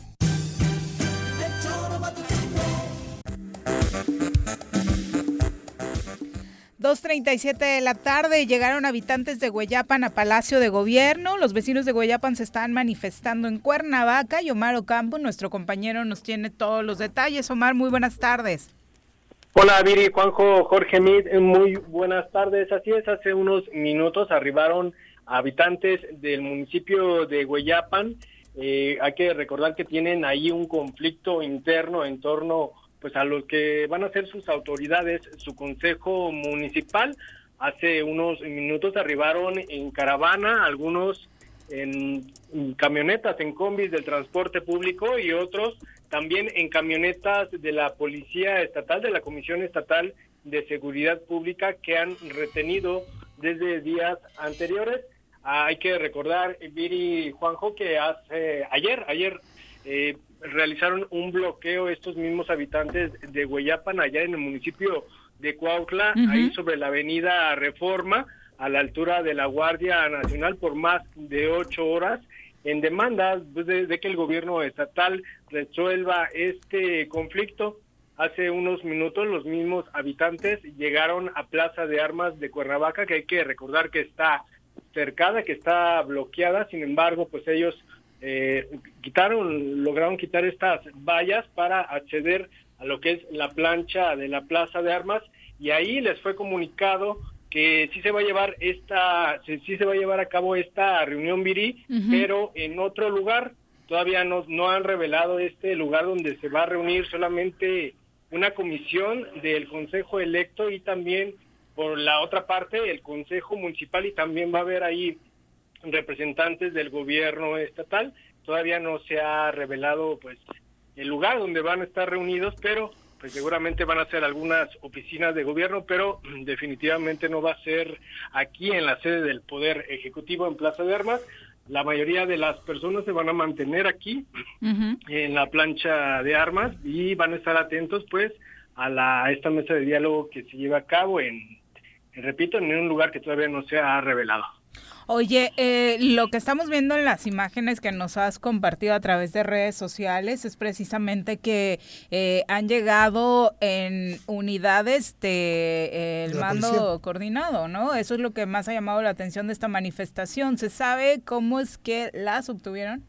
dos treinta y siete de la tarde, llegaron habitantes de Hueyapan a Palacio de Gobierno. Los vecinos de Hueyapan se están manifestando en Cuernavaca y Omar Ocampo, nuestro compañero, nos tiene todos los detalles. Omar, muy buenas tardes. Hola Viri, Juanjo, Jorge Mid, muy buenas tardes. Así es, hace unos minutos arribaron habitantes del municipio de Hueyapan. Eh, hay que recordar que tienen ahí un conflicto interno en torno pues a lo que van a ser sus autoridades, su consejo municipal. Hace unos minutos arribaron en caravana, algunos en, en camionetas, en combis del transporte público y otros también en camionetas de la Policía Estatal, de la Comisión Estatal de Seguridad Pública, que han retenido desde días anteriores. Ah, hay que recordar, Viri, Juanjo, que hace ayer, ayer eh, realizaron un bloqueo estos mismos habitantes de Hueyapan, allá en el municipio de Cuautla, uh-huh. ahí sobre la avenida Reforma, a la altura de la Guardia Nacional, por más de ocho horas, en demanda pues, de, de que el gobierno estatal resuelva este conflicto. Hace unos minutos los mismos habitantes llegaron a Plaza de Armas de Cuernavaca, que hay que recordar que está cercada, que está bloqueada. Sin embargo, pues ellos eh, quitaron, lograron quitar estas vallas para acceder a lo que es la plancha de la Plaza de Armas, y ahí les fue comunicado que sí se va a llevar esta, sí, sí se va a llevar a cabo esta reunión, Viri, uh-huh. pero en otro lugar. Todavía no, no han revelado este lugar donde se va a reunir, solamente una comisión del Consejo Electo y también por la otra parte el Consejo Municipal, y también va a haber ahí representantes del gobierno estatal. Todavía no se ha revelado pues el lugar donde van a estar reunidos, pero pues seguramente van a ser algunas oficinas de gobierno, pero definitivamente no va a ser aquí en la sede del Poder Ejecutivo en Plaza de Armas. La mayoría de las personas se van a mantener aquí uh-huh. en la plancha de armas y van a estar atentos pues a la a esta mesa de diálogo que se lleva a cabo en, en repito, en un lugar que todavía no se ha revelado. Oye, eh, lo que estamos viendo en las imágenes que nos has compartido a través de redes sociales es precisamente que eh, han llegado en unidades de eh, el de mando policía. Coordinado, ¿no? Eso es lo que más ha llamado la atención de esta manifestación. ¿Se sabe cómo es que las obtuvieron?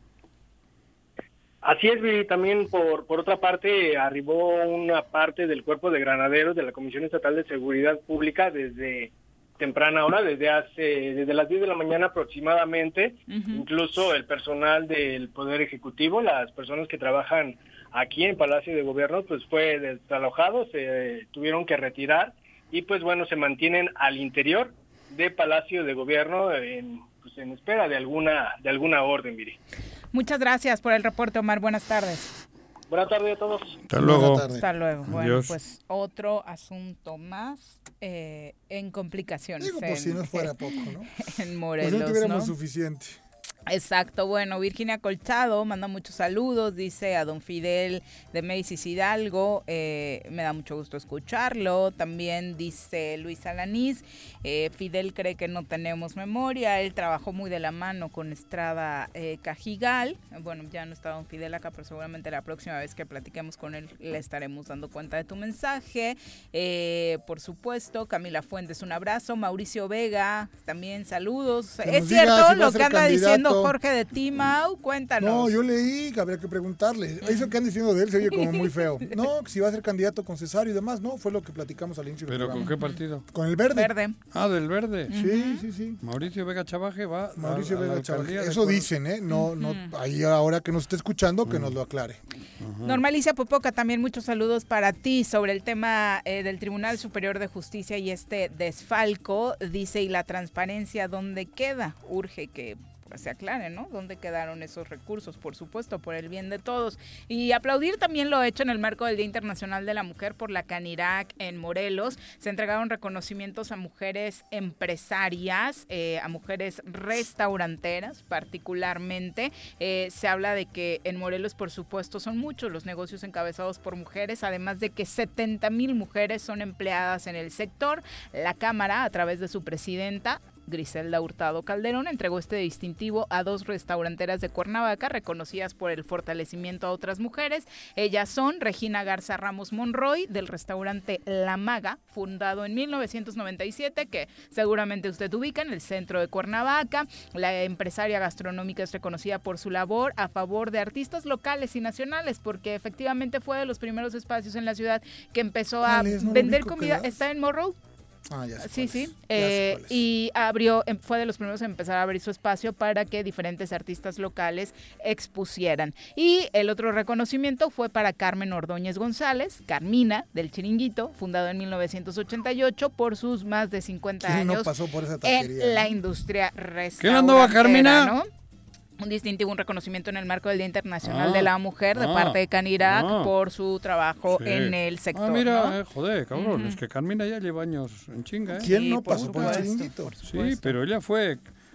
Así es, y también por por otra parte arribó una parte del cuerpo de granaderos de la Comisión Estatal de Seguridad Pública desde temprana hora, desde hace desde las diez de la mañana aproximadamente. Uh-huh. Incluso el personal del Poder Ejecutivo, las personas que trabajan aquí en Palacio de Gobierno, pues fue desalojado, se tuvieron que retirar y pues bueno, se mantienen al interior de Palacio de Gobierno en, pues, en espera de alguna de alguna orden, Viri. Muchas gracias por el reporte, Omar. Buenas tardes. Buenas tardes a todos. Hasta luego. Hasta luego. Bueno, Adiós. Pues otro asunto más eh, en complicaciones. Digo, pues en, si no fuera poco, ¿no? En Morelos, pues no tuviéramos ¿no? suficiente. Exacto, bueno, Virginia Colchado manda muchos saludos, dice a don Fidel de Macy's Hidalgo, eh, me da mucho gusto escucharlo. También dice Luis Alanís, eh, Fidel cree que no tenemos memoria, él trabajó muy de la mano con Estrada eh, Cajigal. Bueno, ya no está don Fidel acá, pero seguramente la próxima vez que platiquemos con él le estaremos dando cuenta de tu mensaje. Eh, por supuesto, Camila Fuentes, un abrazo. Mauricio Vega, también saludos. Que es cierto diga si lo que anda candidato. diciendo Jorge de Timau, cuéntanos. No, yo leí que habría que preguntarle. Eso que han diciendo de él se oye como muy feo. No, si va a ser candidato con Cesario y demás, no, fue lo que platicamos al inicio del ¿Pero programa. con qué partido? Con el Verde. Verde. Ah, del Verde. Uh-huh. Sí, sí, sí. Mauricio Vega Chavaje va Mauricio a, a Vega Chavaje. Eso de dicen, ¿eh? No, uh-huh. no, ahí ahora que nos esté escuchando, que uh-huh. nos lo aclare. Uh-huh. Normalicia Popoca, también muchos saludos para ti sobre el tema eh, del Tribunal Superior de Justicia y este desfalco. Dice, ¿y la transparencia dónde queda? Urge que se aclare, ¿no? ¿Dónde quedaron esos recursos? Por supuesto, por el bien de todos. Y aplaudir también lo hecho en el marco del Día Internacional de la Mujer por la Canirac en Morelos. Se entregaron reconocimientos a mujeres empresarias, eh, a mujeres restauranteras particularmente. Eh, se habla de que en Morelos, por supuesto, son muchos los negocios encabezados por mujeres, además de que setenta mil mujeres son empleadas en el sector. La Cámara, a través de su presidenta, Griselda Hurtado Calderón, entregó este distintivo a dos restauranteras de Cuernavaca reconocidas por el fortalecimiento a otras mujeres. Ellas son Regina Garza Ramos Monroy, del restaurante La Maga, fundado en mil novecientos noventa y siete, que seguramente usted ubica en el centro de Cuernavaca. La empresaria gastronómica es reconocida por su labor a favor de artistas locales y nacionales, porque efectivamente fue de los primeros espacios en la ciudad que empezó a no vender comida. Está en Morrow. Ah, ya sé sí, sí, es. eh, y abrió, fue de los primeros en empezar a abrir su espacio para que diferentes artistas locales expusieran. Y el otro reconocimiento fue para Carmen Ordóñez González, Carmina, del Chiringuito, fundado en mil novecientos ochenta y ocho, por sus más de cincuenta ¿Quién años no pasó por esa taquería, en la ¿no? industria restaurantera. ¿Qué andaba Carmina? ¿No? Un distintivo, un reconocimiento en el marco del Día Internacional ah, de la Mujer de ah, parte de Canirac ah, por su trabajo sí. en el sector. Ah, mira, ¿no? eh, joder, cabrón, Uh-huh. es que Carmina ya lleva años en chinga, ¿eh? ¿Quién Sí, no por pasó por el supuesto, Chiringuito? por Sí, supuesto. pero ella fue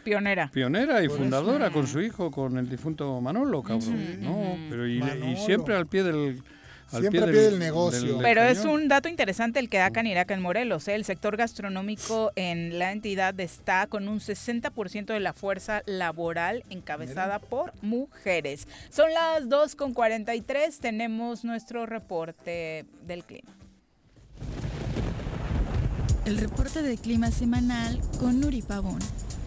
Pionera. Pionera y Por fundadora eso. con su hijo, con el difunto Manolo, cabrón. No, pero y, y siempre al pie del... Al Siempre al pie del negocio. del Pero es cañón. un dato interesante el que da Caniraca en Morelos. ¿eh? El sector gastronómico en la entidad está con un sesenta por ciento de la fuerza laboral encabezada por mujeres. Son las dos con cuarenta y tres, tenemos nuestro reporte del clima. El reporte de clima semanal con Nuri Pavón.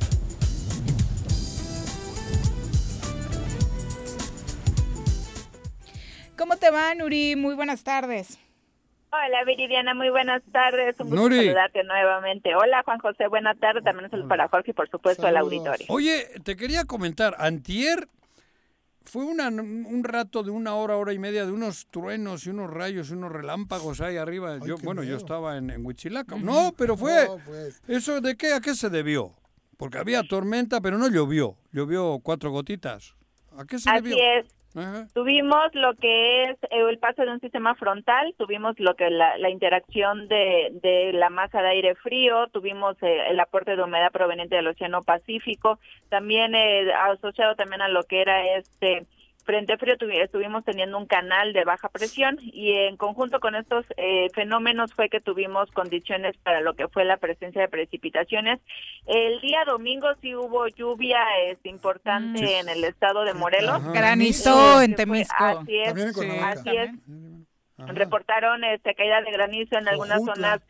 ¿Cómo te va, Nuri? Muy buenas tardes. Hola, Viridiana, muy buenas tardes. Un gusto Nuri. saludarte nuevamente. Hola, Juan José, buenas tardes. También un saludo para Jorge y, por supuesto, al auditorio. Oye, te quería comentar, antier fue una, un rato de una hora, hora y media de unos truenos y unos rayos y unos relámpagos ahí arriba. Yo, bueno, yo estaba en, en Huitzilaca. No, pero fue... No, pues. ¿Eso de qué? ¿A qué se debió? Porque había tormenta, pero no llovió. Llovió cuatro gotitas. ¿A qué se Así debió? es. Ajá. Tuvimos lo que es eh, el paso de un sistema frontal, tuvimos lo que la, la interacción de, de la masa de aire frío, tuvimos eh, el aporte de humedad proveniente del Océano Pacífico, también eh, asociado también a lo que era este frente frío, tuvi- estuvimos teniendo un canal de baja presión y en conjunto con estos eh, fenómenos fue que tuvimos condiciones para lo que fue la presencia de precipitaciones. El día domingo sí hubo lluvia este, importante Mm. en el estado de Morelos. Ajá. Granizó Eh, en que fue- Temisco. Así es, También en sí, Cuernavaca. así es. Ajá. Reportaron este, caída de granizo en algunas Jojutla. zonas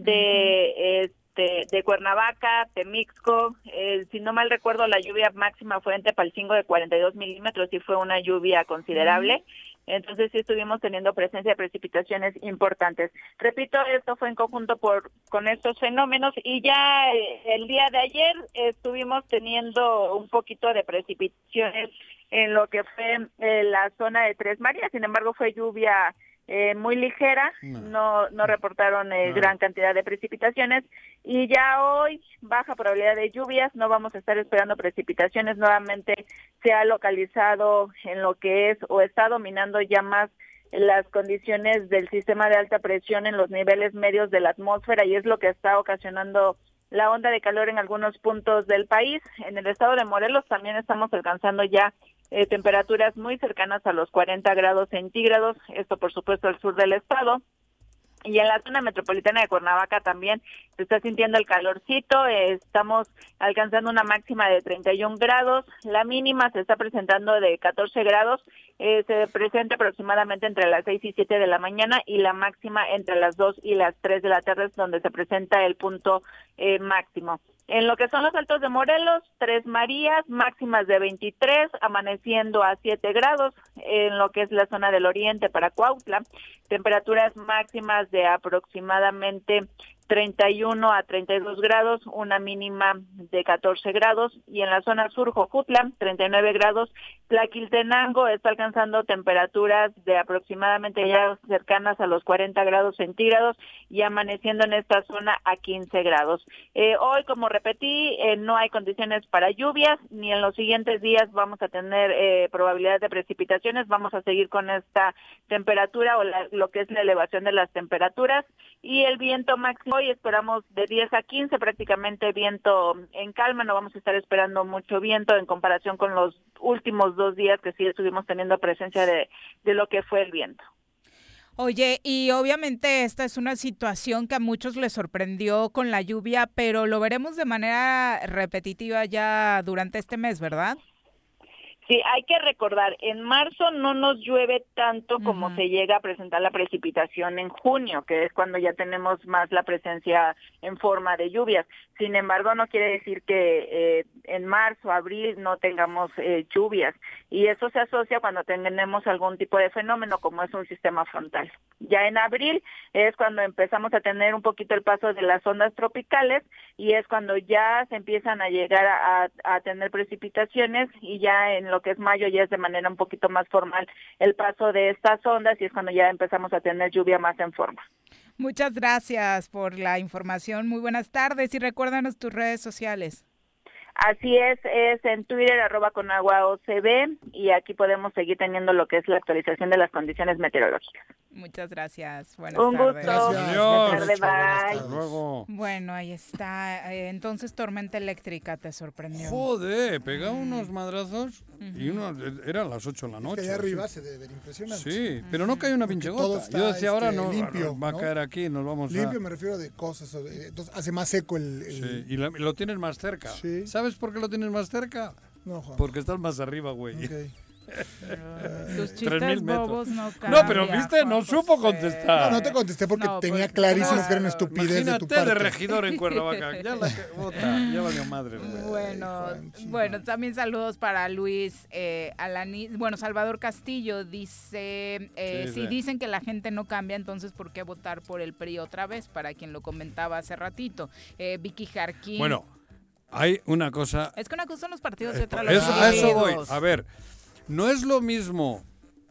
de este, de Cuernavaca, Temixco. Eh, si no mal recuerdo, la lluvia máxima fue en Tepalcingo de cuarenta y dos milímetros y fue una lluvia considerable. Entonces sí estuvimos teniendo presencia de precipitaciones importantes. Repito, esto fue en conjunto por con estos fenómenos y ya eh, el día de ayer estuvimos teniendo un poquito de precipitaciones en lo que fue eh, la zona de Tres Marías. Sin embargo, fue lluvia eh, muy ligera, no no reportaron eh, No. gran cantidad de precipitaciones y ya hoy baja probabilidad de lluvias, no vamos a estar esperando precipitaciones, nuevamente se ha localizado en lo que es o está dominando ya más las condiciones del sistema de alta presión en los niveles medios de la atmósfera y es lo que está ocasionando la onda de calor en algunos puntos del país. En el estado de Morelos también estamos alcanzando ya eh, temperaturas muy cercanas a los cuarenta grados centígrados, esto por supuesto al sur del estado. Y en la zona metropolitana de Cuernavaca también se está sintiendo el calorcito, eh, estamos alcanzando una máxima de treinta y un grados, la mínima se está presentando de catorce grados, eh, se presenta aproximadamente entre las seis y siete de la mañana y la máxima entre las dos y las tres de la tarde es donde se presenta el punto eh, máximo. En lo que son los altos de Morelos, Tres Marías, máximas de veintitrés, amaneciendo a siete grados, en lo que es la zona del oriente para Cuautla, temperaturas máximas de aproximadamente treinta y uno a treinta y dos grados, una mínima de catorce grados, y en la zona sur, Jojutla, treinta y nueve grados, Tlaquiltenango está alcanzando temperaturas de aproximadamente ya cercanas a los cuarenta grados centígrados y amaneciendo en esta zona a quince grados. Eh, hoy, como repetí, eh, no hay condiciones para lluvias, ni en los siguientes días vamos a tener eh, probabilidad de precipitaciones, vamos a seguir con esta temperatura o la, lo que es la elevación de las temperaturas, y el viento máximo hoy esperamos de diez a quince, prácticamente viento en calma, no vamos a estar esperando mucho viento en comparación con los últimos dos días que sí estuvimos teniendo presencia de, de lo que fue el viento. Oye, y obviamente esta es una situación que a muchos les sorprendió con la lluvia, pero lo veremos de manera repetitiva ya durante este mes, ¿verdad? Sí, hay que recordar, en marzo no nos llueve tanto como uh-huh. se llega a presentar la precipitación en junio, que es cuando ya tenemos más la presencia en forma de lluvias. Sin embargo, no quiere decir que eh, en marzo, abril no tengamos eh, lluvias. Y eso se asocia cuando tenemos algún tipo de fenómeno como es un sistema frontal. Ya en abril es cuando empezamos a tener un poquito el paso de las ondas tropicales y es cuando ya se empiezan a llegar a, a tener precipitaciones y ya en lo que es mayo ya es de manera un poquito más formal el paso de estas ondas y es cuando ya empezamos a tener lluvia más en forma. Muchas gracias por la información. Muy buenas tardes y recuérdanos tus redes sociales. Así es, es en Twitter, arroba Conagua O C B, y aquí podemos seguir teniendo lo que es la actualización de las condiciones meteorológicas. Muchas gracias. Buenas Un tardes. gusto. Adiós. Buenas tardes, bye. Hasta luego. Bueno, ahí está. Eh, entonces, tormenta eléctrica te sorprendió. Joder, pegaba unos madrazos y uno eran las ocho de la Es noche. que allá arriba así. se debe ver impresionante. Sí, pero no cae una pinche Porque todo gota. está, Yo decía, ahora este, no limpio, va a ¿no? caer aquí, nos vamos Limpio a... me refiero de cosas, eh, entonces hace más seco el... el- Sí, y lo, lo tienes más cerca. Sí. ¿Sabes por qué lo tienes más cerca? No, Juan. Porque estás más arriba, güey. Ok. Tus Tres chistes mil metros. bobos no No, cambian, pero viste, no Juan supo José. contestar. No, no te contesté porque No, tenía pues, clarísimo claro. que era una estupidez de tu Imagínate parte. de regidor en Cuernavaca. Ya la que- bota, ya valió madre, güey. Bueno, bueno, también saludos para Luis eh, Alaní. Bueno, Salvador Castillo dice, eh, Sí, si sí. dicen que la gente no cambia, entonces ¿por qué votar por el P R I otra vez? Para quien lo comentaba hace ratito. Eh, Vicky Jarquín. Bueno, hay una cosa... Es que una cosa son los partidos y otra los Eso, a eso voy. individuos. A ver, no es lo mismo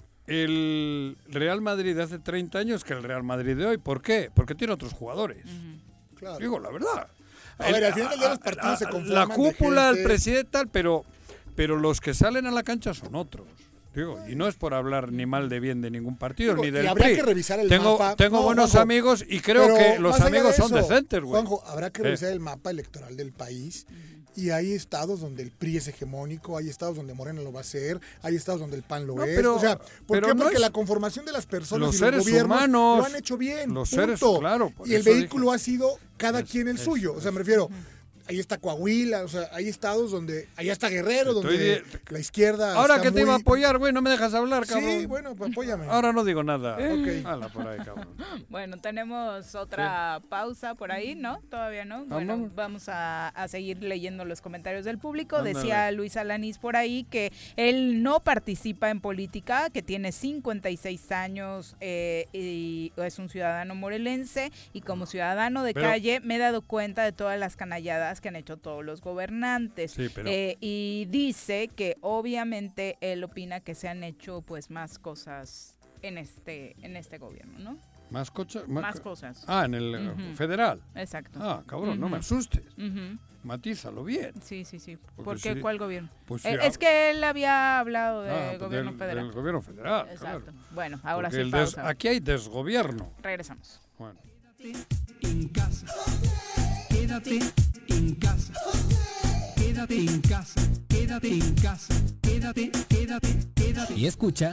el Real Madrid de hace treinta años que el Real Madrid de hoy. ¿Por qué? Porque tiene otros jugadores. Claro. Digo, la verdad. A ver, al final del día los partidos la, se conforman La de cúpula, gente- el presidente, tal, pero, pero los que salen a la cancha son otros. Digo, y no es por hablar ni mal de bien de ningún partido, Digo, ni del y habría P R I. que revisar el tengo, mapa. Tengo No, buenos Juanjo, amigos y creo pero que los más allá amigos de son eso, decentes, güey. Juanjo, habrá que Eh. revisar el mapa electoral del país. Y hay estados donde el P R I es hegemónico, hay estados donde Morena lo va a hacer, hay estados donde el P A N lo No, es. pero- o sea, ¿por pero qué? no Porque es- la conformación de las personas Los y los seres gobiernos humanos, lo han hecho bien. los punto. seres, claro, por y el eso vehículo dije. ha sido cada Es- quien el es- suyo. O sea, me refiero, ahí está Coahuila, o sea, hay estados donde, ahí está Guerrero, Estoy donde de- la izquierda Ahora está que te iba a muy- apoyar, güey, no me dejas hablar, cabrón. Sí, bueno, pues apóyame. Ahora no digo nada. Ok. Hala por ahí, cabrón. Bueno, tenemos otra pausa por ahí, ¿no? Todavía no. Bueno, Vamos. vamos a, a seguir leyendo los comentarios del público. Ándale. Decía Luis Alanís por ahí que él no participa en política, que tiene cincuenta y seis años eh, y es un ciudadano morelense y como ciudadano de Pero- calle me he dado cuenta de todas las canalladas que han hecho todos los gobernantes. Sí, pero- Eh, y dice que obviamente él opina que se han hecho pues más cosas en este, en este gobierno, ¿no? ¿Más coches? Más cosas. Ah, en el eh, Ujú. federal. Exacto. Ah, cabrón, no me Ujú. asustes. Ujú. Matízalo bien. Sí, sí, sí. Porque ¿Por qué? sí, ¿Cuál gobierno? pues Eh, sí, es que él había hablado del Ah, pues gobierno del- federal. del gobierno federal, Exacto. claro. Bueno, ahora Porque sí el des- pausa. aquí hay desgobierno. Regresamos. Bueno. En casa. Quédate en casa. Quédate en casa. Quédate en casa. Quédate, quédate, quédate. Y escucha.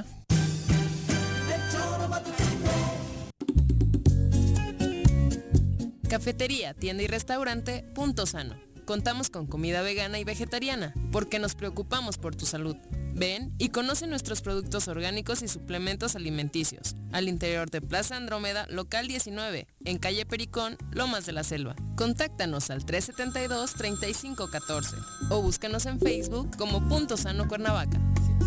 Cafetería, tienda y restaurante Punto Sano. Contamos con comida vegana y vegetariana, porque nos preocupamos por tu salud. Ven y conoce nuestros productos orgánicos y suplementos alimenticios, al interior de Plaza Andrómeda, local diecinueve, en calle Pericón, Lomas de la Selva. Contáctanos al tres setenta y dos, treinta y cinco catorce o búscanos en Facebook como Punto Sano Cuernavaca.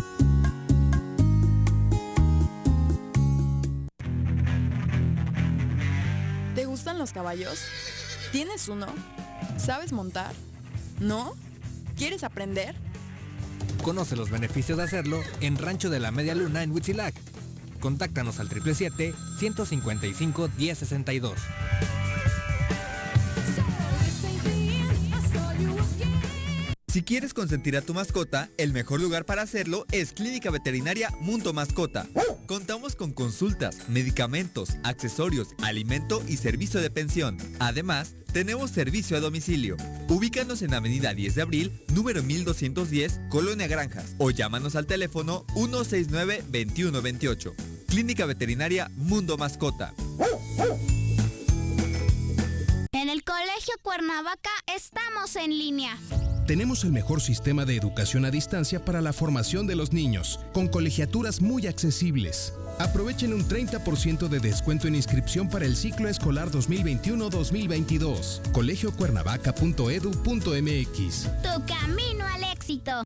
¿Te gustan los caballos? ¿Tienes uno? ¿Sabes montar? ¿No? ¿Quieres aprender? Conoce los beneficios de hacerlo en Rancho de la Media Luna en Huitzilac. Contáctanos al siete siete siete, ciento cincuenta y cinco, diez sesenta y dos. Si quieres consentir a tu mascota, el mejor lugar para hacerlo es Clínica Veterinaria Mundo Mascota. Contamos con consultas, medicamentos, accesorios, alimento y servicio de pensión. Además, tenemos servicio a domicilio. Ubícanos en Avenida diez de abril, número mil doscientos diez, Colonia Granjas, o llámanos al teléfono uno seis nueve, veintiuno veintiocho. Clínica Veterinaria Mundo Mascota. En el Colegio Cuernavaca estamos en línea. Tenemos el mejor sistema de educación a distancia para la formación de los niños, con colegiaturas muy accesibles. Aprovechen un treinta por ciento de descuento en inscripción para el ciclo escolar dos mil veintiuno dos mil veintidós. colegio cuernavaca punto edu punto m x. Tu camino al éxito.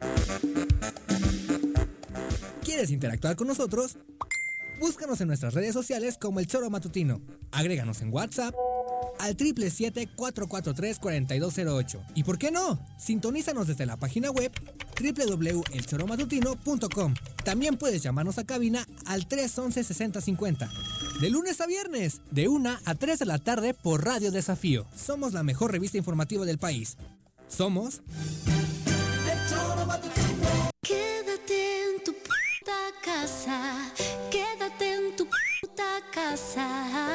¿Quieres interactuar con nosotros? Búscanos en nuestras redes sociales como El Choro Matutino. Agréganos en WhatsApp al siete siete siete, cuatro cuatro tres, cuatro dos cero ocho. ¿Y por qué no? Sintonízanos desde la página web doble u doble u doble u punto el choro matutino punto com. También puedes llamarnos a cabina al tres once, sesenta cincuenta. De lunes a viernes, de una a tres de la tarde por Radio Desafío. Somos la mejor revista informativa del país. Somos... Quédate en tu puta casa, quédate en tu puta casa,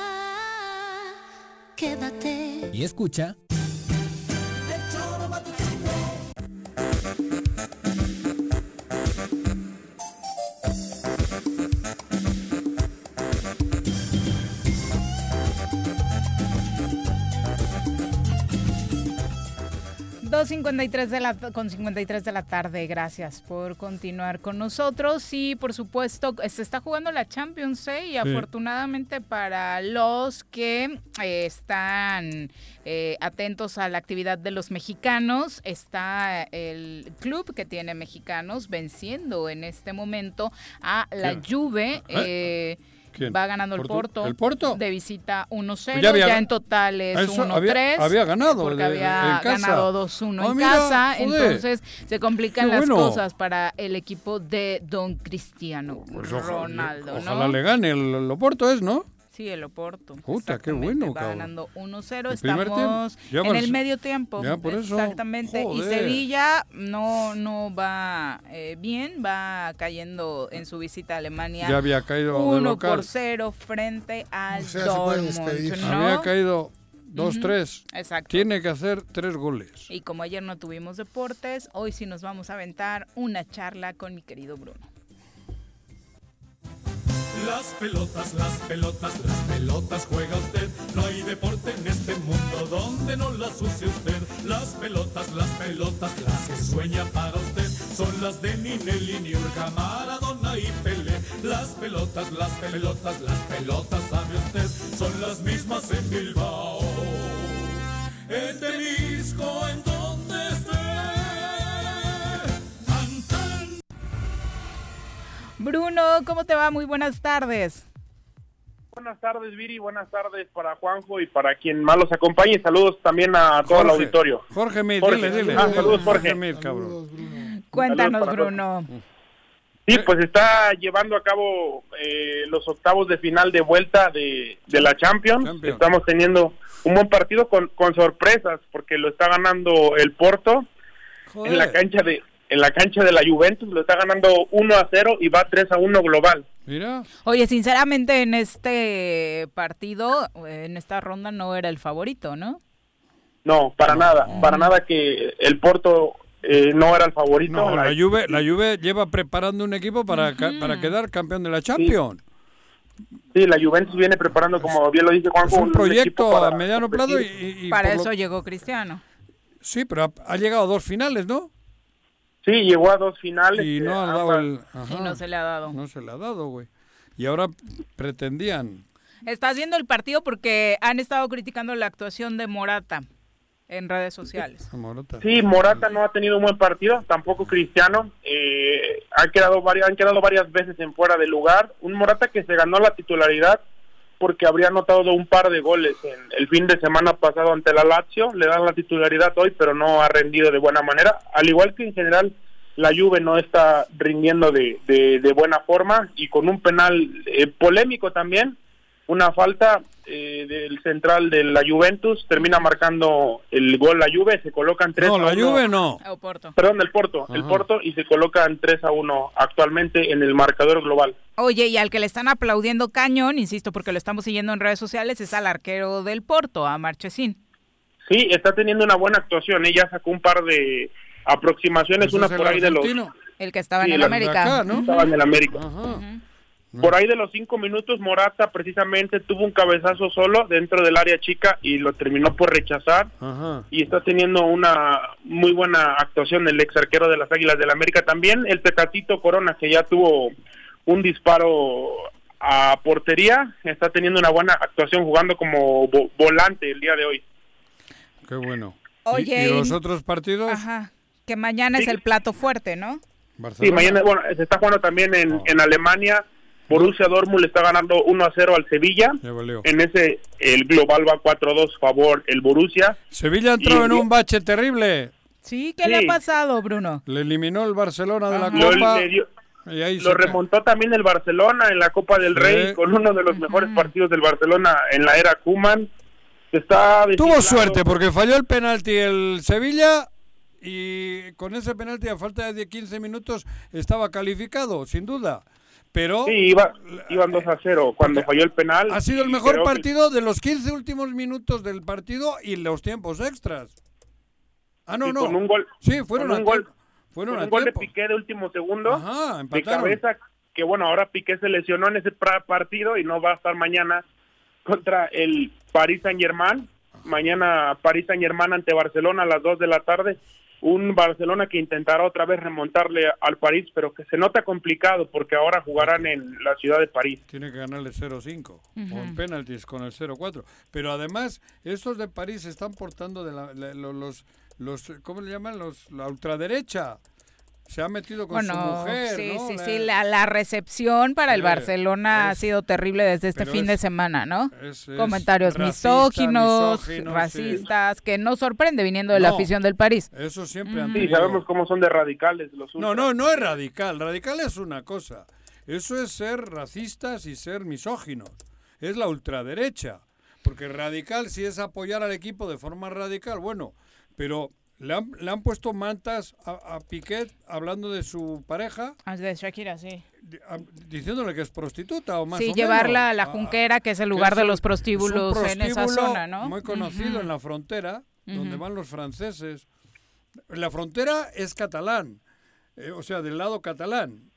quédate. Y escucha... dos cincuenta y tres de la, con cincuenta y tres de la tarde, gracias por continuar con nosotros y por supuesto se está jugando la Champions ¿eh? y sí. Afortunadamente para los que eh, están eh, atentos a la actividad de los mexicanos, está el club que tiene mexicanos venciendo en este momento a la ¿Quién? Juve, eh, ¿Quién? Va ganando el Porto, ¿El Porto? De visita uno cero, ya, había, ya en total es uno tres. Había, había ganado. Porque de, había en casa. ganado dos uno oh, en mira, casa, joder. Entonces se complican Qué las bueno. cosas para el equipo de Don Cristiano pues Ronaldo, ojalá, ¿no? Ojalá le gane, el, el Oporto es, ¿no? Sí, el Oporto. Puta, qué bueno, va cabrón. ganando uno cero, ¿El primer estamos tiempo? en vas- el medio tiempo. Ya, por eso. Exactamente. Joder. Y Sevilla no, no va eh, bien, va cayendo en su visita a Alemania. Ya había caído de uno local. por cero frente al O sea, se puede Dortmund, despedir. ¿no? Había caído dos tres. Ujú, exacto. Tiene que hacer tres goles. Y como ayer no tuvimos deportes, hoy sí nos vamos a aventar una charla con mi querido Bruno. Las pelotas, las pelotas, las pelotas juega usted. No hay deporte en este mundo donde no las use usted. Las pelotas, las pelotas, las que sueña para usted son las de Ninelli, Niurka, Maradona y Pelé. Las pelotas, las pelotas, las pelotas, sabe usted, son las mismas en Bilbao. En Temisco, en donde esté. Bruno, ¿cómo te va? Muy buenas tardes. Buenas tardes, Viri, buenas tardes para Juanjo y para quien más los acompañe. Saludos también a todo Jorge, el auditorio. Jorge Mir, Jorge. dile, dile. Ah, dile, saludos, Jorge. Jorge Mir, cabrón. Cuéntanos, Saludos para Bruno. Sí, pues está llevando a cabo eh, los octavos de final de vuelta de, de la Champions. Champions. Estamos teniendo un buen partido con, con sorpresas, porque lo está ganando el Porto Joder. en la cancha de en la cancha de la Juventus, lo está ganando uno a cero y va tres a uno global. Mira. Oye, sinceramente en este partido, en esta ronda no era el favorito, ¿no? No, para nada, para nada que el Porto eh, no era el favorito. No, la Juve, la Juve lleva preparando un equipo para, ca- para quedar campeón de la Champions. Sí, la Juventus viene preparando, como bien lo dice Juanjo, Es un proyecto equipo para a mediano plazo y, competir. y- y Para por eso lo- llegó Cristiano. Sí, pero ha, ha llegado a dos finales, ¿no? Sí, llegó a dos finales. Y no eh, ha dado el... ambas- Y ajá, no se le ha dado. no se le ha dado, güey. Y ahora pretendían... Estás viendo el partido porque han estado criticando la actuación de Morata en redes sociales. a Morata. Sí, Morata no ha tenido un buen partido, tampoco Cristiano. Eh, han quedado varias, han quedado varias veces en fuera de lugar. Un Morata que se ganó la titularidad porque habría anotado un par de goles en el fin de semana pasado ante la Lazio. Le dan la titularidad hoy, pero no ha rendido de buena manera. Al igual que en general la Juve no está rindiendo de, de, de buena forma, y con un penal eh, polémico también, una falta eh, del central de la Juventus, termina marcando el gol la Juve, se colocan tres No, a la uno. Juve no. O Porto. Perdón, el Porto, el Ajá. Porto, y se colocan tres a uno actualmente en el marcador global. Oye, y al que le están aplaudiendo cañón, insisto, porque lo estamos siguiendo en redes sociales, es al arquero del Porto, a Marchesín. Sí, está teniendo una buena actuación, ella sacó un par de aproximaciones, Ese una es el por ahí de los... argentino. El que estaba Sí, en el la- América. acá, ¿no? Estaba en el América. Ajá. Por ahí de los cinco minutos, Morata precisamente tuvo un cabezazo solo dentro del área chica y lo terminó por rechazar. Ajá. Y está teniendo una muy buena actuación el ex arquero de las Águilas del América. También el Tecatito Corona, que ya tuvo un disparo a portería, está teniendo una buena actuación jugando como vo- volante el día de hoy. Qué bueno. Oye, ¿Y, y los y- otros partidos? Ajá, que mañana Sí. es el plato fuerte, ¿no? Barcelona. Sí, mañana, bueno, se está jugando también en, No. en Alemania. Borussia Dortmund le está ganando uno a cero al Sevilla. Ya valió. En ese, el global va cuatro a dos favor el Borussia. Sevilla entró Y- en un bache terrible. Sí, ¿qué le Sí. ha pasado, Bruno? Le eliminó el Barcelona de la Ajá. Lo, Copa. le dio- y ahí lo se ca- remontó también el Barcelona en la Copa del Sí. Rey, con uno de los mejores partidos del Barcelona en la era Koeman. se está Tuvo desinflando. suerte porque falló el penalti el Sevilla y con ese penalti a falta de quince minutos estaba calificado, sin duda. Pero sí, iba, iban dos a cero cuando falló el penal. Ha sido el mejor partido que... de los quince últimos minutos del partido y los tiempos extras. Ah, no, sí, no. Con un gol. Sí, fueron con un a gol, fueron con a un gol de tiempo. Piqué de último segundo. Ajá, de cabeza, que bueno, ahora Piqué se lesionó en ese partido y no va a estar mañana contra el Paris Saint-Germain. Mañana Paris Saint-Germain ante Barcelona a las dos de la tarde. Un Barcelona que intentará otra vez remontarle al París, pero que se nota complicado porque ahora jugarán en la ciudad de París. Tiene que ganarle cero cinco Ujú. o en penaltis con el cero cuatro. Pero además, estos de París se están portando de la, la- lo- los, los, ¿cómo le llaman? Los, la ultraderecha. Se ha metido con Bueno, su mujer, sí, ¿no? sí, La- sí, la, la recepción para el Sí, Barcelona ha es- sido terrible desde este pero fin es- de semana, ¿no? es- es Comentarios racista, misóginos, misógino, racistas, que no sorprende viniendo de la No. afición del París. Eso siempre han Sí, tenido. sabemos cómo son de radicales los No, ultras. no, no es radical. Radical es una cosa. Eso es ser racistas y ser misóginos. Es la ultraderecha. Porque radical sí es apoyar al equipo de forma radical, bueno, pero le han, le han puesto mantas a, a Piquet hablando de su pareja, Ah, de Shakira, sí. di- a- diciéndole que es prostituta o más Sí, o llevarla menos. a la Ah, Junquera, que es el que lugar es de un- los es un prostíbulos en esa prostíbulo zona, ¿no? muy conocido Ujú. en la frontera, donde Ujú. van los franceses. La frontera es catalán, eh, o sea, del lado catalán.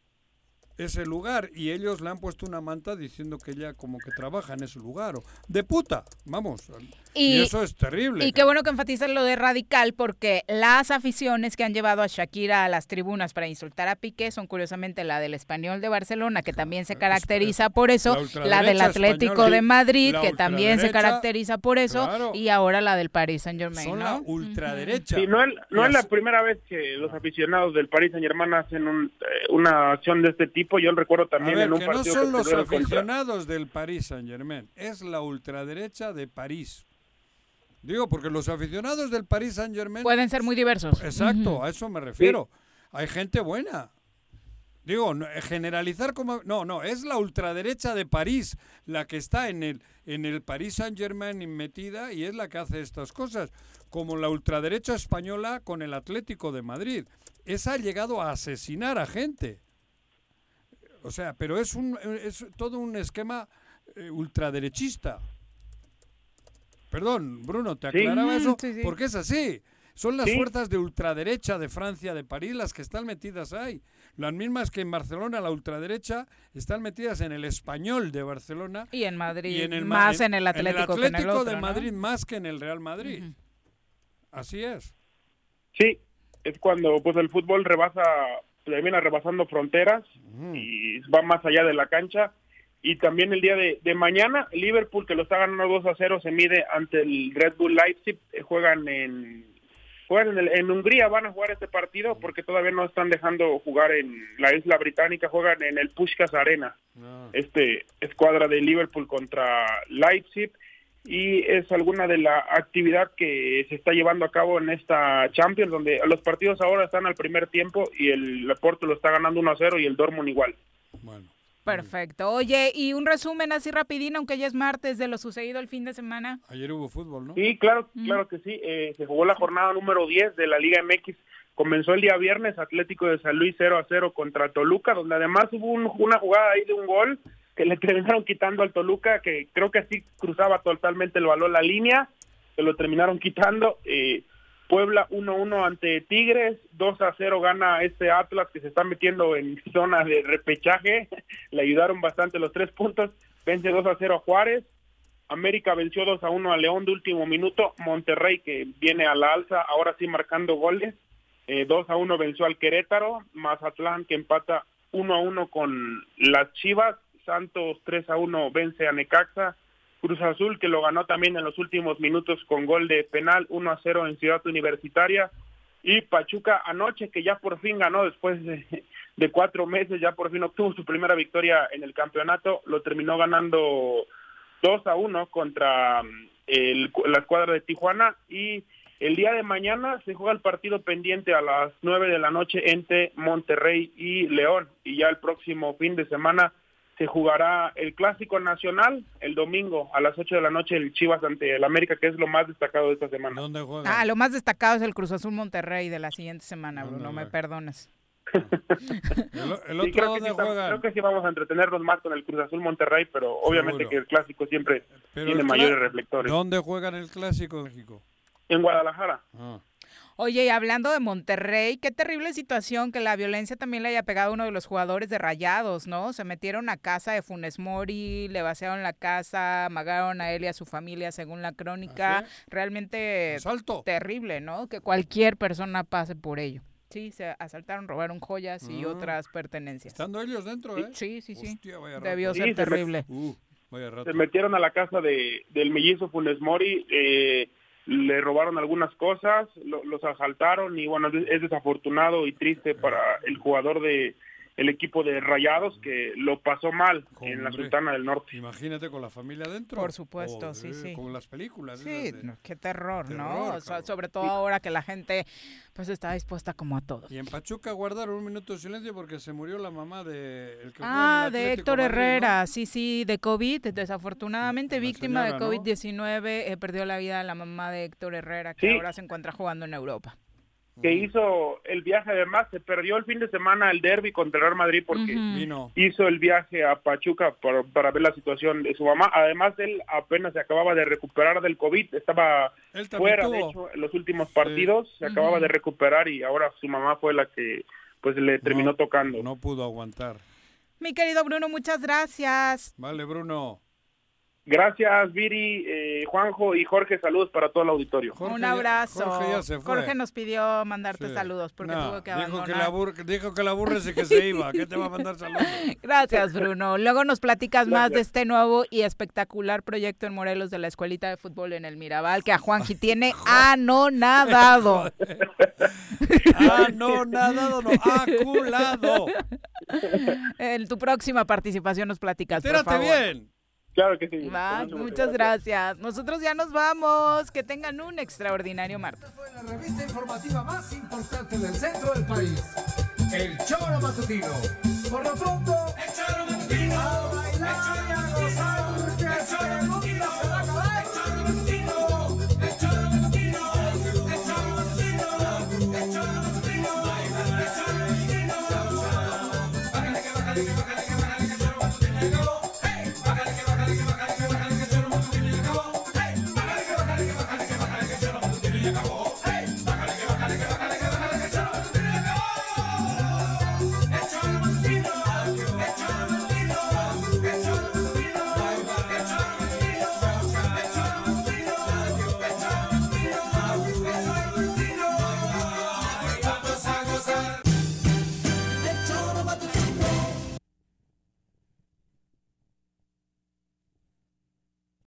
Ese lugar, y ellos le han puesto una manta diciendo que ella como que trabaja en ese lugar, o de puta, vamos, y, Y- eso es terrible. Y qué bueno que enfatizan lo de radical, porque las aficiones que han llevado a Shakira a las tribunas para insultar a Piqué son curiosamente la del Español de Barcelona, que también se caracteriza por eso, la la, ultraderecha del Atlético española, de Madrid, la que también se ultraderecha, caracteriza por eso, claro. y ahora la del Paris Saint Germain, Son ¿no? la ultraderecha. Sí, no es, no Y es la as- primera vez que los aficionados del Paris Saint-Germain hacen un, eh, una acción de este tipo. Yo recuerdo A también ver, en un que no partido son que los tuvieron contra- aficionados del Paris Saint Germain, es la ultraderecha de París. Digo, porque los aficionados del Paris Saint Germain Pueden ser muy diversos. Exacto, Ujú. a eso me refiero. Hay gente buena. Digo, no, eh, generalizar como... No, no, es la ultraderecha de París la que está en el, en el Paris Saint-Germain metida y es la que hace estas cosas. Como la ultraderecha española con el Atlético de Madrid. Esa ha llegado a asesinar a gente. O sea, pero es, un, es todo un esquema eh, ultraderechista. Perdón, Bruno, ¿te Sí. aclaraba Mm, eso? sí, sí. Porque es así. Son las Sí. fuerzas de ultraderecha de Francia, de París, las que están metidas ahí. Las mismas que en Barcelona, la ultraderecha, están metidas en el Español de Barcelona. Y en Madrid, y en el Ma- más en el Atlético, que en el Atlético otro, de ¿no? Madrid más que en el Real Madrid. Así es. Sí, es cuando pues el fútbol rebasa, termina rebasando fronteras y va más allá de la cancha. Y también el día de, de mañana, el Liverpool, que lo está ganando dos a cero, se mide ante el Red Bull Leipzig. Eh, Juegan en juegan en, el- en Hungría, van a jugar este partido porque todavía no están dejando jugar en la isla británica. Juegan en el Puskás Arena, este escuadra de Liverpool contra Leipzig. Y es alguna de la actividad que se está llevando a cabo en esta Champions, donde los partidos ahora están al primer tiempo y el Porto lo está ganando uno a cero y el Dortmund igual. Perfecto. Oye, y un resumen así rapidín, aunque ya es martes, de lo sucedido el fin de semana. Ayer hubo fútbol, ¿no? Sí, claro, claro que sí. Eh, se jugó la jornada número diez de la Liga M X. Comenzó el día viernes, Atlético de San Luis cero a cero contra Toluca, donde además hubo un- una jugada ahí de un gol que le terminaron quitando al Toluca, que creo que así cruzaba totalmente el balón la línea, se lo terminaron quitando. Eh, Puebla uno a uno ante Tigres, dos a cero gana este Atlas que se está metiendo en zona de repechaje, le ayudaron bastante los tres puntos, vence dos a cero a Juárez, América venció dos a uno a León de último minuto, Monterrey que viene a la alza, ahora sí marcando goles, eh, dos a uno venció al Querétaro, Mazatlán que empata uno a uno con las Chivas, Santos tres a uno vence a Necaxa, Cruz Azul que lo ganó también en los últimos minutos con gol de penal uno a cero en Ciudad Universitaria, y Pachuca anoche que ya por fin ganó después de, de cuatro meses, ya por fin obtuvo su primera victoria en el campeonato, lo terminó ganando dos a uno contra el, la escuadra de Tijuana. Y el día de mañana se juega el partido pendiente a las nueve de la noche entre Monterrey y León, y ya el próximo fin de semana se jugará el Clásico Nacional el domingo a las ocho de la noche, el Chivas ante el América, que es lo más destacado de esta semana. ¿Dónde juega? Ah, lo más destacado es el Cruz Azul Monterrey de la siguiente semana, Bruno, me perdonas. ¿El, el otro sí, creo, dónde que sí, juegan? creo que sí vamos a entretenernos más con el Cruz Azul Monterrey, pero obviamente Seguro. que el Clásico siempre Pero tiene el mayores cla- reflectores. ¿Dónde juegan el Clásico de México? En Guadalajara. Ah. Oye, y hablando de Monterrey, qué terrible situación que la violencia también le haya pegado a uno de los jugadores de Rayados, ¿no? Se metieron a casa de Funes Mori, le vaciaron la casa, amagaron a él y a su familia, según la crónica. ¿Ah, sí? Realmente ¿Asalto? terrible, ¿no? Que cualquier persona pase por ello. Sí, se asaltaron, robaron joyas y Ah. otras pertenencias. Estando ellos dentro, ¿eh? Sí, sí, sí. Hostia, vaya Debió rato. ser Sí, se me- terrible. Uh, vaya rato. Se metieron a la casa de del mellizo Funes Mori, eh, le robaron algunas cosas, lo- los asaltaron y bueno, es desafortunado y triste para el jugador de el equipo de Rayados que lo pasó mal en la Hombre. Sultana del Norte. Imagínate con la familia dentro. Por supuesto, sí, Joder, sí. Como las películas. Sí, esas de- no, qué terror, ¿no? Terror, O sea, cabrón. sobre todo ahora que la gente pues está dispuesta como a todo. Y en Pachuca guardaron un minuto de silencio porque se murió la mamá de el que juega Ah, en el de Atlético Héctor Madrid, ¿no? Herrera, sí, sí, de COVID, desafortunadamente La víctima señora, de ¿no? COVID diecinueve, eh, perdió la vida la mamá de Héctor Herrera, que Sí. ahora se encuentra jugando en Europa. Que hizo el viaje, además se perdió el fin de semana el derbi contra el Real Madrid porque Ujú. Vino. hizo el viaje a Pachuca para, para ver la situación de su mamá. Además, él apenas se acababa de recuperar del COVID, estaba Él también fuera, de tuvo. hecho, en los últimos partidos, se acababa Ujú. de recuperar y ahora su mamá fue la que pues le terminó No, tocando. No pudo aguantar. Mi querido Bruno, muchas gracias. Vale, Bruno. Gracias, Viri, eh, Juanjo y Jorge, saludos para todo el auditorio. Jorge Un ya- abrazo. Jorge ya se fue. Jorge nos pidió mandarte Sí. saludos porque No, tuvo que dijo abandonar. que, la abur- dijo que la aburres y que se iba. ¿Qué te va a mandar saludos? Gracias, Bruno. Luego nos platicas más de Gracias. este nuevo y espectacular proyecto en Morelos de la Escuelita de Fútbol en el Mirabal, que a Juanji tiene anonadado. Ah, no, nadado, no, aculado. En tu próxima participación nos platicas, por Tírate favor. bien. Claro que sí. Va, Con mucho gusto, muchas gracias. Nosotros ya nos vamos. Que tengan un extraordinario martes. Fue la revista informativa más importante del centro del país. El Choro Matutino. Por lo pronto, el Choro Matutino.